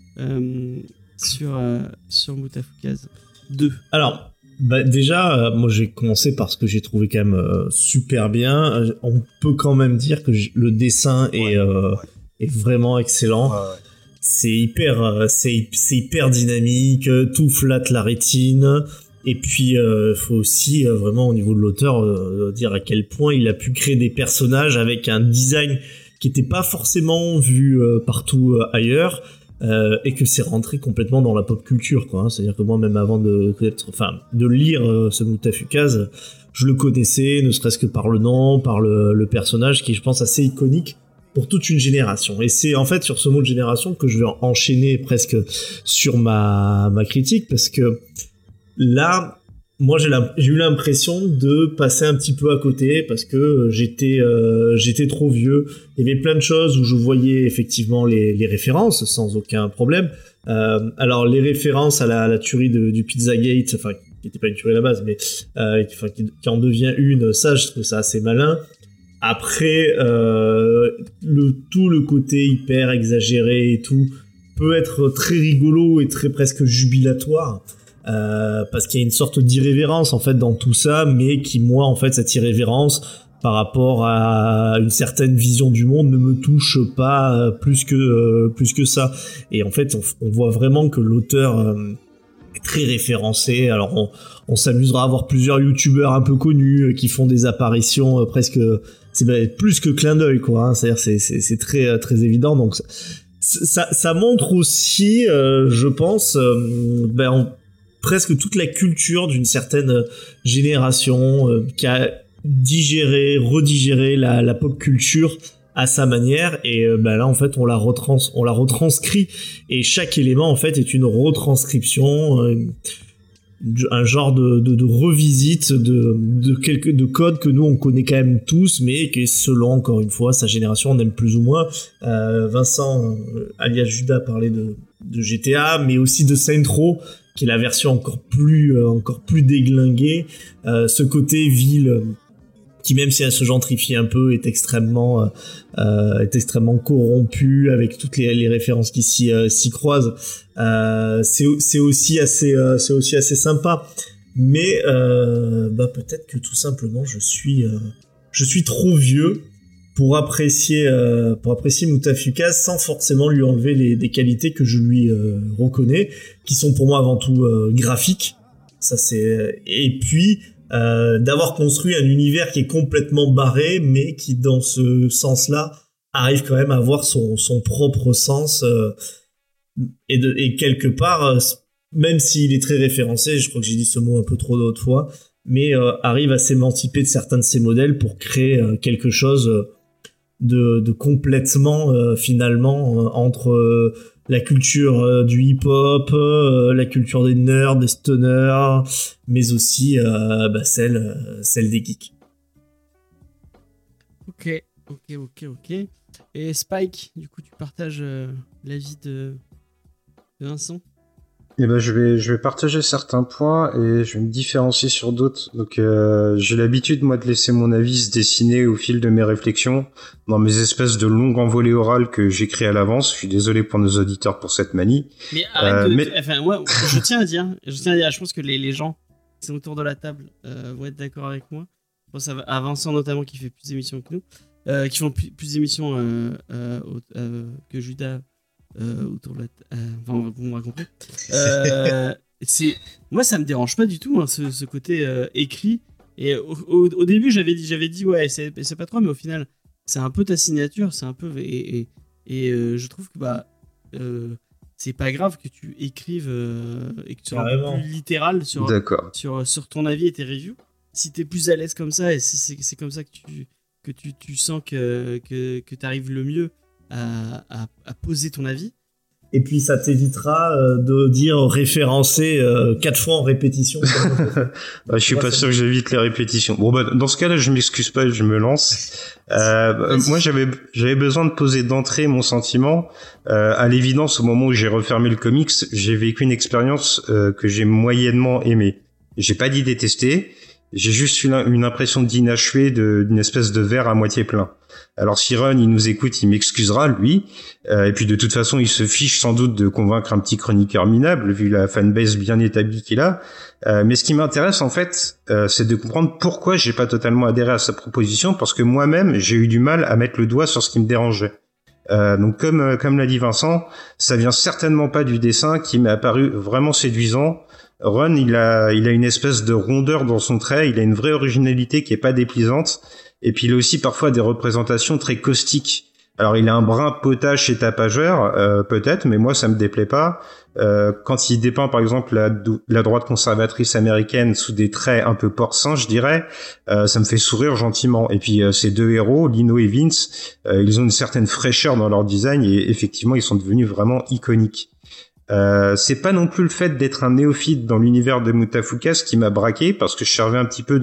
sur Mutafukaz 2? Alors, déjà, moi j'ai commencé par ce que j'ai trouvé quand même super bien. On peut quand même dire que le dessin est vraiment excellent. C'est hyper dynamique, tout flatte la rétine. Et puis, faut aussi vraiment au niveau de l'auteur dire à quel point il a pu créer des personnages avec un design qui n'était pas forcément vu partout ailleurs. Et que c'est rentré complètement dans la pop culture, quoi. Hein. C'est-à-dire que moi, même avant de lire ce Mutafukaz, je le connaissais, ne serait-ce que par le nom, par le personnage, qui est, je pense, assez iconique pour toute une génération. Et c'est en fait sur ce mot de génération que je vais enchaîner presque sur ma critique, parce que là, moi, j'ai eu l'impression de passer un petit peu à côté parce que j'étais trop vieux. Il y avait plein de choses où je voyais effectivement les références sans aucun problème. Alors les références à la tuerie du Pizzagate, enfin qui n'était pas une tuerie à la base, mais qui en devient une, ça je trouve ça assez malin. Après, tout le côté hyper exagéré et tout peut être très rigolo et très presque jubilatoire. Parce qu'il y a une sorte d'irrévérence en fait dans tout ça, mais qui moi en fait cette irrévérence par rapport à une certaine vision du monde ne me touche pas plus que ça. Et en fait on voit vraiment que l'auteur est très référencé. Alors on s'amusera à voir plusieurs youtubeurs un peu connus qui font des apparitions presque, c'est plus que clin d'œil quoi. Hein. C'est-à-dire c'est très très évident. Donc ça montre aussi, je pense, presque toute la culture d'une certaine génération qui a redigéré la pop culture à sa manière, et là en fait on la retranscrit, et chaque élément en fait est une retranscription, un genre de revisite de codes que nous on connaît quand même tous, mais qui selon encore une fois sa génération on aime plus ou moins. Vincent alias Judas parlait de GTA, mais aussi de Saints Row, qui est la version encore plus déglinguée. Ce côté ville, qui même si elle se gentrifie un peu, est extrêmement corrompu, avec toutes les références qui s'y croisent. C'est aussi assez sympa. Mais peut-être que tout simplement je suis trop vieux pour apprécier Mutafukaz sans forcément lui enlever des qualités que je lui reconnais, qui sont pour moi avant tout graphiques. Ça c'est, et puis d'avoir construit un univers qui est complètement barré, mais qui dans ce sens-là arrive quand même à avoir son propre sens, et quelque part, même s'il est très référencé, je crois que j'ai dit ce mot un peu trop d'autres fois, mais arrive à s'émanciper de certains de ses modèles pour créer quelque chose de complètement finalement entre la culture du hip-hop, la culture des nerds, des stoners, mais aussi celle des geeks. Ok. Et Spike, du coup tu partages l'avis de Vincent? Eh ben, je vais partager certains points et je vais me différencier sur d'autres. Donc, j'ai l'habitude, moi, de laisser mon avis se dessiner au fil de mes réflexions dans mes espèces de longues envolées orales que j'écris à l'avance. Je suis désolé pour nos auditeurs pour cette manie. Mais arrête enfin, moi, je tiens à dire, je pense que les gens qui sont autour de la table vont être d'accord avec moi. Je pense à Vincent notamment, qui fait plus d'émissions que nous, qui font plus d'émissions que Judas autour de enfin, vous m'avez compris. Moi, ça me dérange pas du tout, hein, ce côté écrit. Et au début, j'avais dit ouais, c'est pas trop, mais au final, c'est un peu ta signature, c'est un peu et je trouve que c'est pas grave que tu écrives et que tu sois un peu plus littéral sur ton avis et tes reviews. Si t'es plus à l'aise comme ça et si c'est comme ça que tu sens que t'arrives le mieux à poser ton avis. Et puis ça t'évitera de dire référencer 4 fois en répétition. Je suis pas sûr que j'évite les répétitions. Bon dans ce cas-là, je m'excuse pas, je me lance. Moi j'avais besoin de poser d'entrée mon sentiment. À l'évidence, au moment où j'ai refermé le comics, j'ai vécu une expérience que j'ai moyennement aimée. J'ai pas dit détester, j'ai juste eu une impression d'inachevé, d'une espèce de verre à moitié plein. Alors si Ron il nous écoute, il m'excusera lui, et puis de toute façon il se fiche sans doute de convaincre un petit chroniqueur minable vu la fanbase bien établie qu'il a. Mais ce qui m'intéresse en fait, c'est de comprendre pourquoi j'ai pas totalement adhéré à sa proposition, parce que moi-même j'ai eu du mal à mettre le doigt sur ce qui me dérangeait. Donc comme l'a dit Vincent, ça vient certainement pas du dessin qui m'est apparu vraiment séduisant. Ron il a une espèce de rondeur dans son trait, il a une vraie originalité qui est pas déplaisante. Et puis il a aussi parfois des représentations très caustiques. Alors il a un brin potache et tapageur, peut-être, mais moi ça me déplaît pas. Quand il dépeint par exemple la droite conservatrice américaine sous des traits un peu porcins, je dirais, ça me fait sourire gentiment. Et puis ces deux héros, Lino et Vince, ils ont une certaine fraîcheur dans leur design et effectivement ils sont devenus vraiment iconiques. C'est pas non plus le fait d'être un néophyte dans l'univers de Mutafukas qui m'a braqué, parce que je servais un petit peu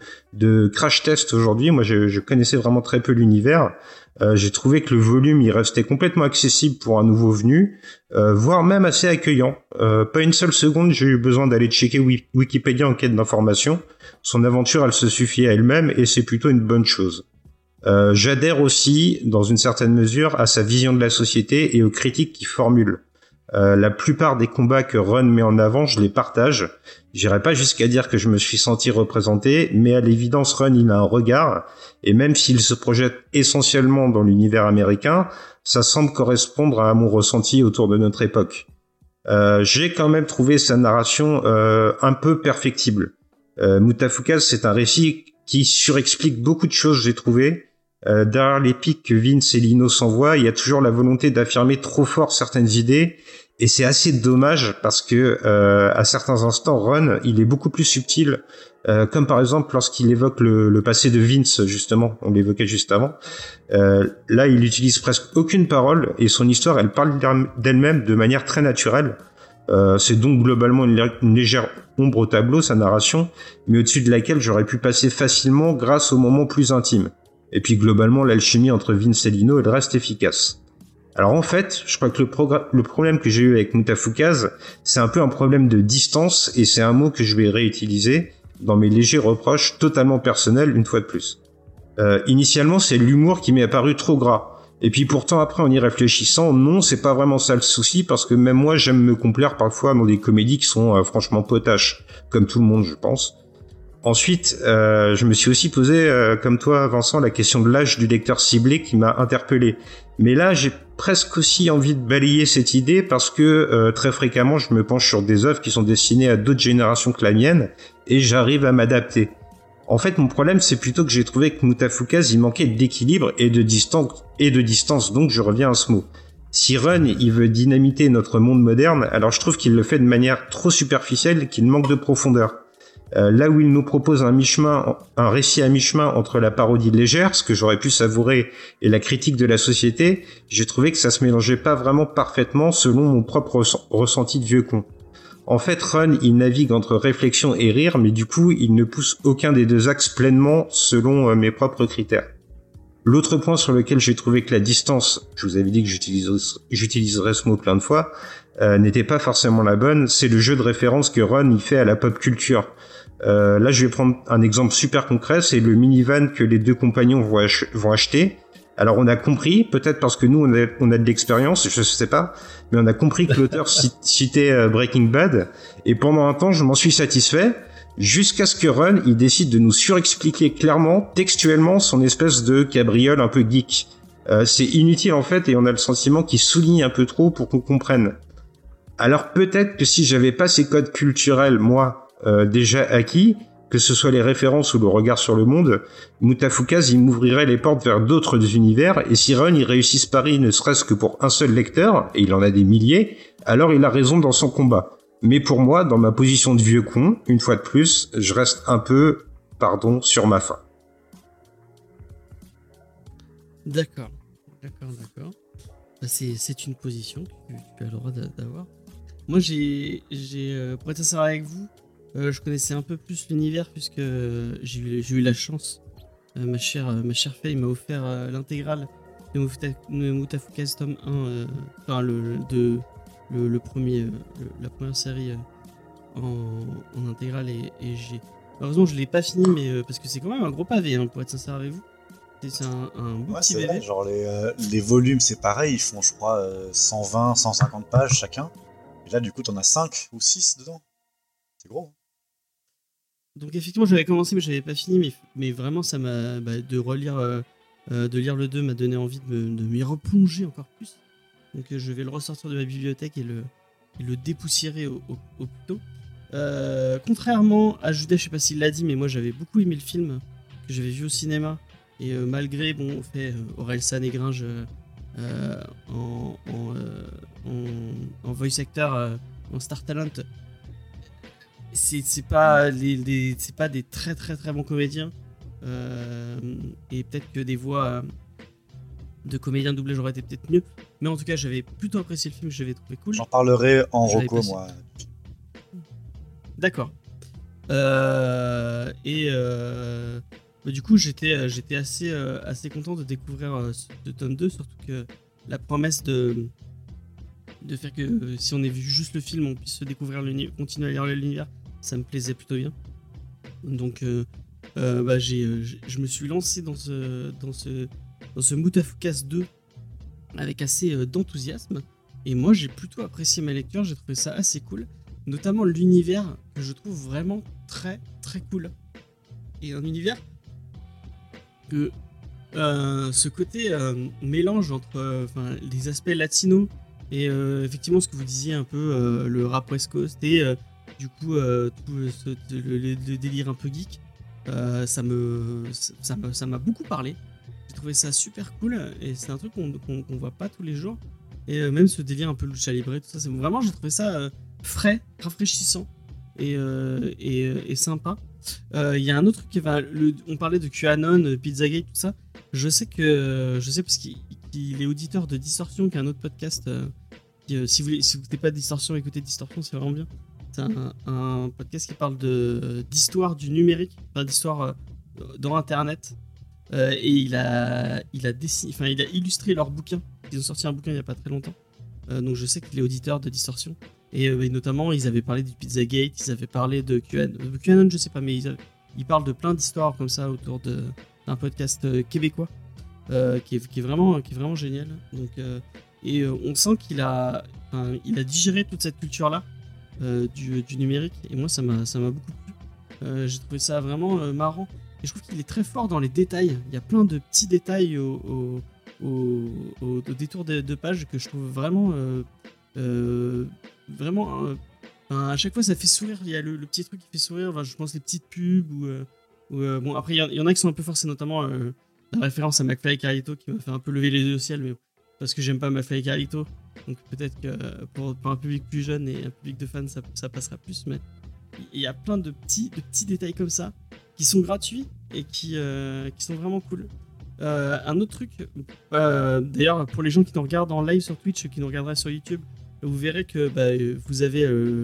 de crash test aujourd'hui. Moi, je connaissais vraiment très peu l'univers. J'ai trouvé que le volume, il restait complètement accessible pour un nouveau venu, voire même assez accueillant. Pas une seule seconde, j'ai eu besoin d'aller checker Wikipédia en quête d'informations. Son aventure, elle se suffit à elle-même et c'est plutôt une bonne chose. J'adhère aussi, dans une certaine mesure, à sa vision de la société et aux critiques qu'il formule. La plupart des combats que Ron met en avant, je les partage. J'irai pas jusqu'à dire que je me suis senti représenté, mais à l'évidence, Ron, il a un regard, et même s'il se projette essentiellement dans l'univers américain, ça semble correspondre à mon ressenti autour de notre époque. J'ai quand même trouvé sa narration un peu perfectible. Mutafukas, c'est un récit qui surexplique beaucoup de choses, j'ai trouvé. Derrière les pics que Vince et Lino s'envoient, il y a toujours la volonté d'affirmer trop fort certaines idées, et c'est assez dommage parce que à certains instants, Ron, il est beaucoup plus subtil, comme par exemple lorsqu'il évoque le passé de Vince, justement, on l'évoquait juste avant. Là, il utilise presque aucune parole, et son histoire, elle parle d'elle-même de manière très naturelle. C'est donc globalement une légère ombre au tableau, sa narration, mais au-dessus de laquelle j'aurais pu passer facilement grâce aux moments plus intimes. Et puis globalement, l'alchimie entre Vince et Lino, elle reste efficace. Alors en fait, je crois que le problème que j'ai eu avec Mutafukas, c'est un peu un problème de distance, et c'est un mot que je vais réutiliser dans mes légers reproches totalement personnels une fois de plus. Initialement, c'est l'humour qui m'est apparu trop gras. Et puis pourtant, après, en y réfléchissant, non, c'est pas vraiment ça le souci, parce que même moi, j'aime me complaire parfois dans des comédies qui sont franchement potaches, comme tout le monde, je pense. Ensuite, je me suis aussi posé, comme toi Vincent, la question de l'âge du lecteur ciblé qui m'a interpellé. Mais là, j'ai presque aussi envie de balayer cette idée parce que très fréquemment, je me penche sur des œuvres qui sont destinées à d'autres générations que la mienne et j'arrive à m'adapter. En fait, mon problème, c'est plutôt que j'ai trouvé que Mutafukas, il manquait d'équilibre et de distance, donc je reviens à ce mot. Si Ron, il veut dynamiter notre monde moderne, alors je trouve qu'il le fait de manière trop superficielle, qu'il manque de profondeur. Là où il nous propose un récit à mi-chemin entre la parodie légère, ce que j'aurais pu savourer, et la critique de la société, j'ai trouvé que ça se mélangeait pas vraiment parfaitement selon mon propre ressenti de vieux con. En fait, Ron, il navigue entre réflexion et rire, mais du coup, il ne pousse aucun des deux axes pleinement selon mes propres critères. L'autre point sur lequel j'ai trouvé que la distance, je vous avais dit que j'utiliserais ce mot plein de fois, n'était pas forcément la bonne, c'est le jeu de référence que Ron y fait à la pop culture. Là, je vais prendre un exemple super concret, c'est le minivan que les deux compagnons vont acheter. Alors, on a compris, peut-être parce que nous, on a de l'expérience, je sais pas, mais on a compris que l'auteur citait Breaking Bad, et pendant un temps, je m'en suis satisfait, jusqu'à ce que Ron, il décide de nous surexpliquer clairement, textuellement, son espèce de cabriole un peu geek. c'est inutile en fait, et on a le sentiment qu'il souligne un peu trop pour qu'on comprenne. Alors peut-être que si j'avais pas ces codes culturels, moi, déjà acquis, que ce soit les références ou le regard sur le monde, Mutafukas, il m'ouvrirait les portes vers d'autres univers, et si Run, il réussisse Paris ne serait-ce que pour un seul lecteur, et il en a des milliers, alors il a raison dans son combat. Mais pour moi, dans ma position de vieux con, une fois de plus, je reste un peu, sur ma faim. D'accord. Bah, c'est une position que tu as le droit d'avoir. Moi, pour être sincère avec vous, je connaissais un peu plus l'univers puisque j'ai eu la chance. Ma chère Faye m'a offert l'intégrale de Mutafukas tome 1, le premier, la première série en intégrale et j'ai... Heureusement, je l'ai pas fini, mais parce que c'est quand même un gros pavé, hein, pour être sincère avec vous. C'est un beau petit bébé. Vrai, genre les volumes, c'est pareil, ils font, je crois, 120, 150 pages chacun. Et là, du coup, t'en as 5 ou 6 dedans. C'est gros. Donc, effectivement, j'avais commencé, mais j'avais pas fini. Mais vraiment, ça m'a. De lire le 2 m'a donné envie de m'y replonger encore plus. Donc, je vais le ressortir de ma bibliothèque et le dépoussiérer au plus tôt. Contrairement à Judas, je sais pas s'il l'a dit, mais moi, j'avais beaucoup aimé le film que j'avais vu au cinéma. Et malgré, on fait Orelsan et Gringe en voice actor, en star talent, c'est pas des très très très bons comédiens. Et peut-être que des voix de comédiens doublés j'aurais été peut-être mieux. Mais en tout cas, j'avais plutôt apprécié le film, je l'avais trouvé cool. J'en parlerai en reco, moi. D'accord. Du coup, j'étais assez content de découvrir ce tome 2, surtout que la promesse de faire que si on ait vu juste le film, on puisse se découvrir continuer à lire l'univers, ça me plaisait plutôt bien. Donc, je me suis lancé dans ce Mutafukas 2 avec assez d'enthousiasme. Et moi, j'ai plutôt apprécié ma lecture, j'ai trouvé ça assez cool. Notamment l'univers que je trouve vraiment très très cool. Et un univers que ce côté mélange entre les aspects latinos et effectivement ce que vous disiez un peu le rap West Coast et du coup tout le délire un peu geek, ça m'a beaucoup parlé. J'ai trouvé ça super cool et c'est un truc qu'on voit pas tous les jours. Et même ce délire un peu lucha libre, tout ça, vraiment j'ai trouvé ça frais, rafraîchissant et sympa. Il y a un autre truc on parlait de QAnon, Pizzagate, tout ça. Je sais parce qu'il est auditeur de Distorsion, qui est un autre podcast. Si vous n'écoutez pas Distorsion, écoutez Distorsion, c'est vraiment bien. C'est un podcast qui parle d'histoire du numérique, d'histoire dans Internet. Et il a illustré leur bouquin. Ils ont sorti un bouquin il n'y a pas très longtemps. Donc je sais qu'il est auditeur de Distorsion. Et notamment, ils avaient parlé du Pizzagate, ils avaient parlé de QAnon. QAnon, je sais pas, mais ils parlent de plein d'histoires comme ça autour d'un podcast québécois qui est vraiment génial. Donc, on sent qu'il a digéré toute cette culture-là du numérique. Et moi, ça m'a beaucoup plu. J'ai trouvé ça vraiment marrant. Et je trouve qu'il est très fort dans les détails. Il y a plein de petits détails au détour de pages que je trouve vraiment... à chaque fois ça fait sourire. Il y a le petit truc qui fait sourire, je pense les petites pubs bon après il y en a qui sont un peu forcés, notamment la référence à McFly et Carlito qui m'a fait un peu lever les yeux au ciel, mais parce que j'aime pas McFly et Carlito, donc peut-être que pour un public plus jeune et un public de fans ça passera plus, mais il y a plein de petits détails comme ça qui sont gratuits et qui sont vraiment cool. Un autre truc, d'ailleurs pour les gens qui nous regardent en live sur Twitch, qui nous regarderaient sur YouTube, vous verrez que vous avez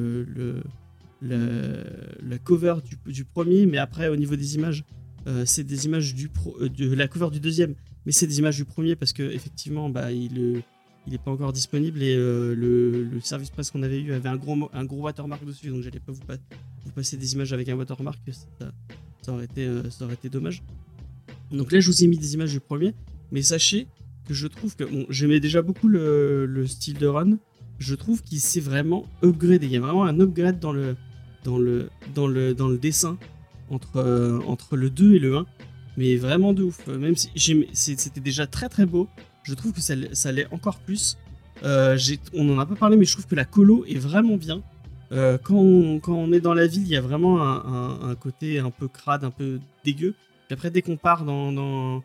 la cover du premier, mais après au niveau des images, c'est des images de la cover du deuxième, mais c'est des images du premier parce que effectivement il est pas encore disponible et le service presse qu'on avait eu avait un gros watermark dessus, donc j'allais pas vous passer des images avec un watermark, ça aurait été dommage. Donc là je vous ai mis des images du premier, mais sachez que je trouve que j'aimais déjà beaucoup le style de Run. Je trouve qu'il s'est vraiment upgradé. Il y a vraiment un upgrade dans le dessin entre le 2 et le 1. Mais vraiment de ouf. Même si c'était déjà très très beau, je trouve que ça l'est encore plus. On en a pas parlé, mais je trouve que la colo est vraiment bien. Quand on est dans la ville, il y a vraiment un côté un peu crade, un peu dégueu. Puis après, dès qu'on part dans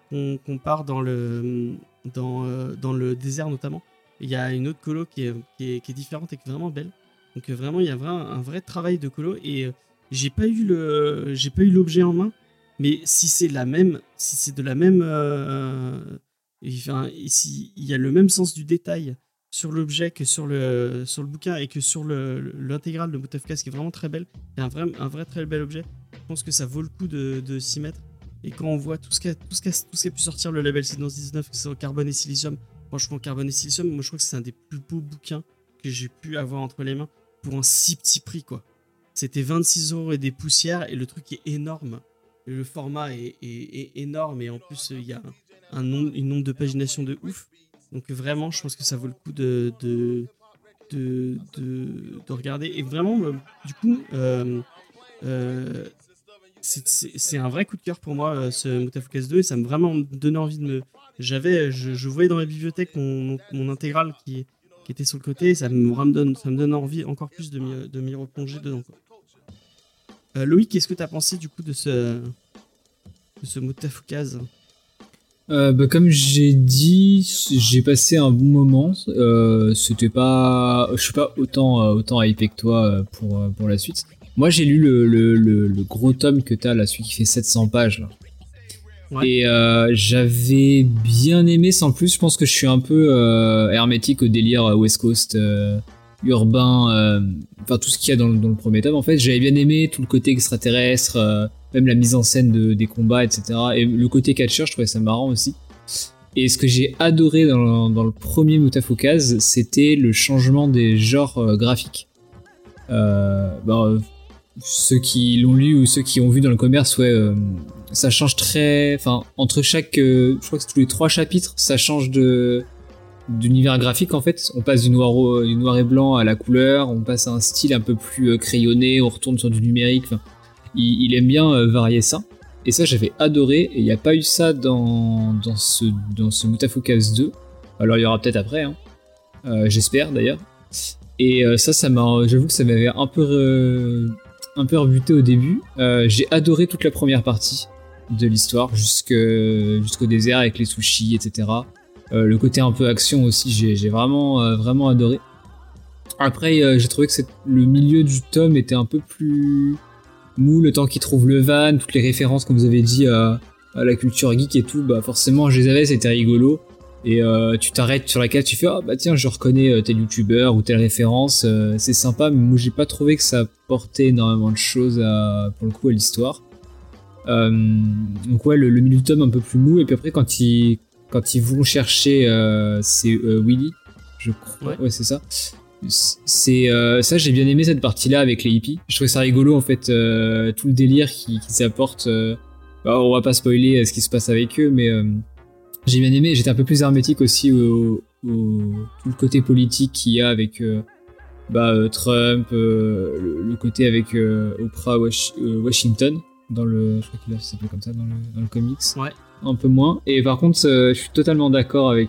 le désert notamment, il y a une autre colo qui est différente et qui est vraiment belle. Donc vraiment, il y a un vrai travail de colo et j'ai pas eu l'objet en main, mais si c'est de la même, ici il y a le même sens du détail sur l'objet que sur le bouquin et que sur l'intégrale de Mutafukaz qui est vraiment très belle. C'est un vrai très bel objet. Je pense que ça vaut le coup de s'y mettre. Et quand on voit tout ce qu'a pu sortir le label Silence 19, que ce soit Carbone et Silicium, franchement Carbone et Silicium, moi je crois que c'est un des plus beaux bouquins que j'ai pu avoir entre les mains pour un si petit prix quoi. C'était 26€ et des poussières et le truc est énorme. Le format est énorme et en plus il y a une nombre de pagination de ouf. Donc vraiment je pense que ça vaut le coup de regarder. Et vraiment du coup c'est un vrai coup de cœur pour moi ce Mutafukaz 2 et ça m'a vraiment donné envie je voyais dans ma bibliothèque mon intégrale qui était sur le côté et ça me donne envie encore plus de m'y replonger dedans quoi. Loïc, qu'est-ce que tu as pensé du coup de ce Mutafukaz? Comme j'ai dit, j'ai passé un bon moment. C'était pas, je suis pas autant hypé que toi pour la suite. Moi, j'ai lu le gros tome que t'as là, celui qui fait 700 pages là. Ouais. Et j'avais bien aimé, sans plus. Je pense que je suis un peu hermétique au délire West Coast urbain, enfin tout ce qu'il y a dans le premier tome. En fait, j'avais bien aimé tout le côté extraterrestre, même la mise en scène des combats, etc. Et le côté catcheur, je trouvais ça marrant aussi. Et ce que j'ai adoré dans le premier Mutafukaz, c'était le changement des genres graphiques. Ceux qui l'ont lu ou ceux qui ont vu dans le commerce, ça change entre chaque, je crois que c'est tous les 3 chapitres, ça change d'univers graphique en fait. On passe du noir et blanc à la couleur, on passe à un style un peu plus crayonné, on retourne sur du numérique. Enfin, il aime bien varier ça. Et ça j'avais adoré et il n'y a pas eu ça dans ce Mutafukaz 2. Alors il y aura peut-être après, hein. J'espère d'ailleurs. Et j'avoue que ça m'avait un peu rebuté au début. J'ai adoré toute la première partie de l'histoire jusqu'au désert avec les sushis, etc. Le côté un peu action aussi, j'ai vraiment adoré. Après, j'ai trouvé que le milieu du tome était un peu plus mou, le temps qu'il trouve le van, toutes les références, comme vous avez dit, à la culture geek et tout, bah forcément, je les avais, c'était rigolo. Et tu t'arrêtes sur laquelle tu fais ah bah tiens je reconnais tel youtubeur ou telle référence, c'est sympa, mais moi j'ai pas trouvé que ça apportait énormément de choses pour le coup à l'histoire. Donc ouais, le milieu du tome un peu plus mou, et puis après quand ils vont chercher c'est Willy, je crois, ouais c'est ça. C'est ça, j'ai bien aimé cette partie là avec les hippies. Je trouvais ça rigolo en fait, tout le délire qu'ils apportent. On va pas spoiler ce qui se passe avec eux, mais j'ai bien aimé. J'étais un peu plus hermétique aussi tout le côté politique qu'il y a avec Trump, le côté avec Oprah Washington je crois qu'il s'appelait comme ça dans le comics. Ouais. Un peu moins. Et par contre, je suis totalement d'accord avec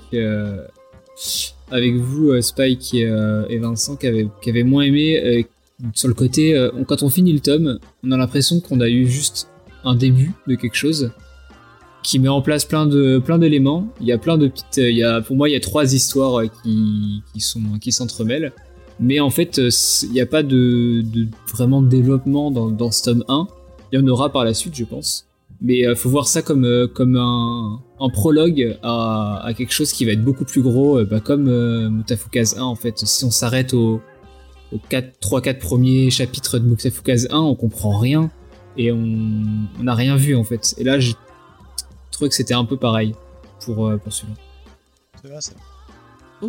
vous, Spike et Vincent, qui avaient moins aimé sur le côté. Quand on finit le tome, on a l'impression qu'on a eu juste un début de quelque chose qui met en place plein d'éléments. Il y a plein de petites, pour moi il y a 3 histoires qui s'entremêlent, mais en fait il n'y a pas de vraiment de développement dans ce tome 1. Il y en aura par la suite je pense, mais faut voir ça comme un prologue à quelque chose qui va être beaucoup plus gros, comme Mutafukaz 1 en fait. Si on s'arrête aux 3-4 premiers chapitres de Mutafukaz 1, on comprend rien et on n'a rien vu en fait. Et là je trouvais que c'était un peu pareil pour celui-là. C'est vrai, ça. Ok.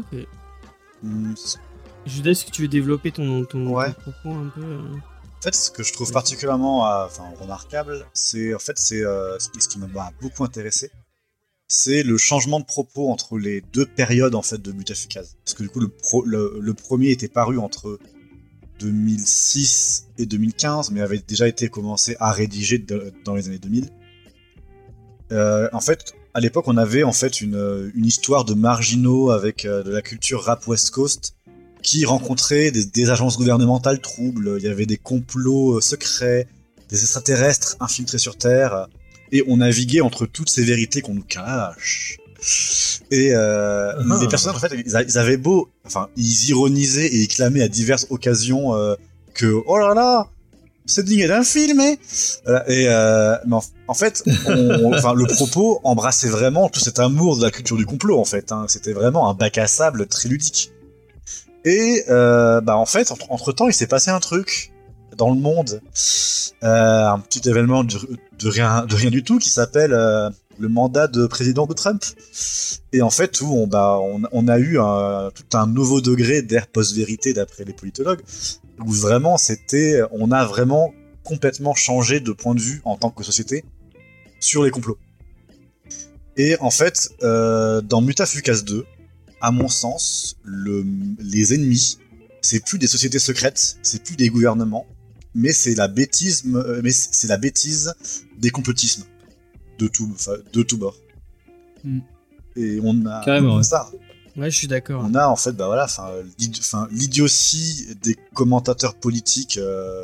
Judas, est-ce que tu veux développer ton propos un peu En fait, ce que je trouve particulièrement remarquable, c'est ce qui m'a beaucoup intéressé, c'est le changement de propos entre les 2 périodes en fait de Mutafukaz. Parce que du coup, le premier était paru entre 2006 et 2015, mais avait déjà été commencé à rédiger dans les années 2000. En fait, à l'époque, on avait en fait une histoire de marginaux avec de la culture rap West Coast qui rencontraient des agences gouvernementales troubles. Il y avait des complots secrets, des extraterrestres infiltrés sur Terre, et on naviguait entre toutes ces vérités qu'on nous cache. Et les personnages, en fait, ils avaient beau, enfin, ils ironisaient et ils clamaient à diverses occasions que oh là là, cette ligne est d'un film, hein. Et mais en fait, enfin, le propos embrassait vraiment tout cet amour de la culture du complot, en fait. Hein. C'était vraiment un bac à sable très ludique. Et en fait, entre temps, il s'est passé un truc dans le monde, un petit événement de rien du tout qui s'appelle le mandat de président de Trump. Et en fait, où on a eu tout un nouveau degré d'ère post-vérité d'après les politologues, où vraiment on a vraiment complètement changé de point de vue en tant que société sur les complots. Et en fait, dans Mutafukas 2, à mon sens, les ennemis, c'est plus des sociétés secrètes, c'est plus des gouvernements, mais c'est la bêtise des complotismes de tout bord. Et on a carrément, ça. Ouais, je suis d'accord. On a en fait, l'idiotie des commentateurs politiques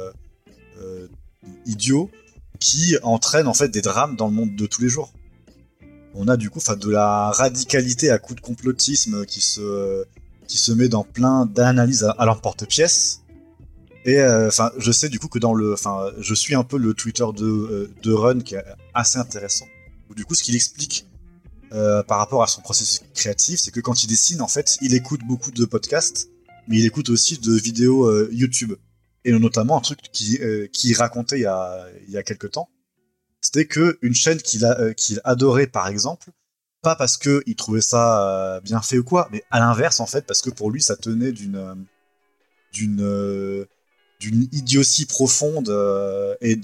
idiots qui entraînent en fait des drames dans le monde de tous les jours. On a du coup, de la radicalité à coup de complotisme qui se met dans plein d'analyses à l'emporte-pièce. Et je sais du coup que je suis un peu le Twitter de Run qui est assez intéressant. Du coup, ce qu'il explique par rapport à son processus créatif, c'est que quand il dessine, en fait, il écoute beaucoup de podcasts, mais il écoute aussi de vidéos YouTube. Et notamment un truc qu'il racontait il y a quelques temps, c'était que une chaîne qu'il adorait, par exemple, pas parce que il trouvait ça bien fait ou quoi, mais à l'inverse, en fait, parce que pour lui, ça tenait d'une idiotie profonde et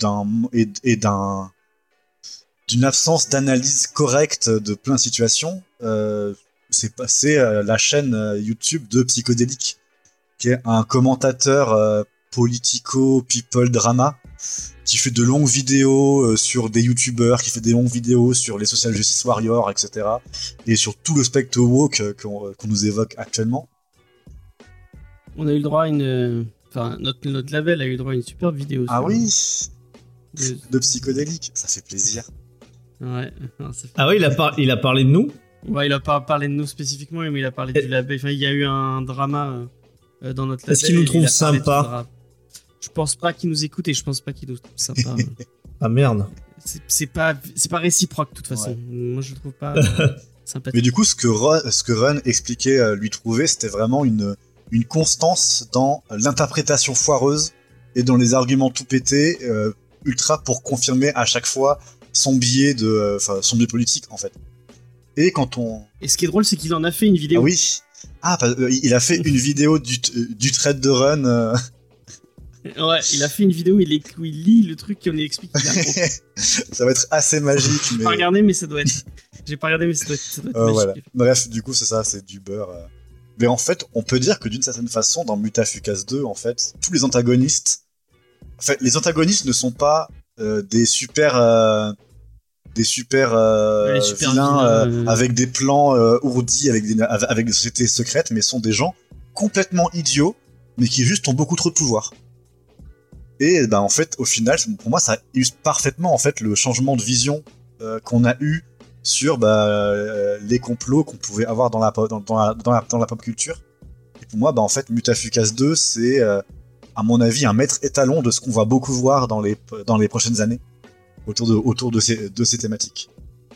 d'une absence d'analyse correcte de plein de situations. C'est la chaîne YouTube de Psychodélique, qui est un commentateur politico people drama qui fait de longues vidéos sur des youtubeurs, qui fait des longues vidéos sur les social justice warriors, etc. Et sur tout le spectre woke qu'on nous évoque actuellement. On a eu le droit à notre label a eu le droit à une super vidéo. Ah oui, de Psychodélique, ça fait plaisir. Ouais. Ah oui, il a parlé de nous. Ouais, il a pas parlé de nous spécifiquement, mais il a parlé du label. Enfin, il y a eu un drama dans notre label. Est-ce qu'il nous trouve sympa? Je pense pas qu'il nous écoute et je pense pas qu'il nous trouve sympa. Ah merde. C'est pas réciproque de toute façon. Ouais. Moi, je le trouve pas sympathique. Mais du coup, ce que Run expliquait lui trouver, c'était vraiment une constance dans l'interprétation foireuse et dans les arguments tout pétés, ultra pour confirmer à chaque fois son biais politique en fait. Et ce qui est drôle, c'est qu'il en a fait une vidéo. Ah oui. Il a fait une vidéo du trade de Run. Ouais, il a fait une vidéo où il lit le truc et on lui explique qu'il a Ça va être assez magique. J'ai pas regardé, mais ça doit être. J'ai pas regardé, mais ça doit être magique. Voilà. Bref, du coup, c'est ça, c'est du beurre. Mais en fait, on peut dire que d'une certaine façon, dans Mutafukas 2, en fait, tous les antagonistes. En fait, les antagonistes ne sont pas des super vilains avec des plans ourdis, avec des sociétés secrètes, mais sont des gens complètement idiots, mais qui juste ont beaucoup trop de pouvoir. Et en fait, au final, pour moi, ça illustre parfaitement en fait le changement de vision qu'on a eu sur les complots qu'on pouvait avoir dans la pop culture. Et pour moi, en fait, Mutafukas 2, c'est à mon avis un maître étalon de ce qu'on va beaucoup voir dans les prochaines années autour de ces thématiques.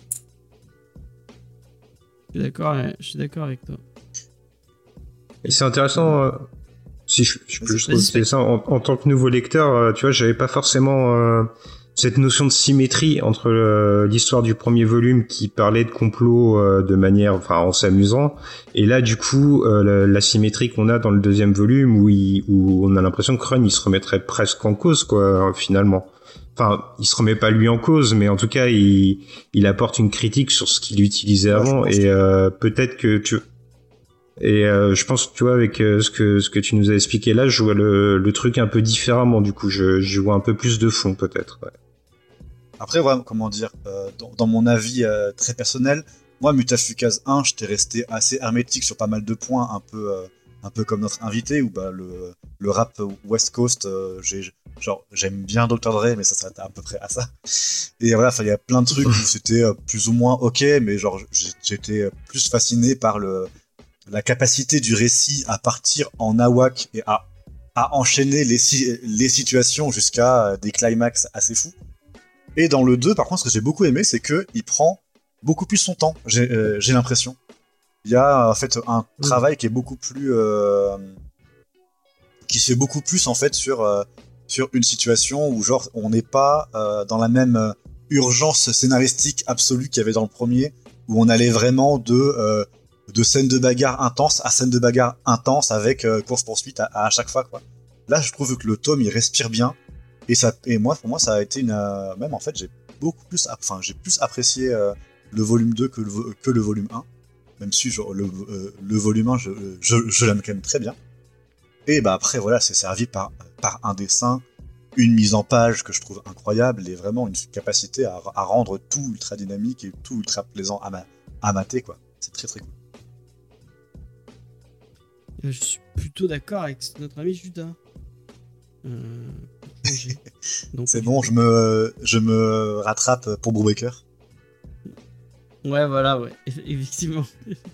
Je suis d'accord avec toi. Et c'est intéressant. Si je peux juste rajouter ça, en tant que nouveau lecteur, tu vois, j'avais pas forcément cette notion de symétrie entre l'histoire du premier volume qui parlait de complot de manière, en s'amusant, et là du coup la symétrie qu'on a dans le deuxième volume où on a l'impression que Run il se remettrait presque en cause quoi finalement. Enfin, il se remet pas lui en cause, mais en tout cas il apporte une critique sur ce qu'il utilisait avant et peut-être que je pense que tu vois avec ce que tu nous as expliqué là, je vois le truc un peu différemment du coup, je vois un peu plus de fond peut-être. Ouais. Après, ouais, comment dire, dans mon avis très personnel, moi, Mutafukaz 1, j'étais resté assez hermétique sur pas mal de points, un peu comme notre invité, où bah, le rap West Coast, j'aime bien Dr. Dre, mais ça s'arrête à peu près à ça. Et voilà, il y a plein de trucs où c'était plus ou moins ok, mais genre j'étais plus fasciné par la capacité du récit à partir en nawak et à enchaîner les situations jusqu'à des climax assez fous. Et dans le 2, par contre, ce que j'ai beaucoup aimé, c'est qu'il prend beaucoup plus son temps, j'ai l'impression. Il y a en fait un travail qui est beaucoup plus... qui se fait beaucoup plus en fait sur une situation où genre on n'est pas dans la même urgence scénaristique absolue qu'il y avait dans le premier, où on allait vraiment de scènes de bagarre intenses à scènes de bagarre intenses avec course-poursuite à chaque fois, quoi. Là, je trouve que le tome, il respire bien. Et moi, pour moi, ça a été même en fait, j'ai plus apprécié le volume 2 que le volume 1. Même si genre, le volume 1, je l'aime quand même très bien. Et bah après, voilà, c'est servi par un dessin, une mise en page que je trouve incroyable et vraiment une capacité à rendre tout ultra dynamique et tout ultra plaisant à mater, quoi. C'est très très cool. Je suis plutôt d'accord avec notre ami Judas. Donc, c'est bon, je me rattrape pour Brubaker. Ouais, voilà, ouais, effectivement.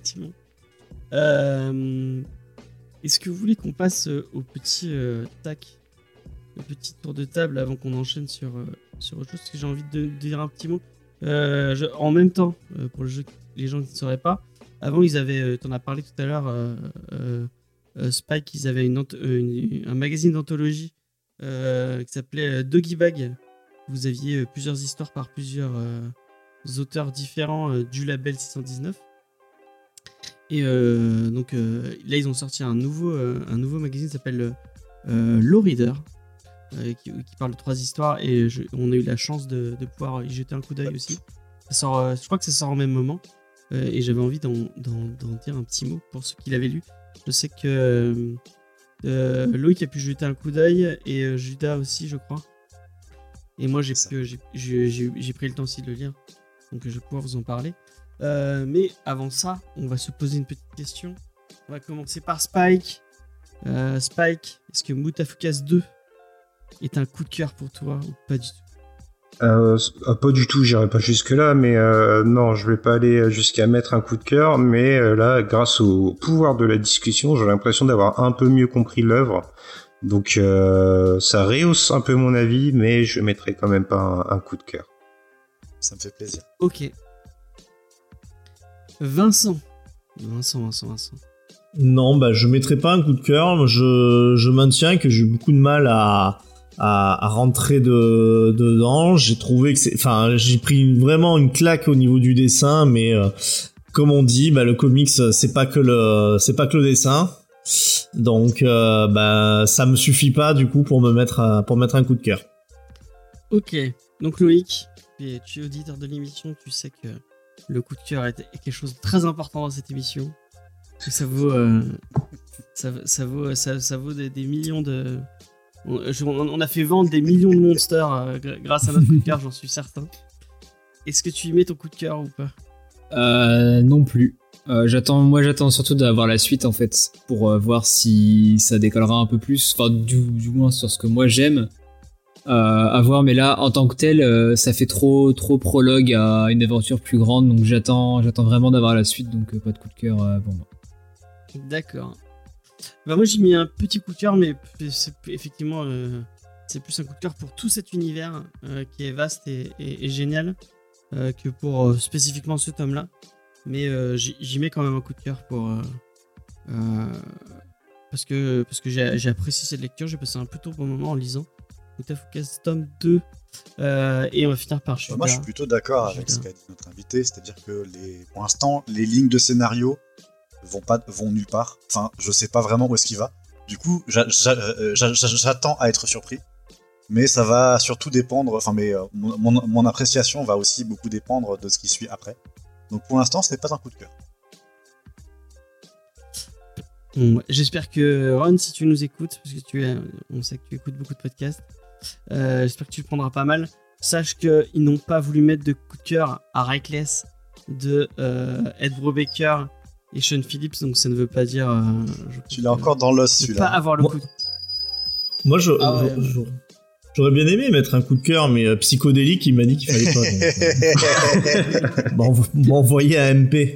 Est-ce que vous voulez qu'on passe au petit le petit tour de table avant qu'on enchaîne sur autre chose? Parce que j'ai envie de dire un petit mot. En même temps, pour le jeu, les gens qui ne sauraient pas, avant ils avaient, t'en as parlé tout à l'heure, Spike, ils avaient un magazine d'anthologie qui s'appelait Doggy Bag. Vous aviez plusieurs histoires par plusieurs auteurs différents du label 619. Et donc là, ils ont sorti un nouveau magazine qui s'appelle Low Reader, qui parle de 3 histoires. Et on a eu la chance de pouvoir y jeter un coup d'œil aussi. Ça sort, je crois que ça sort en même moment. Et j'avais envie d'en dire un petit mot pour ceux qui l'avaient lu. Je sais que Loïc a pu jeter un coup d'œil et Judas aussi, je crois. Et moi, j'ai pris le temps aussi de le lire. Donc je vais pouvoir vous en parler. Mais avant ça, on va se poser une petite question. On va commencer par Spike. Spike, est-ce que Mutafukaz 2 est un coup de cœur pour toi ou pas du tout? Pas du tout, j'irai pas jusque là, mais non, je vais pas aller jusqu'à mettre un coup de cœur, mais là, grâce au pouvoir de la discussion, j'ai l'impression d'avoir un peu mieux compris l'œuvre, donc ça rehausse un peu mon avis, mais je mettrai quand même pas un coup de cœur. Ça me fait plaisir. Ok. Vincent. Non, bah je mettrai pas un coup de cœur. Je maintiens que j'ai eu beaucoup de mal à rentrer dedans. J'ai trouvé que j'ai pris vraiment une claque au niveau du dessin, mais comme on dit, bah le comics c'est pas que le dessin. Donc ça me suffit pas du coup pour mettre un coup de cœur. Ok. Donc Loïc, tu es auditeur de l'émission, tu sais que le coup de cœur est quelque chose de très important dans cette émission. Que ça vaut des millions de... On a fait vendre des millions de monsters grâce à notre coup de cœur, j'en suis certain. Est-ce que tu y mets ton coup de cœur ou pas? Non plus. J'attends surtout d'avoir la suite en fait, pour voir si ça décollera un peu plus. Enfin, du moins sur ce que moi j'aime. À voir, mais là, en tant que tel, ça fait trop prologue à une aventure plus grande, donc j'attends vraiment d'avoir la suite, donc pas de coup de cœur pour moi. D'accord. Bah moi j'ai mis un petit coup de cœur, mais c'est effectivement c'est plus un coup de cœur pour tout cet univers qui est vaste et génial que pour spécifiquement ce tome-là. Mais j'y mets quand même un coup de cœur pour parce que j'ai apprécié cette lecture, j'ai passé un plutôt bon moment en lisant Mutafukaz tome 2 et on va finir par Judas. Moi je suis plutôt d'accord avec ce qu'a dit notre invité, c'est-à-dire que pour l'instant les lignes de scénario vont nulle part. Enfin, je sais pas vraiment où est-ce qu'il va. Du coup, j'attends à être surpris. Mais ça va surtout dépendre. Enfin, mon appréciation va aussi beaucoup dépendre de ce qui suit après. Donc, pour l'instant, ce n'est pas un coup de cœur. Bon, j'espère que Ron, si tu nous écoutes, parce que on sait que tu écoutes beaucoup de podcasts, j'espère que tu le prendras pas mal. sache qu'ils n'ont pas voulu mettre de coup de cœur à Reckless de Ed Brubaker et Sean Phillips, donc ça ne veut pas dire. Tu l'as encore dans l'os, ne celui-là. pas avoir le coup de Moi, ouais. j'aurais bien aimé mettre un coup de cœur, mais psychodélique, il m'a dit qu'il fallait pas. M'envoyer un MP.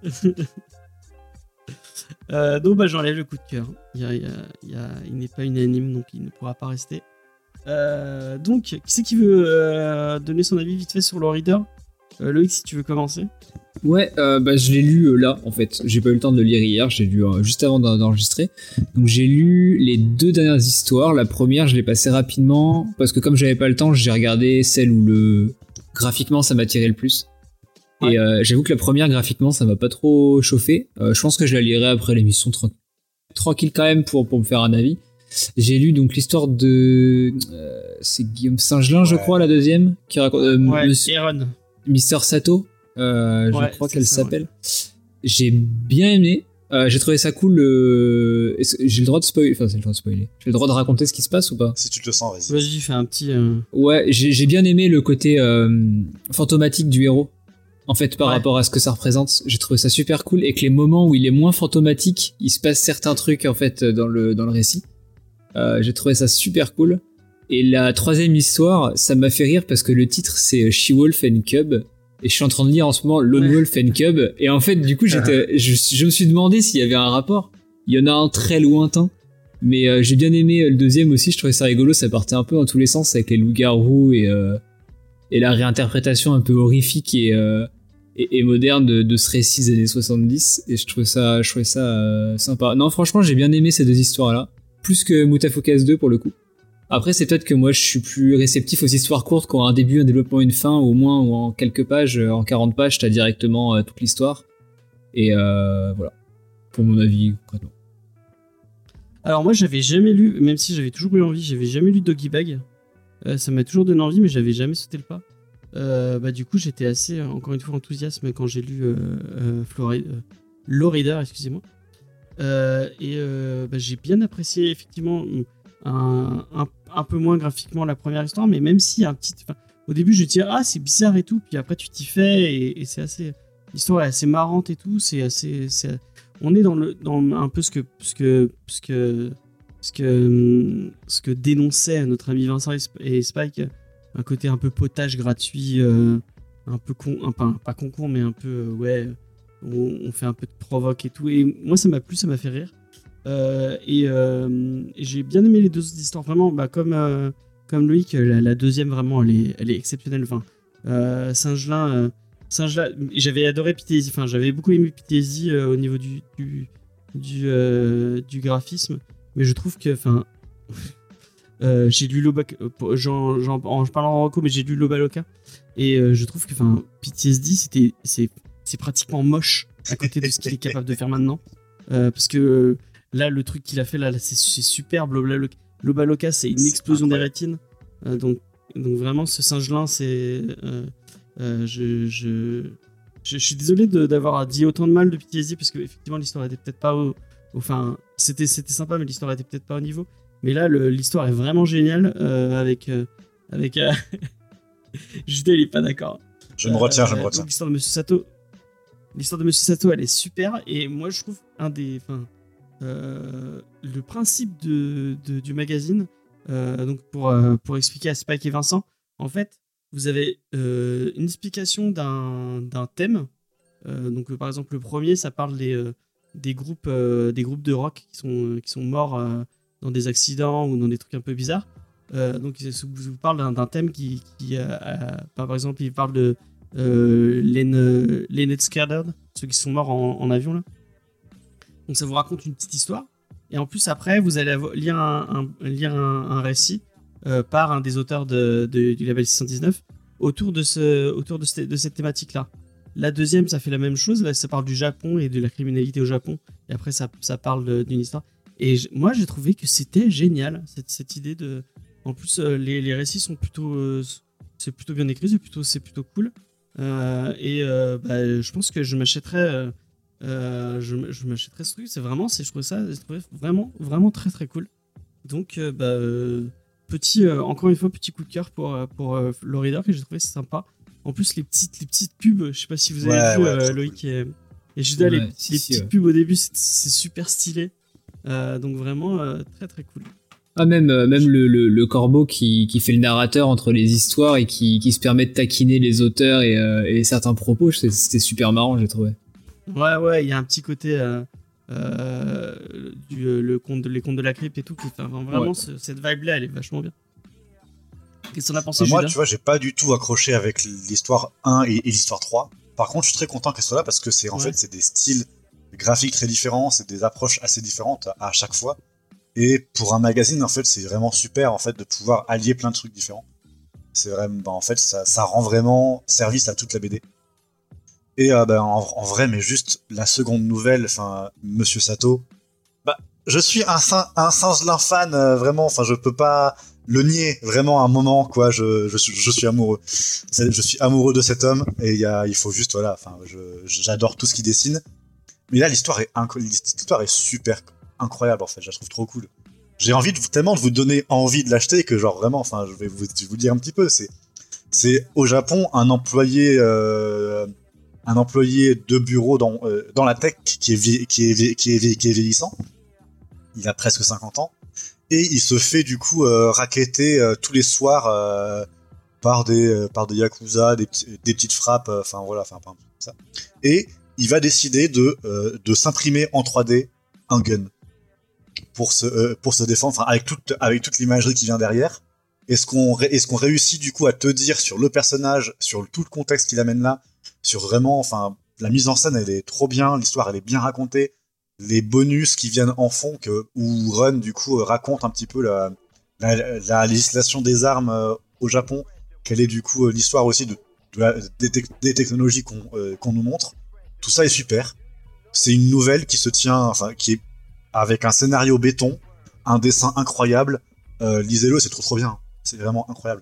Donc j'enlève le coup de cœur. Il n'est pas unanime, donc il ne pourra pas rester. Donc, qui c'est qui veut donner son avis vite fait sur le reader? Loïc, si tu veux commencer. Ouais, je l'ai lu là, en fait. J'ai pas eu le temps de le lire hier, j'ai lu juste avant d'enregistrer. Donc j'ai lu les 2 dernières histoires. La première, je l'ai passée rapidement, parce que comme j'avais pas le temps, j'ai regardé celle où graphiquement ça m'attirait le plus. Ouais. Et j'avoue que la première, graphiquement, ça m'a pas trop chauffé. Je pense que je la lirai après l'émission tranquille quand même pour me faire un avis. J'ai lu donc l'histoire de... c'est Guillaume Singelin, je crois, la deuxième, qui raconte... Aaron. Mister Sato, je crois qu'elle s'appelle. Ouais. J'ai bien aimé. J'ai trouvé ça cool. J'ai le droit de spoiler. Enfin, c'est le droit de spoiler. J'ai le droit de raconter ce qui se passe ou pas? Si tu te le sens, vas-y. Vas-y, fais un petit. Ouais, j'ai bien aimé le côté fantomatique du héros. En fait, par rapport à ce que ça représente, j'ai trouvé ça super cool, et que les moments où il est moins fantomatique, il se passe certains trucs en fait dans le récit. J'ai trouvé ça super cool. Et la 3e histoire, ça m'a fait rire parce que le titre c'est She-Wolf and Cub, et je suis en train de lire en ce moment Lone Wolf and Cub, et en fait du coup je me suis demandé s'il y avait un rapport. Il y en a un très lointain, mais j'ai bien aimé le 2e aussi. Je trouvais ça rigolo, ça partait un peu dans tous les sens avec les loups-garous et la réinterprétation un peu horrifique et moderne de ce récit des années 70, et je trouvais ça sympa. Non, franchement, j'ai bien aimé ces 2 histoires-là, plus que Mutafukas 2 pour le coup. Après, c'est peut-être que moi, je suis plus réceptif aux histoires courtes qui ont un début, un développement, une fin, au moins, ou en quelques pages, en 40 pages, t'as directement toute l'histoire. Et voilà, pour mon avis, concrètement. Alors moi, j'avais jamais lu, même si j'avais toujours eu envie, j'avais jamais lu Doggy Bag. Ça m'a toujours donné envie, mais j'avais jamais sauté le pas. Du coup, j'étais assez, encore une fois, enthousiaste quand j'ai lu Low Rider, excusez-moi. J'ai bien apprécié, effectivement, un peu moins graphiquement la première histoire, mais même si au début je me disais c'est bizarre et tout, puis après tu t'y fais, et c'est assez, l'histoire est assez marrante et tout, on est dans un peu ce que dénonçait notre ami Vincent et Spike, un côté un peu potage gratuit, un peu pas con, mais un peu on fait un peu de provoque et tout, et moi ça m'a plu, ça m'a fait rire. Et j'ai bien aimé les 2 histoires, vraiment, comme Loïc, la 2e vraiment elle est exceptionnelle. Singelin, j'avais adoré Pitié, j'avais beaucoup aimé Pitié au niveau du graphisme, mais je trouve que j'ai lu je parle en reco, mais j'ai lu Lobaloka, et je trouve que PTSD c'est pratiquement moche à côté de ce qu'il est capable de faire maintenant, parce que là, le truc qu'il a fait là, c'est superbe. Lobaloka, c'est une explosion des rétines. Donc vraiment, ce Singelin, c'est. Je suis désolé d'avoir dit autant de mal de PTSD, parce que effectivement, l'histoire était peut-être pas c'était sympa, mais l'histoire était peut-être pas au niveau. Mais là, l'histoire est vraiment géniale, avec. Justin, il est pas d'accord. Je me retiens. Donc, l'histoire de Monsieur Sato, elle est super, et moi, je trouve le principe du magazine, donc pour expliquer à Spike et Vincent, en fait, vous avez une explication d'un thème. Donc par exemple, le premier, ça parle des groupes de rock qui sont morts dans des accidents ou dans des trucs un peu bizarres. Donc je vous parle d'un thème qui par exemple, il parle de les Ned Scared, ceux qui sont morts en avion là. Donc ça vous raconte une petite histoire, et en plus après vous allez lire un récit par un des auteurs du label 619 autour de cette thématique là. La deuxième, ça fait la même chose, là ça parle du Japon et de la criminalité au Japon, et après ça parle d'une histoire, et moi j'ai trouvé que c'était génial cette idée de, en plus les récits sont plutôt c'est plutôt bien écrit, c'est plutôt cool, je pense que je m'achèterais je m'achèterais ce truc. Je trouvais vraiment vraiment très très cool. Donc Encore une fois, petit coup de cœur pour Florida, que j'ai trouvé sympa. En plus, les petites pubs, je sais pas si vous avez vu, Loïc et Judas, les petites pubs au début, c'est super stylé. Donc vraiment, très très cool. Ah, même le corbeau qui fait le narrateur entre les histoires et qui se permet de taquiner les auteurs et certains propos, c'était super marrant, j'ai trouvé. Ouais, il y a un petit côté les contes de la crypte et tout. Vraiment, cette vibe-là, elle est vachement bien. Qu'est-ce que t'en as pensé, Judas ? Moi, tu vois, j'ai pas du tout accroché avec l'histoire 1 et l'histoire 3. Par contre, je suis très content qu'elle soit là parce que c'est fait, c'est des styles graphiques très différents, c'est des approches assez différentes à chaque fois. Et pour un magazine, en fait, c'est vraiment super en fait de pouvoir allier plein de trucs différents. C'est vraiment, en fait, ça rend vraiment service à toute la BD. Et en vrai, mais juste la seconde nouvelle, enfin, Monsieur Sato, je suis un singe-lin fan, vraiment. Enfin, je peux pas le nier vraiment à un moment, quoi. Je suis amoureux. Je suis amoureux de cet homme et il faut juste, voilà. Enfin, j'adore tout ce qu'il dessine. Mais là, l'histoire est super incroyable, en fait. Je la trouve trop cool. J'ai envie tellement de vous donner envie de l'acheter que, genre, vraiment, enfin, je vais vous dire un petit peu. C'est au Japon un employé de bureau dans la tech qui est vieillissant. Il a presque 50 ans. Et il se fait du coup racketter tous les soirs par des yakuza, des petites frappes, enfin voilà, enfin pas un peu comme ça. Et il va décider de s'imprimer en 3D un gun pour se défendre, enfin avec toute l'imagerie qui vient derrière. Est-ce qu'on réussit du coup à te dire sur le personnage, sur tout le contexte qu'il amène là, sur vraiment, enfin la mise en scène elle est trop bien, l'histoire elle est bien racontée. Les bonus qui viennent en fond où Run du coup raconte un petit peu la législation des armes au Japon, quelle est du coup l'histoire aussi des technologies qu'on nous montre. Tout ça est super. C'est une nouvelle qui se tient, enfin qui est avec un scénario béton, un dessin incroyable. Lisez-le, c'est trop bien. C'est vraiment incroyable.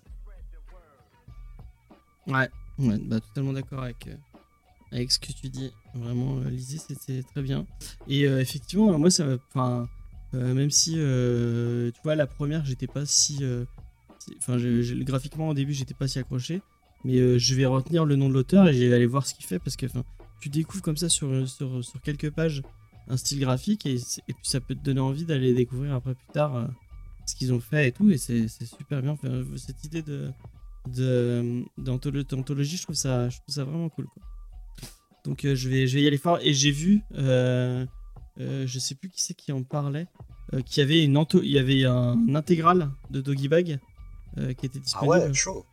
Ouais, totalement d'accord avec ce que tu dis. Vraiment, lisez, c'est très bien. Et effectivement, moi, même si, tu vois, la première, j'étais pas si... graphiquement, au début, j'étais pas si accroché. Mais je vais retenir le nom de l'auteur et je vais aller voir ce qu'il fait. Parce que tu découvres comme ça sur quelques pages un style graphique et puis ça peut te donner envie d'aller découvrir après plus tard ce qu'ils ont fait et tout. Et c'est super bien. Cette idée d'anthologie, je trouve ça vraiment cool, quoi. Donc je vais y aller fort. Et j'ai vu, je sais plus qui c'est qui en parlait, qu'il y avait un intégral de Doggy Bag qui était disponible. Ah ouais, chaud.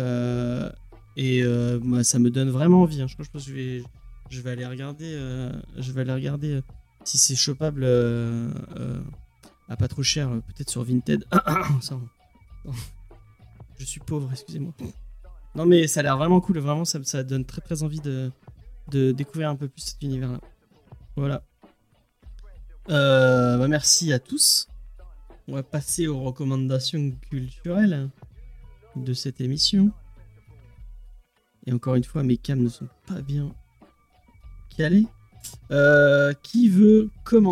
Ça me donne vraiment envie. Je pense que je vais aller regarder. Si c'est chopable à pas trop cher, peut-être sur Vinted. Je suis pauvre, excusez-moi. Non mais ça a l'air vraiment cool. Vraiment, ça donne très très envie de découvrir un peu plus cet univers-là. Voilà. Merci à tous. On va passer aux recommandations culturelles de cette émission. Et encore une fois, mes cams ne sont pas bien calés. Qui veut commencer ?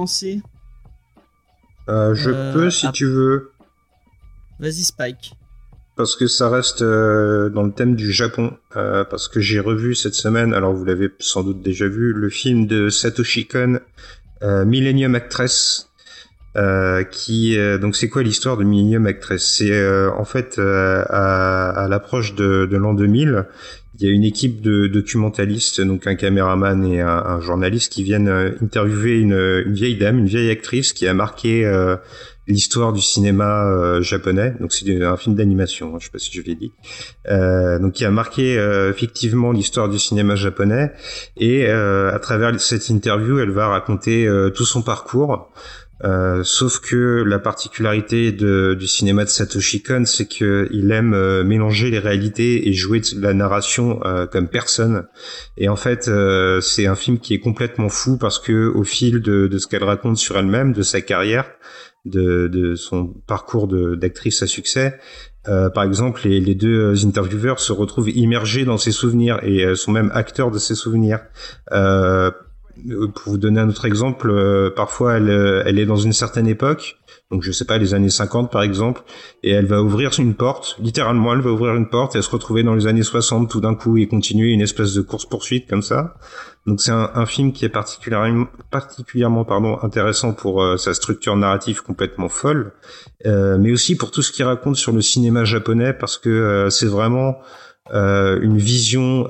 Je peux si tu veux. Vas-y, Spike. Parce que ça reste dans le thème du Japon, parce que j'ai revu cette semaine, alors vous l'avez sans doute déjà vu, le film de Satoshi Kon, Millennium Actress, donc c'est quoi l'histoire de Millennium Actress ? C'est en fait à l'approche de l'an 2000, il y a une équipe de documentalistes, donc un caméraman et un journaliste qui viennent interviewer une vieille dame, une vieille actrice qui a marqué l'histoire du cinéma japonais. Donc c'est un film d'animation, je sais pas si je l'ai dit. Donc qui a marqué effectivement l'histoire du cinéma japonais. Et à travers cette interview, elle va raconter tout son parcours. Sauf que la particularité du cinéma de Satoshi Kon, c'est qu'il aime mélanger les réalités et jouer de la narration comme personne. Et en fait, c'est un film qui est complètement fou parce que au fil de ce qu'elle raconte sur elle-même, de sa carrière, de son parcours d'actrice à succès, par exemple, les deux intervieweurs se retrouvent immergés dans ses souvenirs et sont même acteurs de ses souvenirs. pour vous donner un autre exemple, parfois elle est dans une certaine époque, donc je sais pas, les années 50 par exemple, et elle va ouvrir une porte, littéralement elle va ouvrir une porte et se retrouver dans les années 60 tout d'un coup et continuer une espèce de course-poursuite comme ça. Donc c'est un film qui est particulièrement intéressant pour sa structure narrative complètement folle, mais aussi pour tout ce qu'il raconte sur le cinéma japonais, parce que c'est vraiment une vision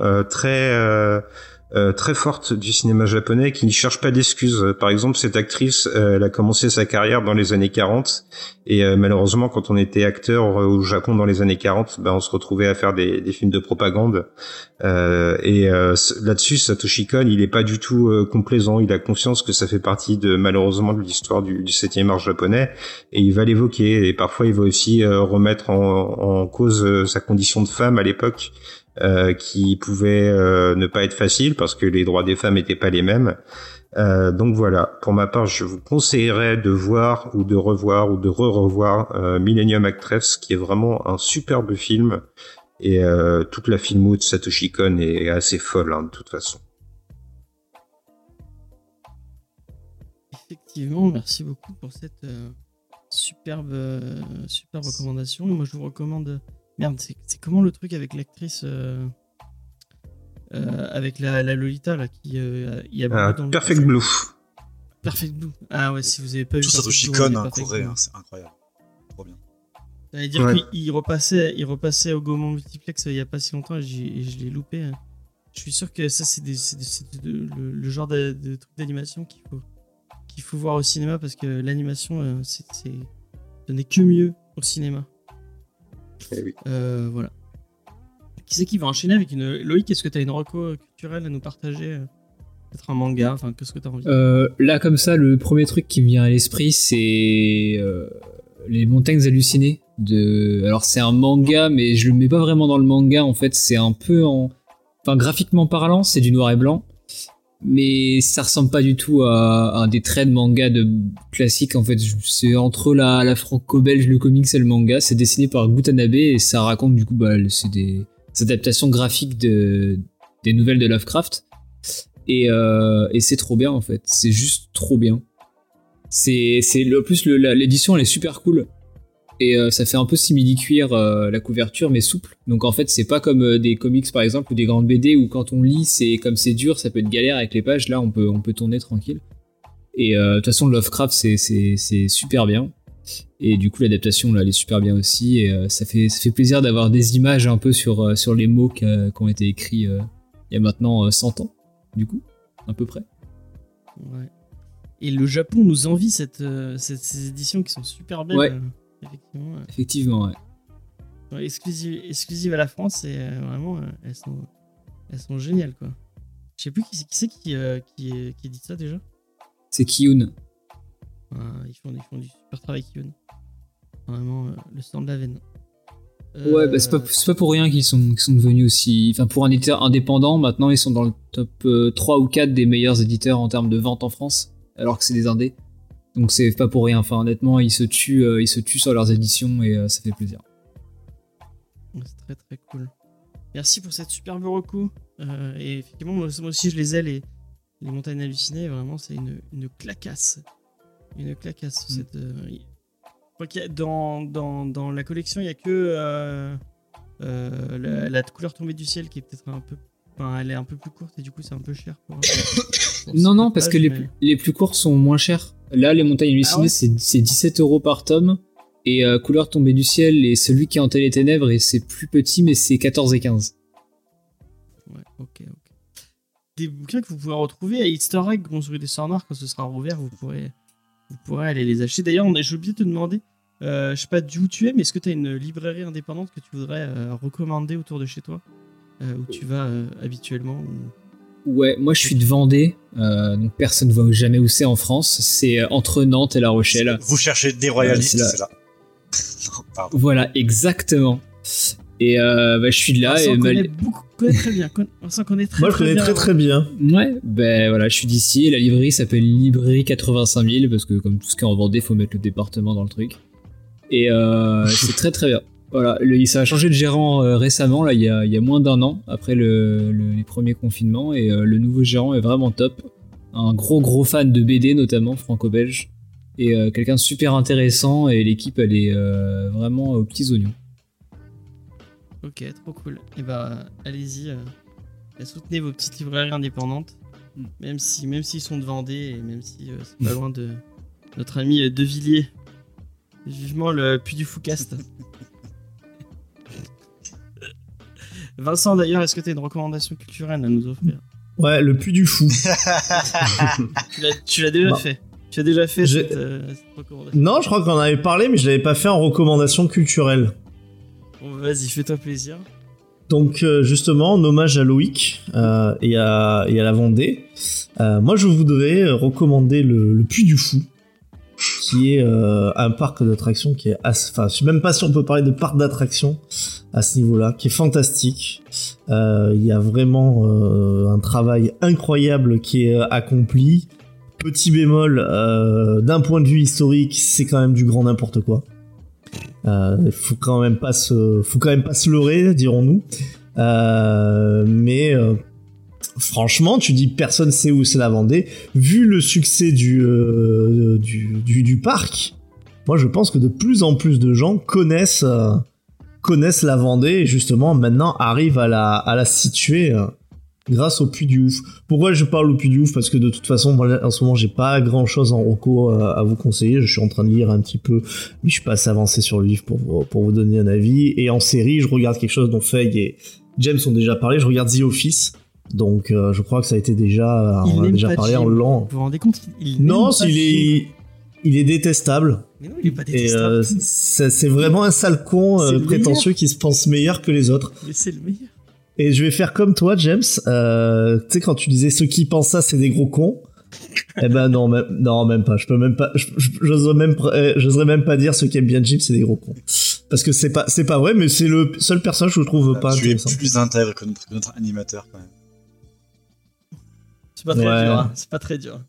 très forte du cinéma japonais qui ne cherche pas d'excuses. Par exemple, cette actrice, elle a commencé sa carrière dans les années 40 et malheureusement, quand on était acteur au Japon dans les années 40, on se retrouvait à faire des films de propagande. Là-dessus, Satoshi Kon, il est pas du tout complaisant. Il a conscience que ça fait partie malheureusement de l'histoire du 7e art japonais et il va l'évoquer. Et parfois, il va aussi remettre en cause sa condition de femme à l'époque. Qui pouvait ne pas être facile parce que les droits des femmes n'étaient pas les mêmes. Donc voilà, pour ma part, je vous conseillerais de voir ou de revoir ou de re-revoir Millennium Actress, qui est vraiment un superbe film. Et toute la filmo de Satoshi Kon est assez folle, de toute façon. Effectivement, merci beaucoup pour cette superbe recommandation. Et moi, je vous recommande... Merde, c'est comment le truc avec l'actrice avec la Lolita là qui y a Perfect Blue. Perfect Blue. Ah ouais, si vous avez pas vu Satoshi Kon en Corée, c'est incroyable. Trop bien. Ça veut dire qu'il repassait au Gaumont Multiplex il y a pas si longtemps et je l'ai loupé. Je suis sûr que ça c'est le genre de truc d'animation qu'il faut voir au cinéma parce que l'animation ce n'est que mieux au cinéma. Eh oui. Voilà. Qui c'est qui va enchaîner avec une... Loïc, est-ce que tu as une reco culturelle à nous partager peut-être un manga, enfin, qu'est-ce que tu as envie Là, comme ça, le premier truc qui me vient à l'esprit, c'est Les Montagnes Hallucinées. Alors, c'est un manga, mais je le mets pas vraiment dans le manga, en fait. C'est un peu Enfin, graphiquement parlant, c'est du noir et blanc. Mais ça ressemble pas du tout à un des traits de manga classique en fait. C'est entre la franco-belge, le comics et le manga. C'est dessiné par Gutanabe et ça raconte du coup c'est des adaptations graphiques des nouvelles de Lovecraft. Et c'est trop bien en fait. C'est juste trop bien. L'édition elle est super cool. Et ça fait un peu simili-cuir la couverture, mais souple. Donc en fait, c'est pas comme des comics par exemple ou des grandes BD où quand on lit, c'est dur, ça peut être galère avec les pages. Là, on peut tourner tranquille. Et de toute façon, Lovecraft, c'est super bien. Et du coup, l'adaptation là, elle est super bien aussi. Et ça fait plaisir d'avoir des images un peu sur les mots qui ont été écrits il y a maintenant 100 ans. Du coup, à peu près. Ouais. Et le Japon nous envie ces éditions qui sont super belles. Ouais. Effectivement, ouais. Ouais, exclusive à la France et vraiment elles sont géniales quoi. Je sais plus qui c'est qui dit ça déjà. C'est Kiyun. Ils font du super travail Kiyun. Vraiment le sang de la veine. Ouais, c'est pas pour rien qu'ils sont devenus aussi. Enfin, pour un éditeur indépendant, maintenant ils sont dans le top 3 ou 4 des meilleurs éditeurs en termes de vente en France, alors que c'est des indés. Donc c'est pas pour rien, enfin honnêtement ils se tuent sur leurs éditions et ça fait plaisir. C'est très très cool. Merci pour cette superbe reco. Et effectivement moi aussi je les ai les Montagnes Hallucinées, vraiment c'est une clacasse. Une clacasse. Je crois qu'il y a dans la collection il y a que la couleur tombée du ciel qui est peut-être un peu... Enfin, elle est un peu plus courte et du coup c'est un peu cher pour non, parce que les plus courtes sont moins chères. Là, les Montagnes Hallucinées, c'est 17€ par tome. Et Couleur tombée du ciel et celui qui est en les ténèbres, et c'est plus petit, mais c'est 14 et 15. Ouais, ok. Des bouquins que vous pouvez retrouver à Easter Egg, Construire des Sorts Noirs, quand ce sera rouvert, vous pourrez aller les acheter. D'ailleurs, j'ai oublié de te demander, je sais pas d'où tu es, mais est-ce que tu as une librairie indépendante que tu voudrais recommander autour de chez toi où tu vas habituellement Ouais, moi je suis de Vendée, donc personne ne voit jamais où c'est en France. C'est entre Nantes et La Rochelle. Vous cherchez des royalistes, c'est là. Non, pardon. Voilà, exactement. Et je suis de là. On connaît très bien. On connaît très, moi je connais très bien. Ouais, voilà, je suis d'ici. Et la librairie s'appelle Librairie 85 000 parce que comme tout ce qui est en Vendée, faut mettre le département dans le truc. Et c'est très très bien. Voilà, ça a changé de gérant récemment, là, il y a moins d'1 an, après les premiers confinements, et le nouveau gérant est vraiment top. un gros fan de BD notamment franco-belge et quelqu'un de super intéressant et l'équipe elle est vraiment aux petits oignons. Ok, trop cool. Et bah allez-y, soutenez vos petites librairies indépendantes, même s'ils sont de Vendée et même si c'est pas loin de notre ami De Villiers. Vivement le Puy du Foucast. Vincent d'ailleurs, est-ce que t'as une recommandation culturelle à nous offrir? Ouais, le Puy du Fou. Tu l'as déjà fait. Tu as déjà fait cette recommandation. Non, je crois qu'on en avait parlé, mais je l'avais pas fait en recommandation culturelle. Bon, vas-y, fais-toi plaisir. Donc justement, en hommage à Loïc et à la Vendée, moi je voudrais recommander le Puy du Fou, qui est un parc d'attractions qui est enfin je suis même pas sûr on peut parler de parc d'attractions à ce niveau-là, qui est fantastique. Il y a vraiment un travail incroyable qui est accompli. Petit bémol, d'un point de vue historique, c'est quand même du grand n'importe quoi. Faut quand même pas se leurrer, dirons-nous. Mais franchement, tu dis personne sait où c'est la Vendée. Vu le succès du parc, moi je pense que de plus en plus de gens connaissent la Vendée et justement maintenant arrivent à la situer grâce au Puy du Ouf. Pourquoi je parle au Puy du Ouf? Parce que de toute façon, moi, en ce moment, j'ai pas grand chose en reco à vous conseiller. Je suis en train de lire un petit peu, mais je suis pas assez avancé sur le livre pour vous donner un avis. Et en série, je regarde quelque chose dont Feg et James ont déjà parlé. Je regarde The Office. Donc, je crois que ça a été déjà, on a déjà parlé en long. Vous vous rendez compte? Non, il est détestable. Mais non, il est pas détestable. Et c'est vraiment un sale con prétentieux qui se pense meilleur que les autres. Mais c'est le meilleur. Et je vais faire comme toi, James. Tu sais, quand tu disais ceux qui pensent ça, c'est des gros cons. Eh ben non, même pas. Je peux même pas. J'oserais même pas dire ceux qui aiment bien Jim, c'est des gros cons. Parce que c'est pas vrai, mais c'est le seul personnage que je trouve pas intéressant. Tu es plus intègre que notre animateur quand même. C'est pas très dur. Hein. C'est pas très dur.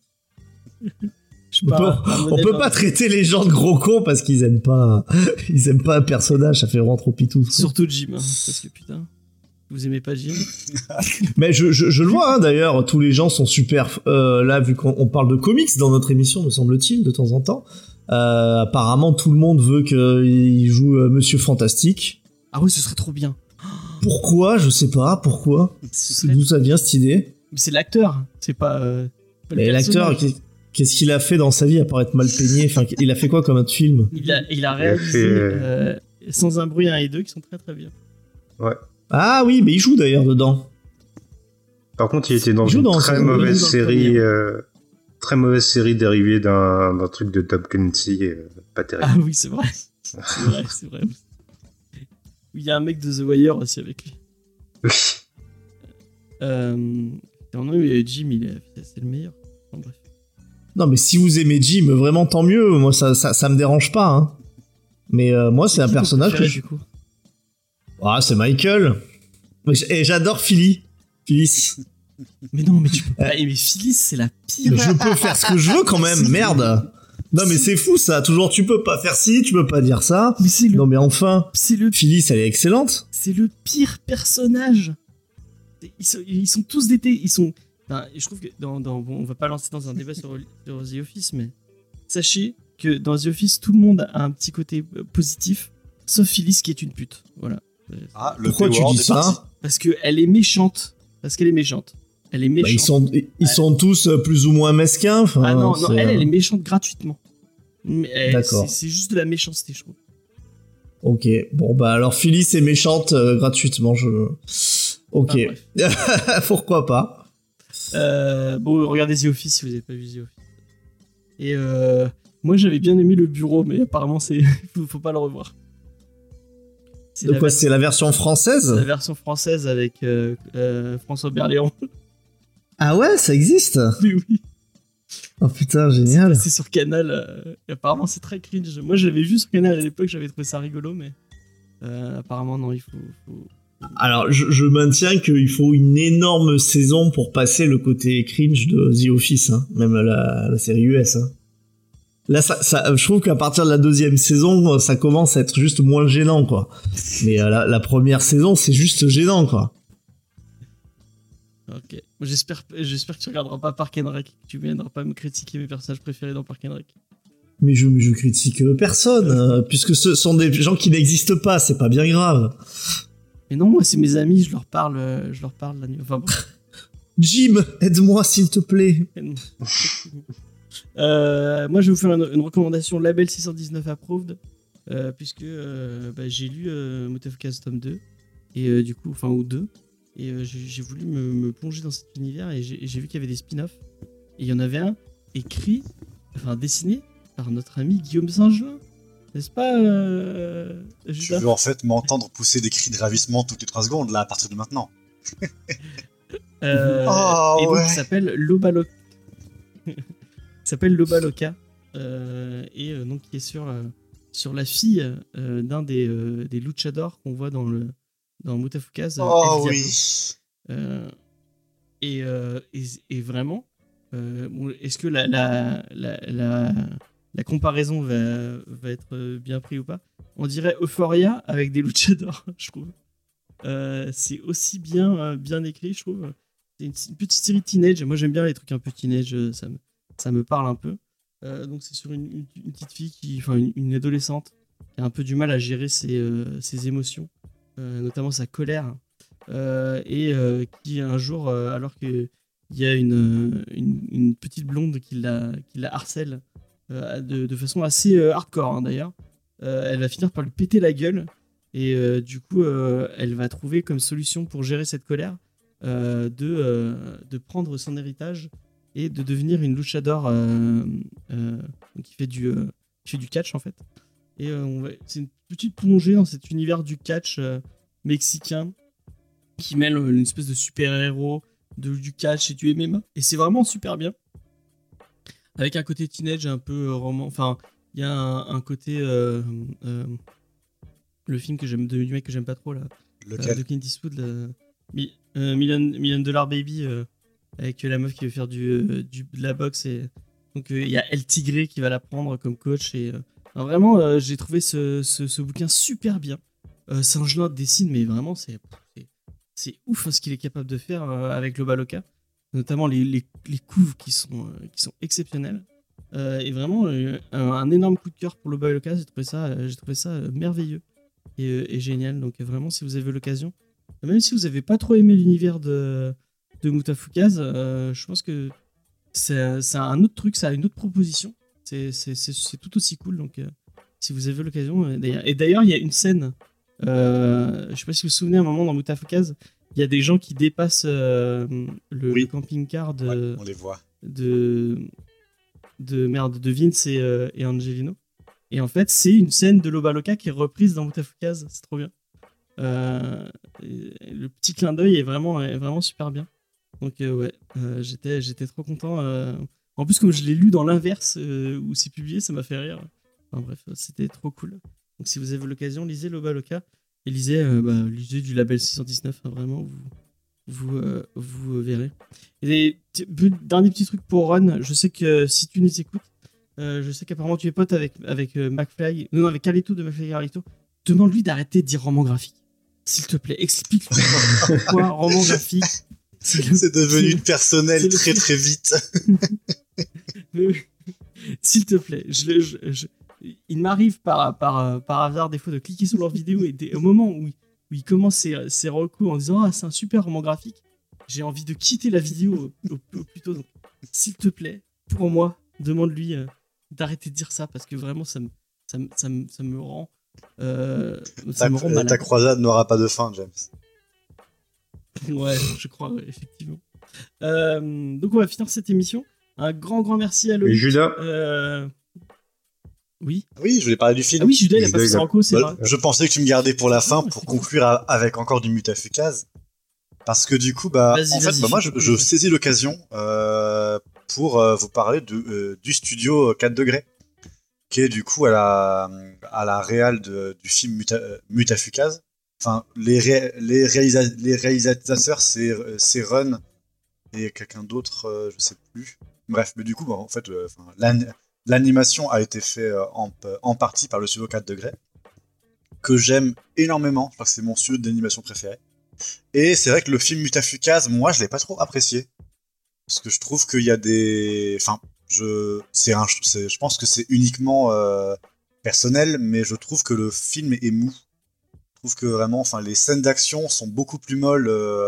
On peut pas traiter les gens de gros cons parce qu'ils aiment pas un personnage. Ça fait vraiment trop pitou. Surtout Jim, hein, parce que putain. Vous aimez pas Jim? Mais je le vois, hein, d'ailleurs, tous les gens sont super... là, vu qu'on parle de comics dans notre émission, me semble-t-il, de temps en temps, apparemment, tout le monde veut qu'il joue Monsieur Fantastique. Ah oui, ce serait trop bien. Pourquoi? Je sais pas, pourquoi? D'où ça vient, cette idée? Mais c'est l'acteur, c'est pas mais l'acteur, qu'est-ce qu'il a fait dans sa vie à part être mal peigné? Enfin, il a fait quoi comme autre film? Il a réalisé Sans un bruit 1 et 2 qui sont très très bien. Ouais. Ah oui, mais il joue d'ailleurs dedans. Par contre, il était dans une très mauvaise série dérivée d'un truc de Tom Clancy, pas terrible. Ah oui, c'est vrai. C'est vrai. Il y a un mec de The Wire aussi avec lui. Oui. Jim, c'est le meilleur. Enfin, bref. Non, mais si vous aimez Jim, vraiment tant mieux. Moi, ça me dérange pas. Hein. Mais moi, c'est un personnage que du coup. Ah, c'est Michael. Et j'adore Phyllis. Mais non, mais tu peux pas aimer Phyllis, c'est la pire. Mais je peux faire ce que je veux quand même, merde. Non, mais c'est fou ça. Toujours, tu peux pas faire ci, tu peux pas dire ça. Mais non, mais enfin. Phyllis, elle est excellente. C'est le pire personnage. Ils sont tous d'été. Enfin, je trouve que on va pas lancer dans un débat sur The Office, mais sachez que dans The Office, tout le monde a un petit côté positif. Sauf Phyllis qui est une pute. Voilà. Ah, pourquoi tu dis ça? Parce qu'elle est méchante. Elle est méchante. Bah, ils sont tous plus ou moins mesquins. Enfin, ah non, elle est méchante gratuitement. D'accord. C'est juste de la méchanceté, je trouve. Ok. Bon, bah alors Phyllis est méchante gratuitement. Ok. Ah, pourquoi pas? Bon, regardez The Office si vous n'avez pas vu The Office. Et moi, j'avais bien aimé le bureau, mais apparemment, faut pas le revoir. C'est la version française? C'est la version française avec François Berléand. Ah ouais, ça existe? Oui, oui. Oh putain, génial. C'est sur Canal. Et apparemment, c'est très cringe. Moi, je l'avais vu sur Canal à l'époque, j'avais trouvé ça rigolo, mais apparemment, non, il faut... Alors, je maintiens qu'il faut une énorme saison pour passer le côté cringe de The Office, hein. Même la série US, hein. Là, je trouve qu'à partir de la 2e saison, ça commence à être juste moins gênant, quoi. Mais la première saison, c'est juste gênant, quoi. Ok. Moi, j'espère que tu regarderas pas Park and Rec, que tu viendras pas me critiquer mes personnages préférés dans Park and Rec. Mais je critique personne, puisque ce sont des gens qui n'existent pas, c'est pas bien grave. Mais non, moi, c'est mes amis, je leur parle la nuit. Enfin, bon. Jim, aide-moi s'il te plaît. Moi, je vais vous faire une recommandation Label 619 Approved, puisque j'ai lu Mutafukaz tome 2, et du coup, enfin, ou 2, et j'ai voulu me plonger dans cet univers, et j'ai vu qu'il y avait des spin-offs, et il y en avait un dessiné par notre ami Guillaume Saint-Gelin, n'est-ce pas, Tu Judas veux en fait m'entendre pousser des cris de ravissement toutes les 3 secondes, là, à partir de maintenant. Et donc, ouais. il s'appelle Lobaloka. Et donc qui est sur la fille d'un des luchadors qu'on voit dans Mutafukaz. Oh El oui. Diablo. Et vraiment, est-ce que la comparaison va être bien prise ou pas? On dirait Euphoria avec des luchadors, je trouve. C'est aussi bien écrit, je trouve. C'est une petite série teenage. Moi, j'aime bien les trucs un peu teenage. Ça me parle un peu. Donc, c'est sur une petite fille une adolescente qui a un peu du mal à gérer ses émotions, notamment sa colère, et qui un jour, alors qu'il y a une petite blonde qui la harcèle de façon assez hardcore, hein, d'ailleurs, elle va finir par lui péter la gueule. Et du coup, elle va trouver comme solution pour gérer cette colère de prendre son héritage et de devenir une luchador qui fait du catch en fait. Et c'est une petite plongée dans cet univers du catch mexicain qui mêle une espèce de super-héros, du catch et du MMA. Et c'est vraiment super bien. Avec un côté teenage un peu roman. Enfin, il y a un côté... le film du mec que j'aime pas trop là, de Clint Eastwood, Million Dollar Baby, avec la meuf qui veut faire de la boxe, et donc il y a El Tigre qui va la prendre comme coach, et vraiment j'ai trouvé ce bouquin super bien. Saint-Gelin dessine, mais vraiment c'est ouf, hein, ce qu'il est capable de faire avec Lobaloka, notamment les couves qui sont exceptionnelles. Et vraiment un énorme coup de cœur pour Lobaloka. J'ai trouvé ça merveilleux et génial. Donc vraiment, si vous avez l'occasion, même si vous n'avez pas trop aimé l'univers de Mutafukaz, je pense que c'est un autre truc, ça a une autre proposition. C'est tout aussi cool. Donc si vous avez l'occasion, et d'ailleurs il y a une scène, je sais pas si vous vous souvenez, à un moment dans Mutafukaz, il y a des gens qui dépassent le camping-car Ouais, on les voit. de Vince et Angelino. Et en fait, c'est une scène de Lobaloka qui est reprise dans Mutafukaz. C'est trop bien. Le petit clin d'œil est vraiment super bien. Donc j'étais trop content. En plus, comme je l'ai lu dans l'inverse où c'est publié, ça m'a fait rire. Enfin bref, c'était trop cool. Donc si vous avez l'occasion, lisez Lobaloka et lisez du Label 619. Hein, vraiment, vous verrez. Et dernier petit truc pour Ron. Je sais que si tu nous écoutes, je sais qu'apparemment tu es pote avec McFly. Non, avec Carlito de McFly et Carlito. Demande-lui d'arrêter de dire roman graphique. S'il te plaît, explique-lui pourquoi roman graphique. C'est devenu personnel très très vite. S'il te plaît, il m'arrive par hasard des fois de cliquer sur leur vidéo et au moment où il commence ses recours en disant c'est un super roman graphique, j'ai envie de quitter la vidéo au plus tôt. Donc, s'il te plaît, pour moi, demande-lui d'arrêter de dire ça, parce que vraiment ça me rend malade. Ta croisade n'aura pas de fin, James. Ouais, je crois, ouais, effectivement. Donc on va finir cette émission. Un grand merci à Loïc. Et Judas Oui. Oui, je voulais parler du film. Ah oui, Judas, il a pas fait son reco, c'est vrai. Je pensais que tu me gardais pour la fin pour conclure avec encore du Mutafukaz. Parce que du coup, moi, je saisis l'occasion pour vous parler du studio 4 degrés, qui est du coup à la réal du film Mutafukaz. Enfin, les réalisateurs, c'est Run et quelqu'un d'autre, je sais plus. Bref, mais du coup, en fait, l'animation a été faite en partie par le studio 4 degrés, que j'aime énormément. Je crois que c'est mon studio d'animation préféré. Et c'est vrai que le film Mutafukaz, moi, je l'ai pas trop apprécié. Parce que je trouve qu'il y a des... Enfin, je pense que c'est uniquement personnel, mais je trouve que le film est mou. Je trouve que vraiment, enfin, les scènes d'action sont beaucoup plus molles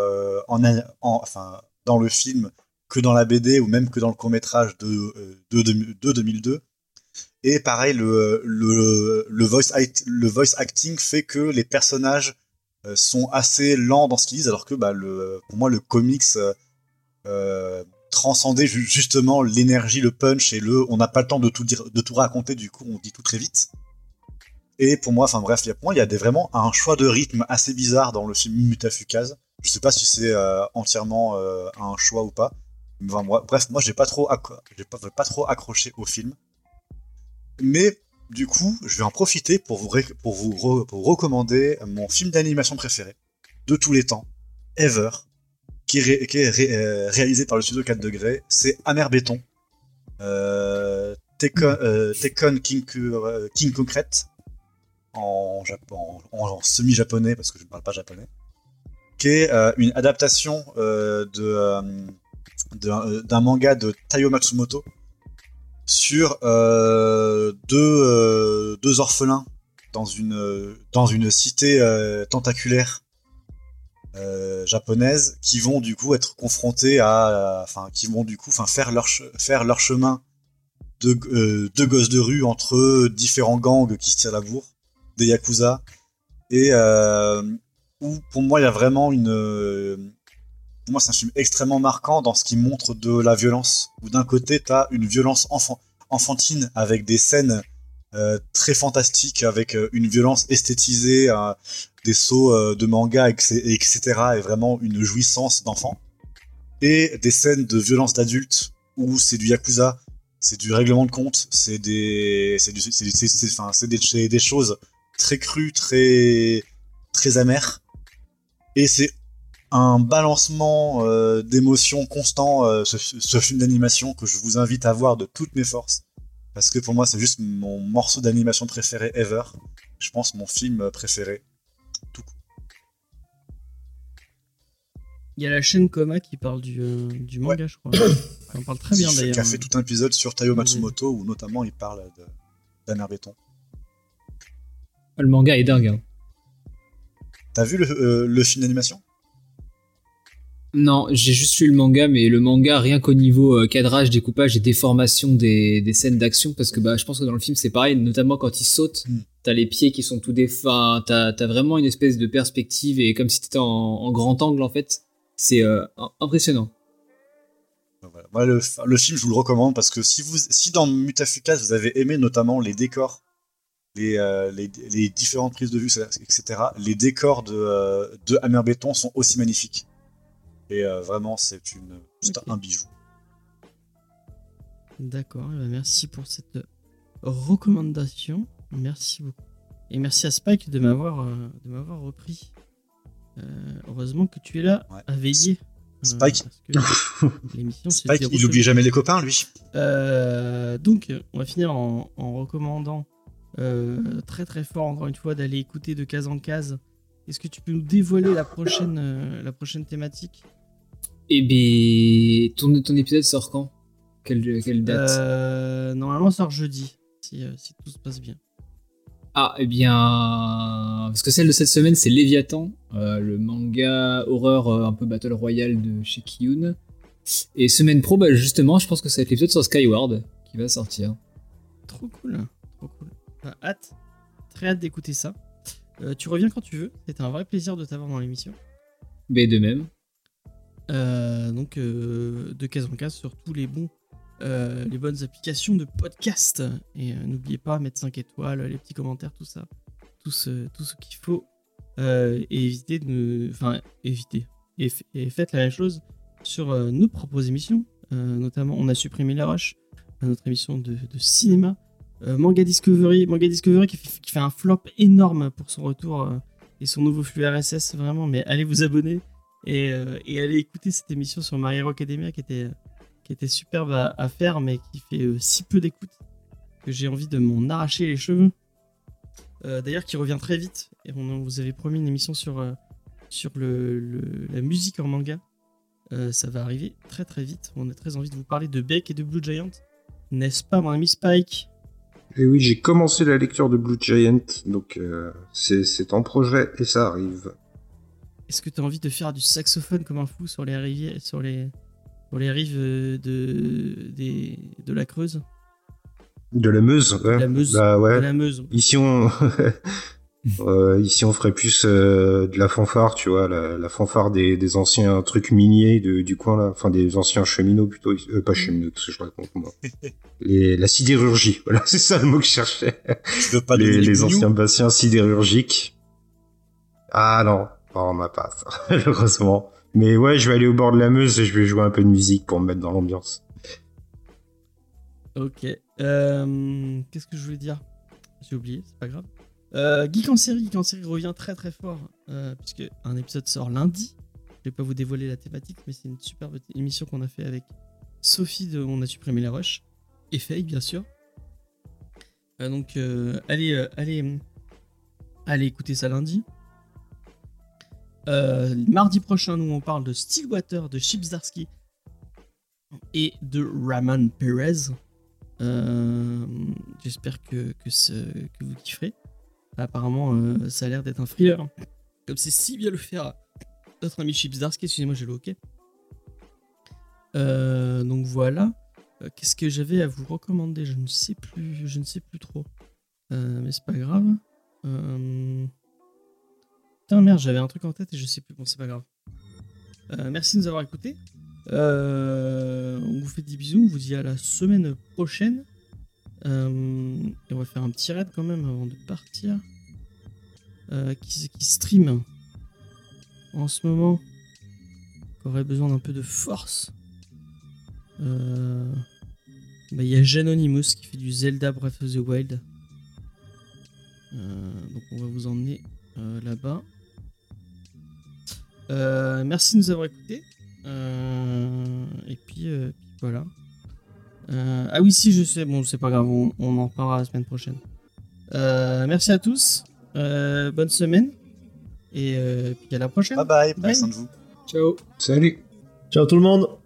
dans le film que dans la BD ou même que dans le court-métrage de 2002. Et pareil, le voice acting fait que les personnages sont assez lents dans ce qu'ils disent, alors que pour moi, le comics transcendait justement l'énergie, le punch et on n'a pas le temps de tout dire, de tout raconter, du coup on dit tout très vite. Et pour moi, enfin bref, pour moi il y a vraiment un choix de rythme assez bizarre dans le film Mutafukaz. Je sais pas si c'est entièrement un choix ou pas. Enfin, bref, moi j'ai pas trop accroché au film. Mais du coup, je vais en profiter pour vous recommander mon film d'animation préféré de tous les temps, ever, qui est réalisé par le studio 4 degrés. C'est Amer Béton, Tekken King Concrete, en semi-japonais, parce que je ne parle pas japonais, qui est une adaptation d'un manga de Taiyo Matsumoto sur deux orphelins dans une cité tentaculaire japonaise, qui vont du coup être confrontés faire leur chemin de gosses de rue entre différents gangs qui se tirent la bourre, des yakuza, et où pour moi il y a vraiment pour moi c'est un film extrêmement marquant dans ce qui montre de la violence, où d'un côté t'as une violence enfantine avec des scènes très fantastiques, avec une violence esthétisée, des sauts de manga, etc., et vraiment une jouissance d'enfant, et des scènes de violence d'adulte où c'est du yakuza, c'est du règlement de compte, c'est des choses très crues, très très amères, et c'est un balancement d'émotions constant, ce film d'animation que je vous invite à voir de toutes mes forces, parce que pour moi c'est juste mon morceau d'animation préféré ever, je pense mon film préféré tout court. Il y a la chaîne Koma qui parle du manga, je crois. On parle très bien d'ailleurs. Qui a fait tout un épisode sur Taiyo Matsumoto où notamment il parle d'Amer Béton. Le manga est dingue. Hein. T'as vu le film d'animation ? Non, j'ai juste lu le manga, mais le manga, rien qu'au niveau cadrage, découpage et déformation des scènes d'action, parce que je pense que dans le film c'est pareil, notamment quand il saute, t'as les pieds qui sont tout déformés, t'as vraiment une espèce de perspective, et comme si t'étais en grand angle en fait, c'est impressionnant. Voilà. Moi, le film, je vous le recommande, parce que si dans Mutafukaz vous avez aimé notamment les décors, les différentes prises de vue, etc., les décors de Amer Béton sont aussi magnifiques. Et vraiment, c'est juste un bijou. D'accord, merci pour cette recommandation. Merci beaucoup. Et merci à Spike de m'avoir repris. Heureusement que tu es là à veiller. Spike, l'émission, Spike, il n'oublie jamais les copains, lui. Donc, on va finir en recommandant très très fort, encore une fois, d'aller écouter de case en case. Est-ce que tu peux nous dévoiler la prochaine thématique ? Eh bien, ton épisode sort quand ? Quelle date ? Normalement, ça sort jeudi, si tout se passe bien. Ah, eh bien... Parce que celle de cette semaine, c'est Léviathan, le manga horreur un peu Battle Royale de chez Kiyun. Et semaine pro, justement, je pense que ça va être l'épisode sur Skyward qui va sortir. Trop cool. Très hâte d'écouter ça. Tu reviens quand tu veux, c'était un vrai plaisir de t'avoir dans l'émission. Mais de même. Donc de case en case sur tous les bonnes applications de podcast. Et n'oubliez pas, mettre 5 étoiles, les petits commentaires, tout ça. Tout ce qu'il faut. Et évitez et faites la même chose sur nos propres émissions. Notamment, on a supprimé la rush, notre émission de cinéma. Manga Discovery qui fait un flop énorme pour son retour et son nouveau flux RSS, vraiment, mais allez vous abonner et allez écouter cette émission sur My Hero Academia qui était superbe à faire, mais qui fait si peu d'écoute que j'ai envie de m'en arracher les cheveux. D'ailleurs, qui revient très vite, et on vous avait promis une émission sur sur la musique en manga. Ça va arriver très très vite. On a très envie de vous parler de Beck et de Blue Giant. N'est-ce pas, mon ami Spike? Et oui, j'ai commencé la lecture de Blue Giant, donc c'est en projet et ça arrive. Est-ce que tu as envie de faire du saxophone comme un fou sur les rivières, sur les rives de la Creuse? De la Meuse, ouais. La Meuse. Bah ouais. De la Meuse. Ici on ferait plus de la fanfare, tu vois, la fanfare des anciens trucs miniers du coin là, enfin des anciens cheminots plutôt, pas cheminots, parce que je raconte moi. La sidérurgie, voilà, c'est ça le mot que je cherchais. Tu veux pas donner les anciens bassins sidérurgiques. Ah non, on n'a pas ça, malheureusement. Mais ouais, je vais aller au bord de la Meuse et je vais jouer un peu de musique pour me mettre dans l'ambiance. Ok. Qu'est-ce que je voulais dire? J'ai oublié, c'est pas grave. Geek en série revient très très fort, puisque un épisode sort lundi. Je vais pas vous dévoiler la thématique, mais c'est une superbe émission qu'on a fait avec Sophie de On a supprimé la rush et Faye, bien sûr. Donc allez écouter ça lundi. Mardi prochain, nous on parle de Stillwater, de Chip Zdarsky et de Ramon Perez. J'espère que vous kifferez. Apparemment, ça a l'air d'être un thriller. Comme c'est si bien le faire notre ami Chip Zdarsky, excusez-moi, j'ai le hockey. Donc voilà. Qu'est-ce que j'avais à vous recommander? Je ne sais plus trop. Mais c'est pas grave. Putain, merde, j'avais un truc en tête et je sais plus. Bon, c'est pas grave. Merci de nous avoir écoutés. On vous fait des bisous. On vous dit à la semaine prochaine. Et on va faire un petit raid quand même avant de partir. Qui stream en ce moment, qui aurait besoin d'un peu de force? Il y a Janonymous qui fait du Zelda Breath of the Wild. Donc on va vous emmener là-bas. Merci de nous avoir écoutés. Et puis voilà. Ah oui, si, je sais. Bon, c'est pas grave, on en reparlera la semaine prochaine. Merci à tous. Bonne semaine. Et puis à la prochaine. Bye bye. Prenez soin de vous. Ciao. Salut. Ciao tout le monde.